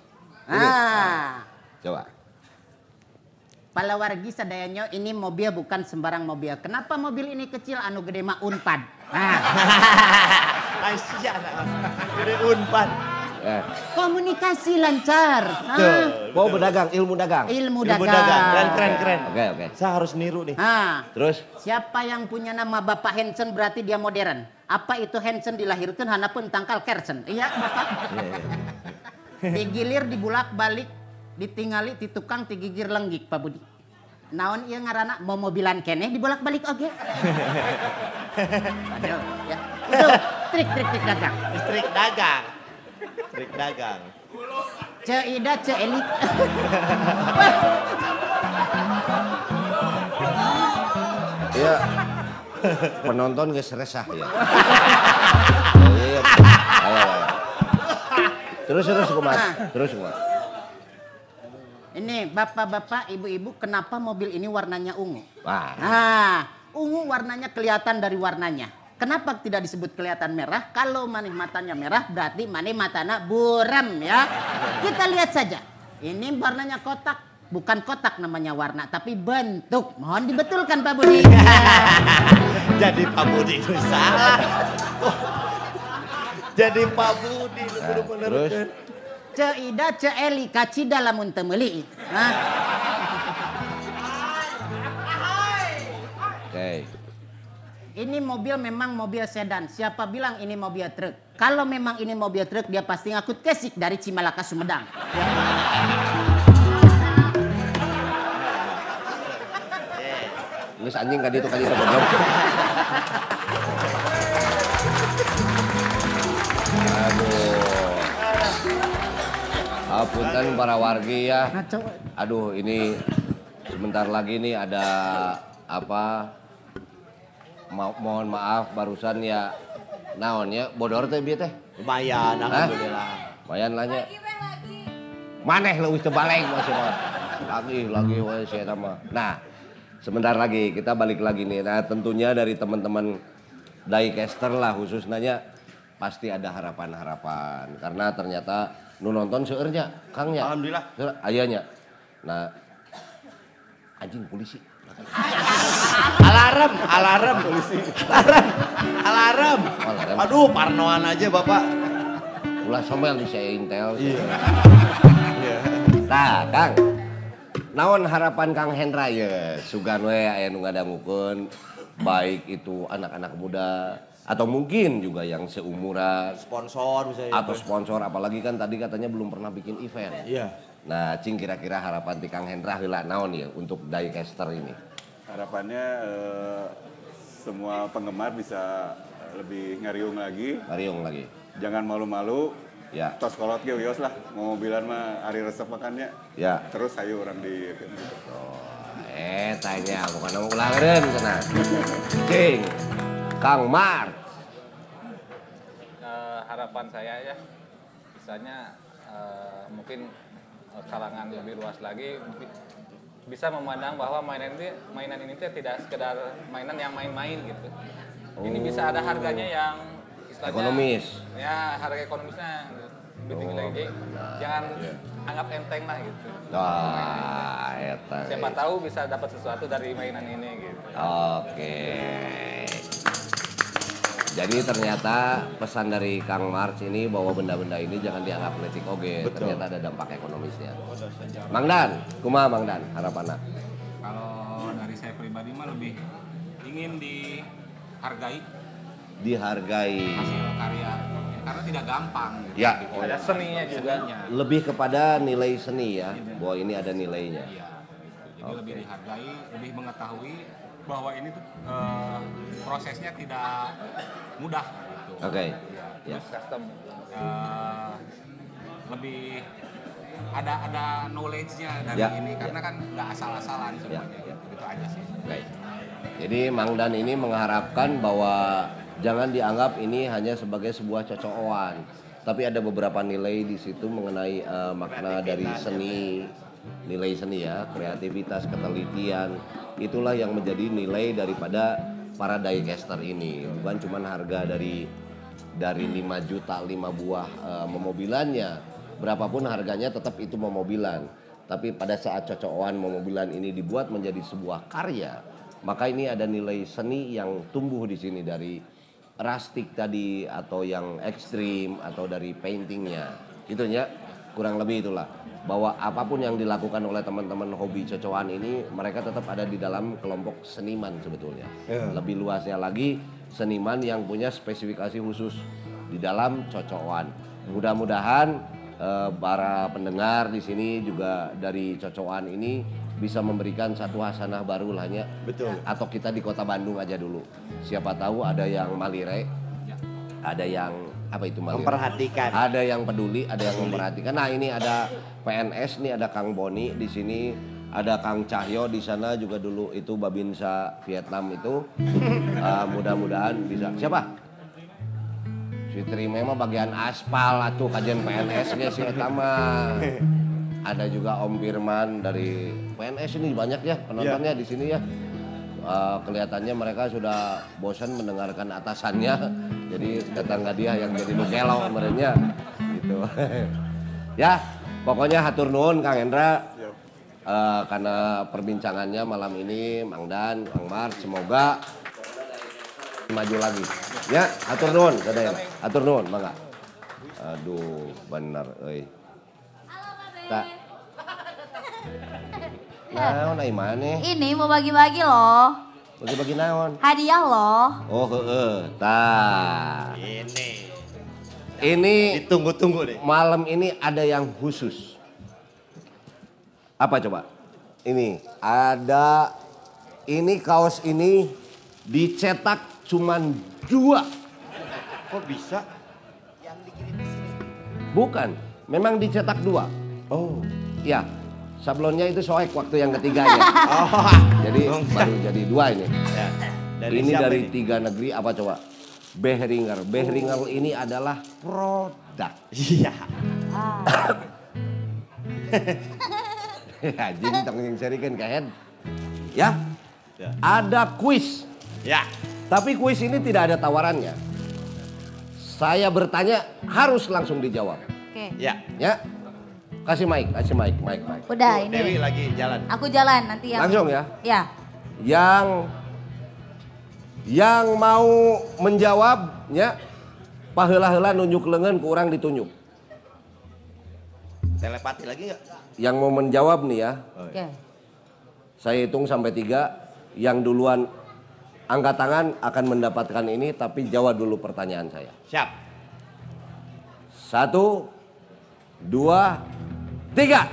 Coba. Palawargi sadayanya ini mobil bukan sembarang mobil. Kenapa mobil ini kecil anu gede mah Unpad? Aisyah, gede Unpad. Komunikasi lancar. Mau berdagang, ilmu dagang. Ilmu dagang. Keren. Oke. Saya harus niru nih. Terus? Siapa yang punya nama Bapak Hansen berarti dia modern. Apa itu Hansen dilahirkan hana pun tangkal Kersen. Iya, Bapak. Digilir, dibulak balik, ditingali, ditukang, digigir lenggik, Pak Budi. Naon ieu ngaranna mau mobilan keneh dibolak balik oge. Aduh, ya. Itu trik dagang. Trik dagang. Ce Ida, Ce Eli. Iya. Penonton geus resah ya. Ayo. Terus kumaha? Ini bapak-bapak, ibu-ibu, kenapa mobil ini warnanya ungu? Ungu warnanya kelihatan dari warnanya. Kenapa tidak disebut kelihatan merah? Kalau maneh matanya merah berarti maneh matanya buram ya. Kita lihat saja. Ini warnanya kotak. Bukan kotak namanya warna, tapi bentuk. Mohon dibetulkan Pak Budi. Jadi Pak Budi itu salah. Jadi Pak Budi bener-bener. Terus? Ce Ida, Ce Eli, kacida lamun teu meuli. Oke. Ini mobil memang mobil sedan. Siapa bilang ini mobil truk? Kalau memang ini mobil truk, dia pasti ngakut kesik dari Cimalaka Sumedang. Geus anjing ka ditu goblok. Apunten para wargi ya. Aduh, ini sebentar lagi nih ada apa? Mohon maaf barusan ya. Naon ya? Bodor teh bieu teh? Lumayan, alhamdulillah. Lumayan lah nya. Maneh leuwih teu baleng masih mah. Lagi we si eta mah. Nah, sebentar lagi kita balik lagi nih. Nah, tentunya dari teman-teman diecaster lah khususnya pasti ada harapan-harapan karena ternyata nu nonton seueurnya Kangnya. Alhamdulillah. Ayanya. Nah, anjing polisi. Alarm. Polisi. Alarm. Aduh, parnoan aja Bapak. Ulah somel di saya intel. Iya. Nah, Kang. Naon harapan Kang Hendra ya? Sugan we aya nu ngadangukeun baik itu anak-anak muda atau mungkin juga yang seumuran Sponsor misalnya. atau sponsor, apalagi kan tadi katanya belum pernah bikin event. Iya. Nah, Cing kira-kira harapan ti Kang Hendra heula naon ya untuk diecaster ini? Harapannya semua penggemar bisa lebih ngariung lagi. Jangan malu-malu. Ya. Tos kolot ge wios lah. Mau mobilan mah hari resep makannya. Ya. Terus ayo orang di event gitu. Tanya bukan ulangreun cenah. Cing. Kang Mar. Harapan saya ya, misalnya mungkin kalangan lebih luas lagi bisa memandang bahwa mainan ini tidak sekedar mainan yang main-main gitu. Ini bisa ada harganya yang istilahnya ekonomis. Ya, harga ekonomisnya lebih tinggi lagi. Jadi jangan anggap enteng lah gitu. Eta. Siapa tahu bisa dapat sesuatu dari mainan ini gitu. Oke. Jadi ternyata pesan dari Kang March ini bahwa benda-benda ini jangan dianggap politik oge. Ternyata ada dampak ekonomisnya. Mang Dan, kumaha Mang Dan harapanna? Kalau dari saya pribadi mah lebih ingin dihargai hasil karya karena tidak gampang gitu. Ya. Ada seninya juga. Lebih kepada nilai seni ya, bahwa ini ada nilainya. Iya, gitu. Jadi lebih dihargai, lebih mengetahui bahwa ini tuh prosesnya tidak mudah gitu. Oke. Ya. Ya. Custom. Lebih ada knowledge-nya dari Ya. ini karena kan nggak asal-asalan semuanya gitu. Itu aja sih. Oke. Jadi Mang Dan ini mengharapkan bahwa jangan dianggap ini hanya sebagai sebuah cocokan, tapi ada beberapa nilai di situ mengenai makna dari seni, nilai seni ya, kreativitas, ketelitian. Itulah yang menjadi nilai daripada para diecaster ini. Bukan cuma harga dari 5 juta 5 buah memobilannya, berapapun harganya tetap itu memobilan. Tapi pada saat cocokan memobilan ini dibuat menjadi sebuah karya, maka ini ada nilai seni yang tumbuh di sini dari rustic tadi atau yang ekstrim atau dari paintingnya. Itunya kurang lebih itulah. Bahwa apapun yang dilakukan oleh teman-teman hobi cocokan ini, mereka tetap ada di dalam kelompok seniman sebetulnya. Lebih luasnya lagi, seniman yang punya spesifikasi khusus di dalam cocokan. Mudah-mudahan para pendengar di sini juga dari cocokan ini bisa memberikan satu hasanah baru lahnya. Betul. Atau kita di kota Bandung aja dulu. Siapa tahu ada yang malire, ada yang apa itu malire? Memperhatikan. Ada yang peduli, ada yang memperhatikan. Nah ini ada PNS nih, ada Kang Boni di sini, ada Kang Cahyo di sana juga dulu itu Babinsa Vietnam itu. Mudah-mudahan bisa. Siapa? Si Trime mah bagian aspal atuh kajian PNS guys si eta mah. Ada juga Om Firman dari PNS ini banyak ya penontonnya di sini ya. Kelihatannya mereka sudah bosan mendengarkan atasannya, jadi datang ke dia yang jadi nukelo merenya gitu. Ya pokoknya hatur nuhun Kang Hendra karena perbincangannya malam ini, Mang Dan, Kang March, semoga maju lagi ya. Hatur nuhun sadaya, hatur nuhun mangga. Aduh bener euy. Tak. Naon ai maneh? Ini mau bagi-bagi loh. Bagi-bagi naon? Hadiah loh. Oh heeh. Tah. Ini ditunggu-tunggu deh. Malam ini ada yang khusus. Apa coba? Ini ada, ini kaos ini dicetak cuman 2. Kok bisa? Bukan, memang dicetak 2. Oh. Ya, sablonnya itu soek waktu yang ketiganya. Jadi baru jadi 2 ini. Ya. Ini dari 3 negeri apa coba? Behringer. Behringer ini adalah produk. Iya. Jadi tanggung serikeun ka head. Ya. Ada kuis. Ya. Tapi kuis ini tidak ada tawarannya. Saya bertanya harus langsung dijawab. Oke. Ya. Ya. Kasih mic. Udah Tuh, ini. Dewi lagi jalan. Aku jalan nanti yang. Langsung ya. Ya. Yang mau menjawabnya paheula-heula nunjuk leungeun ku urang ditunjuk. Telepati lagi nggak? Yang mau menjawab nih ya. Oke. Saya hitung sampai 3. Yang duluan angkat tangan akan mendapatkan ini, tapi jawab dulu pertanyaan saya. Siap. 1, 2, 3.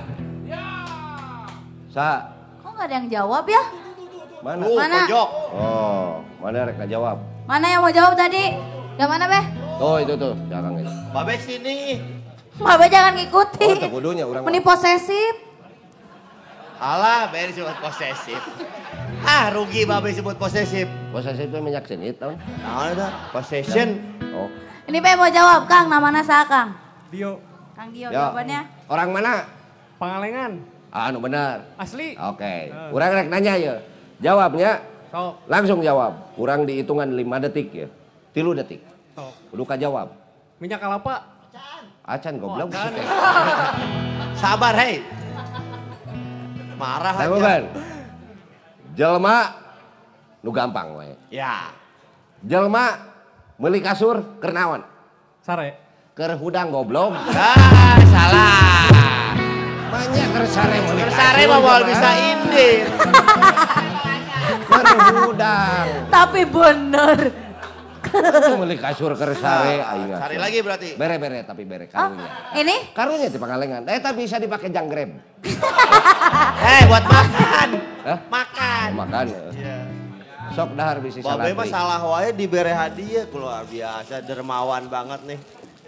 Sa. Kok nggak ada yang jawab ya? Mana? Mana? Pojok. Oh, mana rek jawab? Mana yang mau jawab tadi? Yang mana Beh? Oh itu tuh, jangan itu. Babe sini. Mbak Beh jangan Oh, ngikuti. tak kudunya urang. Meni posesif. Alah, Babe disebut posesif. Rugi Babe disebut posesif. Posesif itu minyak senit tahun. Nah, ada possession. Oh. Ini Beh mau jawab Kang, namanya sa Kang? Dio. Kang Dio Ya. jawabannya. Orang mana? Pangalengan. Anu benar. Asli. Oke. Urang rek nanya ya. Jawabnya Sok. langsung jawab. Kurang dihitungan 5 detik ya. 3 detik. Sok. Kudu jawab. Minyak kelapa. Acan goblok si teh. Sabar hei. Marah aja. Tanggungan. Jelma nu gampang we. Ya. Jelma meuli kasur keur naon? Sare. Keur hudang goblok. Salah. Banyak keur sare meuli kasur. Sare mah moal bisa indit. Keur hudang. Tapi bener. Meuli kasur keur sare aing. Sare lagi berarti. Bere tapi bere karunya. Ini? Karunya di Pangalengan. Eta bisa dipakai janggreb. Buat makan. Hah? Makan. Makan. Iya. Sok dahar bisi Babe mah salantri. salah wae dibere hadiah keluar biasa dermawan banget nih.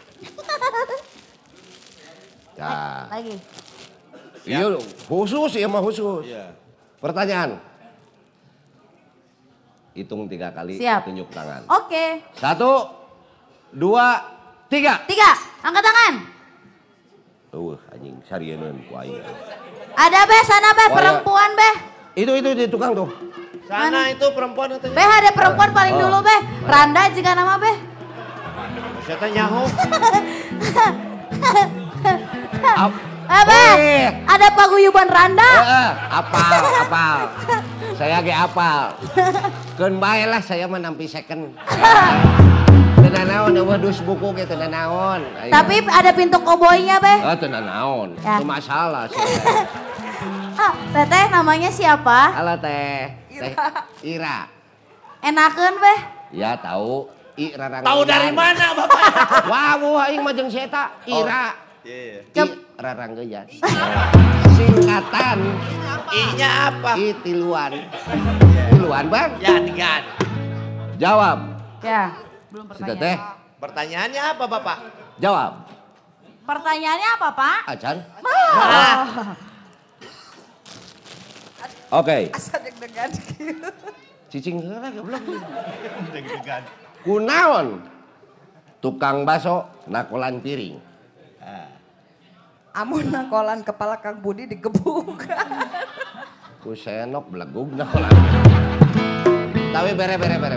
Nah, Lagi. iya khusus ya mah khusus. Iya. Pertanyaan. Hitung 3 kali, Siap. tunjuk tangan. Oke. 1, 2, 3. 3. Angkat tangan. Anjing sarieun ku aing. Ada be, sana be, Oh, perempuan be. Itu di tukang tuh. Sana itu perempuan itu. Be ada perempuan paling dulu be. Randa jika nama be. Siapa nyaho? Be, ada paguyuban Randa. Apal. Saya ge apal. Keun bae lah saya mah nampi second. Teu naon eueuh dus buku ge teu naon. Tapi ada pintu koboynya be. Teu naon. Ya. Itu masalah sih. Teteh namanya siapa? Halo teh. Teh Ira. Enakeun be. Ya tahu. Ira Tahu dari mana Bapak? Wah, aing mah jeung si eta Ira. Iya. Ira Ranggeyan. Singkatan I-nya apa? Tiluan. Tiluan, Bang? Ya, tigaan. Jawab. Ya, belum Si Teteh. Pertanyaannya apa Bapak? Jawab. Pertanyaannya apa, Pak? Acan. Ah. Oke. Asa deg-degan kieu. Cicing heula goblok. Deg-degan. Kunaon? Tukang baso nakolan piring. Amun nakolan kepala Kang Budi digebuk. Ku senok belegug nakolan. Tapi bere. Benar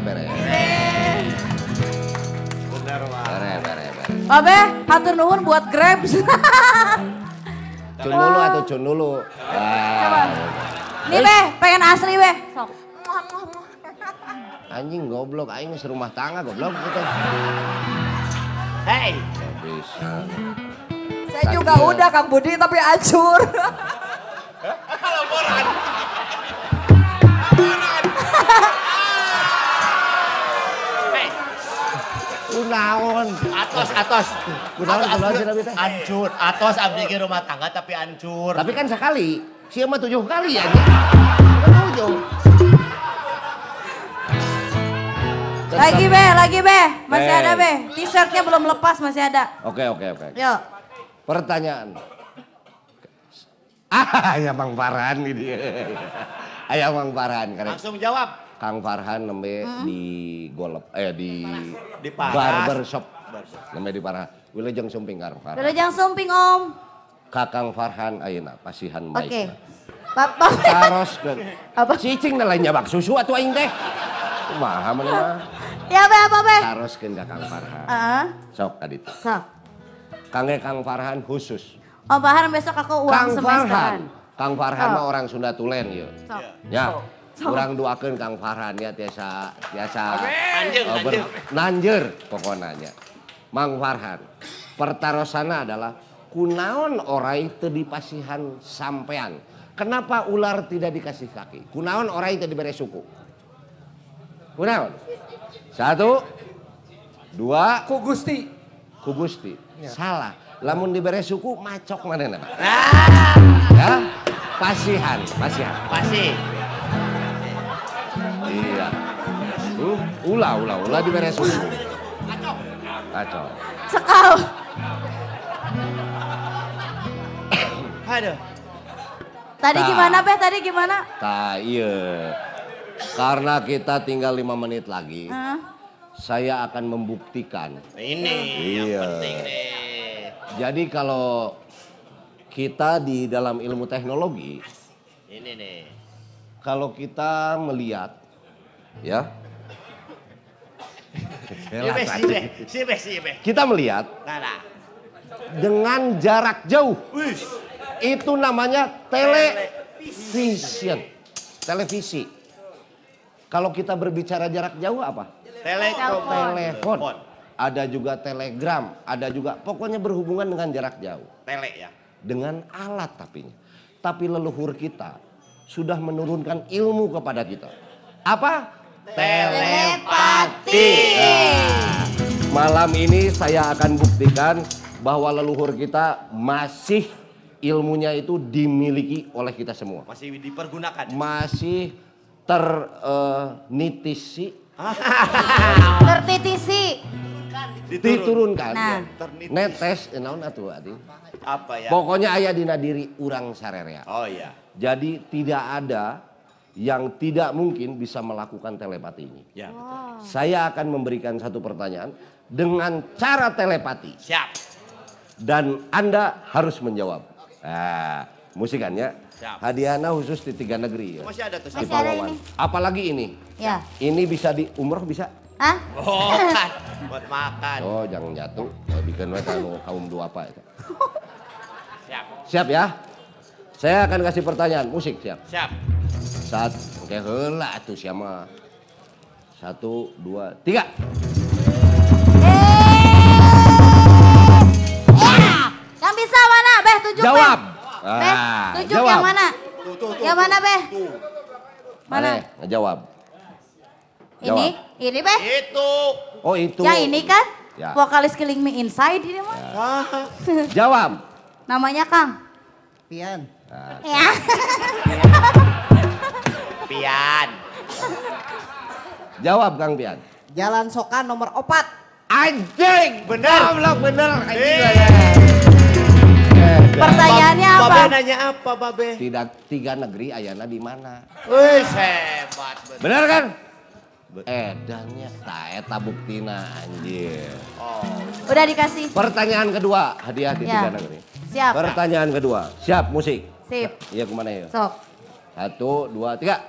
Pak. Bere. Babe, hatur nuhun buat Grab. Cun dulu atau cun dulu. Nih be, pengen asli be. Sok. Anjing goblok, aing serumah tangga goblok gitu. Hei. Bisa. Saya juga udah Kang Budi tapi acur. Laporan. Hei. Kunaon? Atos. Kunaon sih Nabi teh? Ancur. Atos abdi ge rumah tangga tapi ancur. Tapi kan sekali. Sia mah 7 kali ya. 7. Lagi be. Masih ada be. T-shirtnya belum lepas, masih ada. Oke. Yuk. Pertanyaan. Ya Bang Farhan ini. Aya Bang Farhan. Langsung jawab. Kang Farhan nembe di golep di Paras. barbershop. Nembe di Parah. Wilujeng sumping Kang Farhan. Wilujeng sumping Om. Kakang Farhan ayeuna pasihan baik. Oke. Bapak. Taroskeun. Apa? Cicing da lain nyabak susu atuh aing teh. Kumaha mun mah? Ya be, apa be? Taroskeun ka Kang Farhan. Sok aditu. Sok. Kangge Kang Farhan khusus. Om Farhan besok aku uang semesteran. Kang Farhan mah orang Sunda Tulen ya. Sok. Ya. Urang doakeun Kang Farhan ya tiasa Nanjeur. nanjeur pokona nya. Mang Farhan. Pertarosana adalah kunaon orai teu dipasihan sampean. Kenapa ular tidak dikasih kaki? Kunaon orai teu dibere suku? Kunaon? 1 2 Ku Gusti. Ku Gusti. Salah. Lamun dibere suku macok manehna. Ya. Pasihan. Pasti. Iya. Ulah dibere suku. Kacau. Sekal. Aduh. Tadi gimana be? Tadi gimana? Iya. Karena kita tinggal 5 menit lagi. Saya akan membuktikan. Ini yang penting nih. Jadi kalau kita di dalam ilmu teknologi. Ini nih. Kalau kita melihat. Ya. Si be. Kita melihat. Nah. dengan jarak jauh. Itu namanya television. Televisi. Kalau kita berbicara jarak jauh apa? Telepon. Ada juga telegram, ada juga pokoknya berhubungan dengan jarak jauh. Tele ya. Dengan alat tapi leluhur kita sudah menurunkan ilmu kepada kita. Apa? Telepati. Malam ini saya akan buktikan bahwa leluhur kita masih ilmunya itu dimiliki oleh kita semua. Masih dipergunakan. Masih ternitisi. Tertitisi. Diturunkan. Nah. Netes, naon atuh adi. Apa ya? Pokoknya aya dina diri urang sarerea. Oh iya. Jadi tidak ada yang tidak mungkin bisa melakukan telepati ini. Ya. Saya akan memberikan satu pertanyaan dengan cara telepati. Siap. Dan Anda harus menjawab. Nah, musikannya. Siap. Hadiahnya khusus di 3 negeri. Ya. Masih ada tuh. Di Palawan. Apalagi ini. Ya. Ini bisa di umroh bisa. Hah? Oh, kan. Buat makan. Oh, jangan jatuh. Bikin we kaum dua apa itu. Siap. Siap ya. Saya akan kasih pertanyaan. Musik siap. Siap. Oke, heula atuh siapa. 1, 2, 3. Yang bisa mana? Beh, tunjuk Jawab. Beh. Beh, tunjuk yang mana? Yang mana, Beh? Mana? Ngejawab. Ini? Ini, Beh? Itu. Oh, itu. Yang ini kan? Ya. Vokalis Killing Me Inside ini mah. Jawab. Namanya Kang. Pian. Ya. Pian. Jawab Kang Pian. Jalan Sokan nomor 4. Anjing. Bener. Goblok bener. Anjing. Pertanyaannya apa? Babe nanya apa, Babe? Tidak 3 negeri ayana di mana? Wih, hebat. Bener kan? Edannya eta buktina anjir. Oh. Udah dikasih. Pertanyaan kedua, hadiah di Ya. 3 negeri. Siap. Pertanyaan kedua, siap musik. Sip. Iya kemana ya? Sok. 1, 2, 3.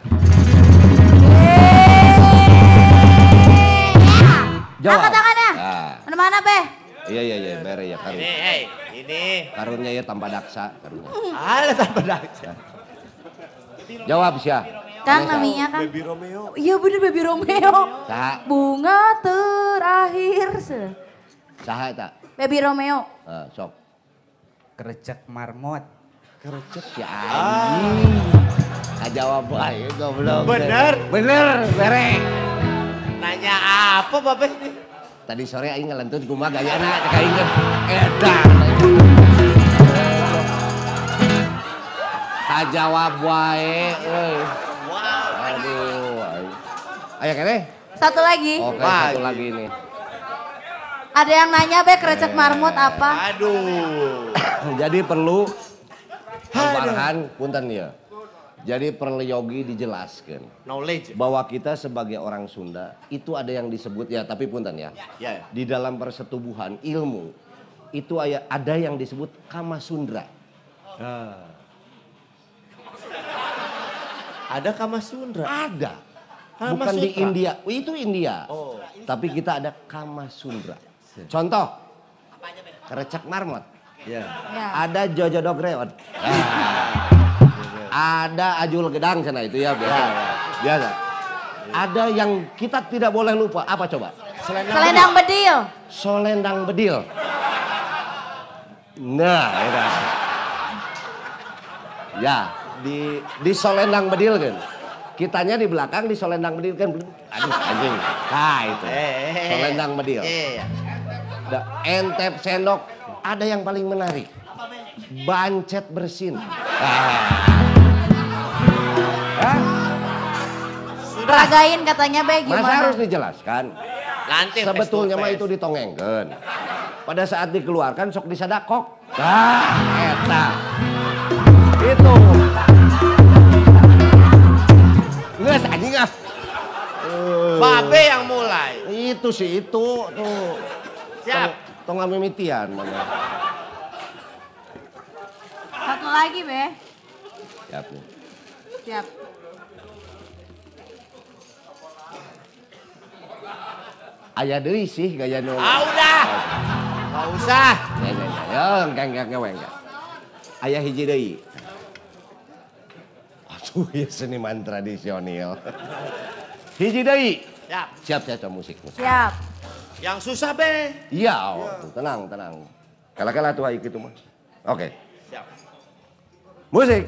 Jawab. Angkat tangannya. Nah. Mana-mana, Beh? Iya, bere ya karun. Ini. Karunnya ya tanpa daksa, karunnya. Alah tanpa daksa. Jawab siapa? Kang namanya Kang. Baby Romeo. Iya bener Baby Romeo. Saha? Bunga terakhir. Saha eta? Baby Romeo. Sok. Kerecek marmot. Kerecek ya anjing. Kajawab bae goblok. Bener. Bener, bere. Nanya apa, Babe? Tadi sore aing ngelentut kumaha gayana cek aing edan. Kajawab wae euy. Wow. Aduh. Aya keneh? Satu lagi. Oke, satu lagi nih. Ada yang nanya, Beh, kerecek marmut apa? Aduh. Jadi perlu tambahan punten ya. Jadi perlu yogi dijelaskan Knowledge. bahwa kita sebagai orang Sunda itu ada yang disebut ya, tapi punten ya. Ya. Di dalam persetubuhan ilmu itu ada yang disebut Kama Sundra. Ada Kama Sundra. Ada. Kama Bukan di Sutra. India. Itu India. Oh. Tapi kita ada Kama Sundra. Contoh. Kerecek marmot. Ya. Ya. Ada Jojo Dogreot. Ada Ajul Gedang sana itu ya biasa. Biasa. Ada yang kita tidak boleh lupa. Apa coba? Selendang bedil. Solendang bedil. Nah, itu. Ya, di solendang bedil kan. Kitanya di belakang di solendang bedil kan. Aduh anjing. Nah, itu. Solendang bedil. Entep sendok. Ada yang paling menarik. Bancet bersin. Peragain katanya, Beh, gimana? Masa harus dijelaskan? Nanti sebetulnya mah itu ditongengkeun. Pada saat dikeluarkan sok disadakok. Eta. Itu. Geus anjing ah. Babe yang mulai. Itu sih itu tuh. Siap. Tong mimitian mana. Satu lagi, Beh. Siap nih. Siap. Aya deui sih gaya nu. Ah udah. Enggak usah. Ya. Ya, engke. Aya hiji deui. Aduh, ya seniman tradisional. Hiji deui. Siap. Siap musik. Siap. Yang susah be. Iya, tenang. Kala-kala tuh ayo gitu mah. Oke. Siap. Musik.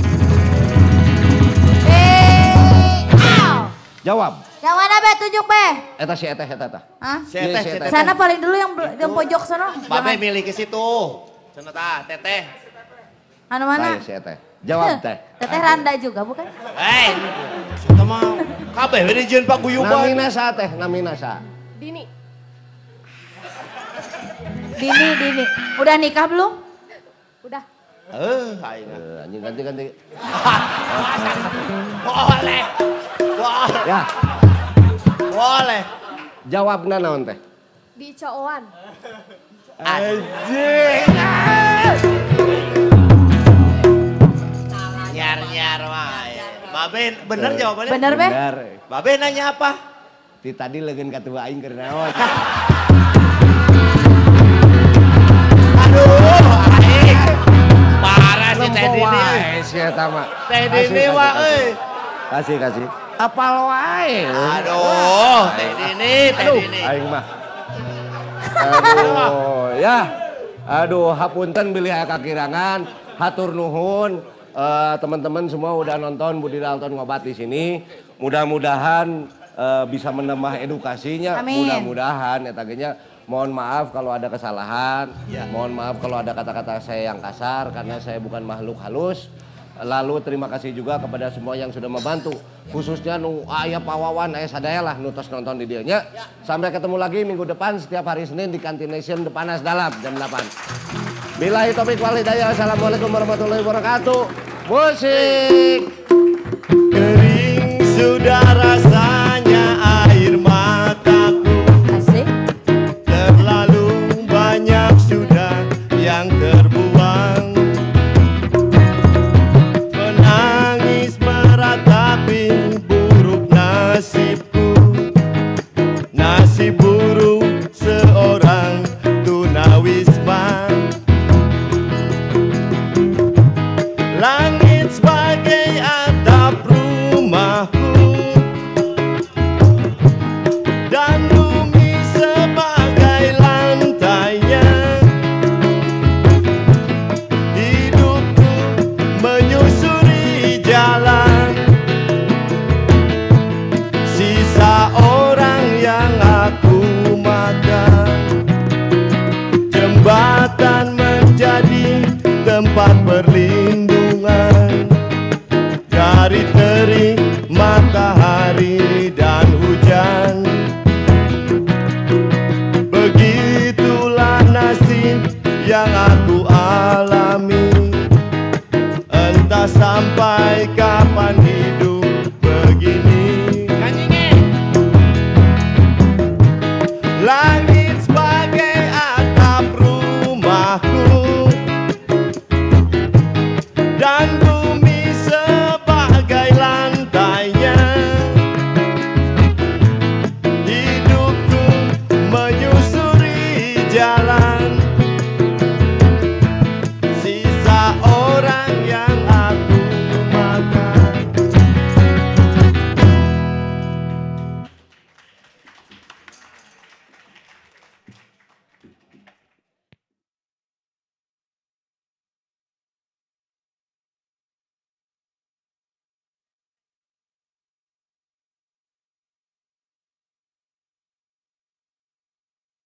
Jawab. Yang mana be? Tunjuk be. Eta si Eteh. Hah? Si Eteh. Sana paling dulu yang pojok sana. Babe milih ke situ. Sana tah, Teteh. Anu mana? Baik si Eteh. Jawab Teh. Teteh Randa juga bukan? Kita mah kabeh we dijieun paguyuban. Namina sa Teh, namina sa. Dini. Dini. Udah nikah belum? Udah. Anjing ganti. Boleh. Ya. Boleh. Jawabna naon Teh? Di Cooan. Anjing. Nyar mah. Babe bener jawabannya? Bener be? Bener. Babe nanya apa? Ti tadi leugeun katua aing keur naon? Aduh, aing. Parah si Teh Dini. Si eta mah. Teh Dini mah euy. Kasih. Apal wae. Aduh, Teh Dini. Aing mah. Aduh, ya. Aduh, hapunten bilih aya kakirangan. Hatur nuhun. Teman-teman semua udah nonton Budi Dalton ngobat di sini. Mudah-mudahan bisa menambah edukasinya. Amin. Mudah-mudahan etagenya mohon maaf kalau ada kesalahan. Mohon maaf kalau ada kata-kata saya yang kasar karena saya bukan makhluk halus. Lalu terima kasih juga kepada semua yang sudah membantu. Khususnya aya Pak Wawan, aya sadaya lah nutos nonton di dianya. Sampai ketemu lagi minggu depan setiap hari Senin di Kantin Nation Depanas Dalam jam 8. Billahi taufiq wal hidayah. Assalamualaikum warahmatullahi wabarakatuh. Musik.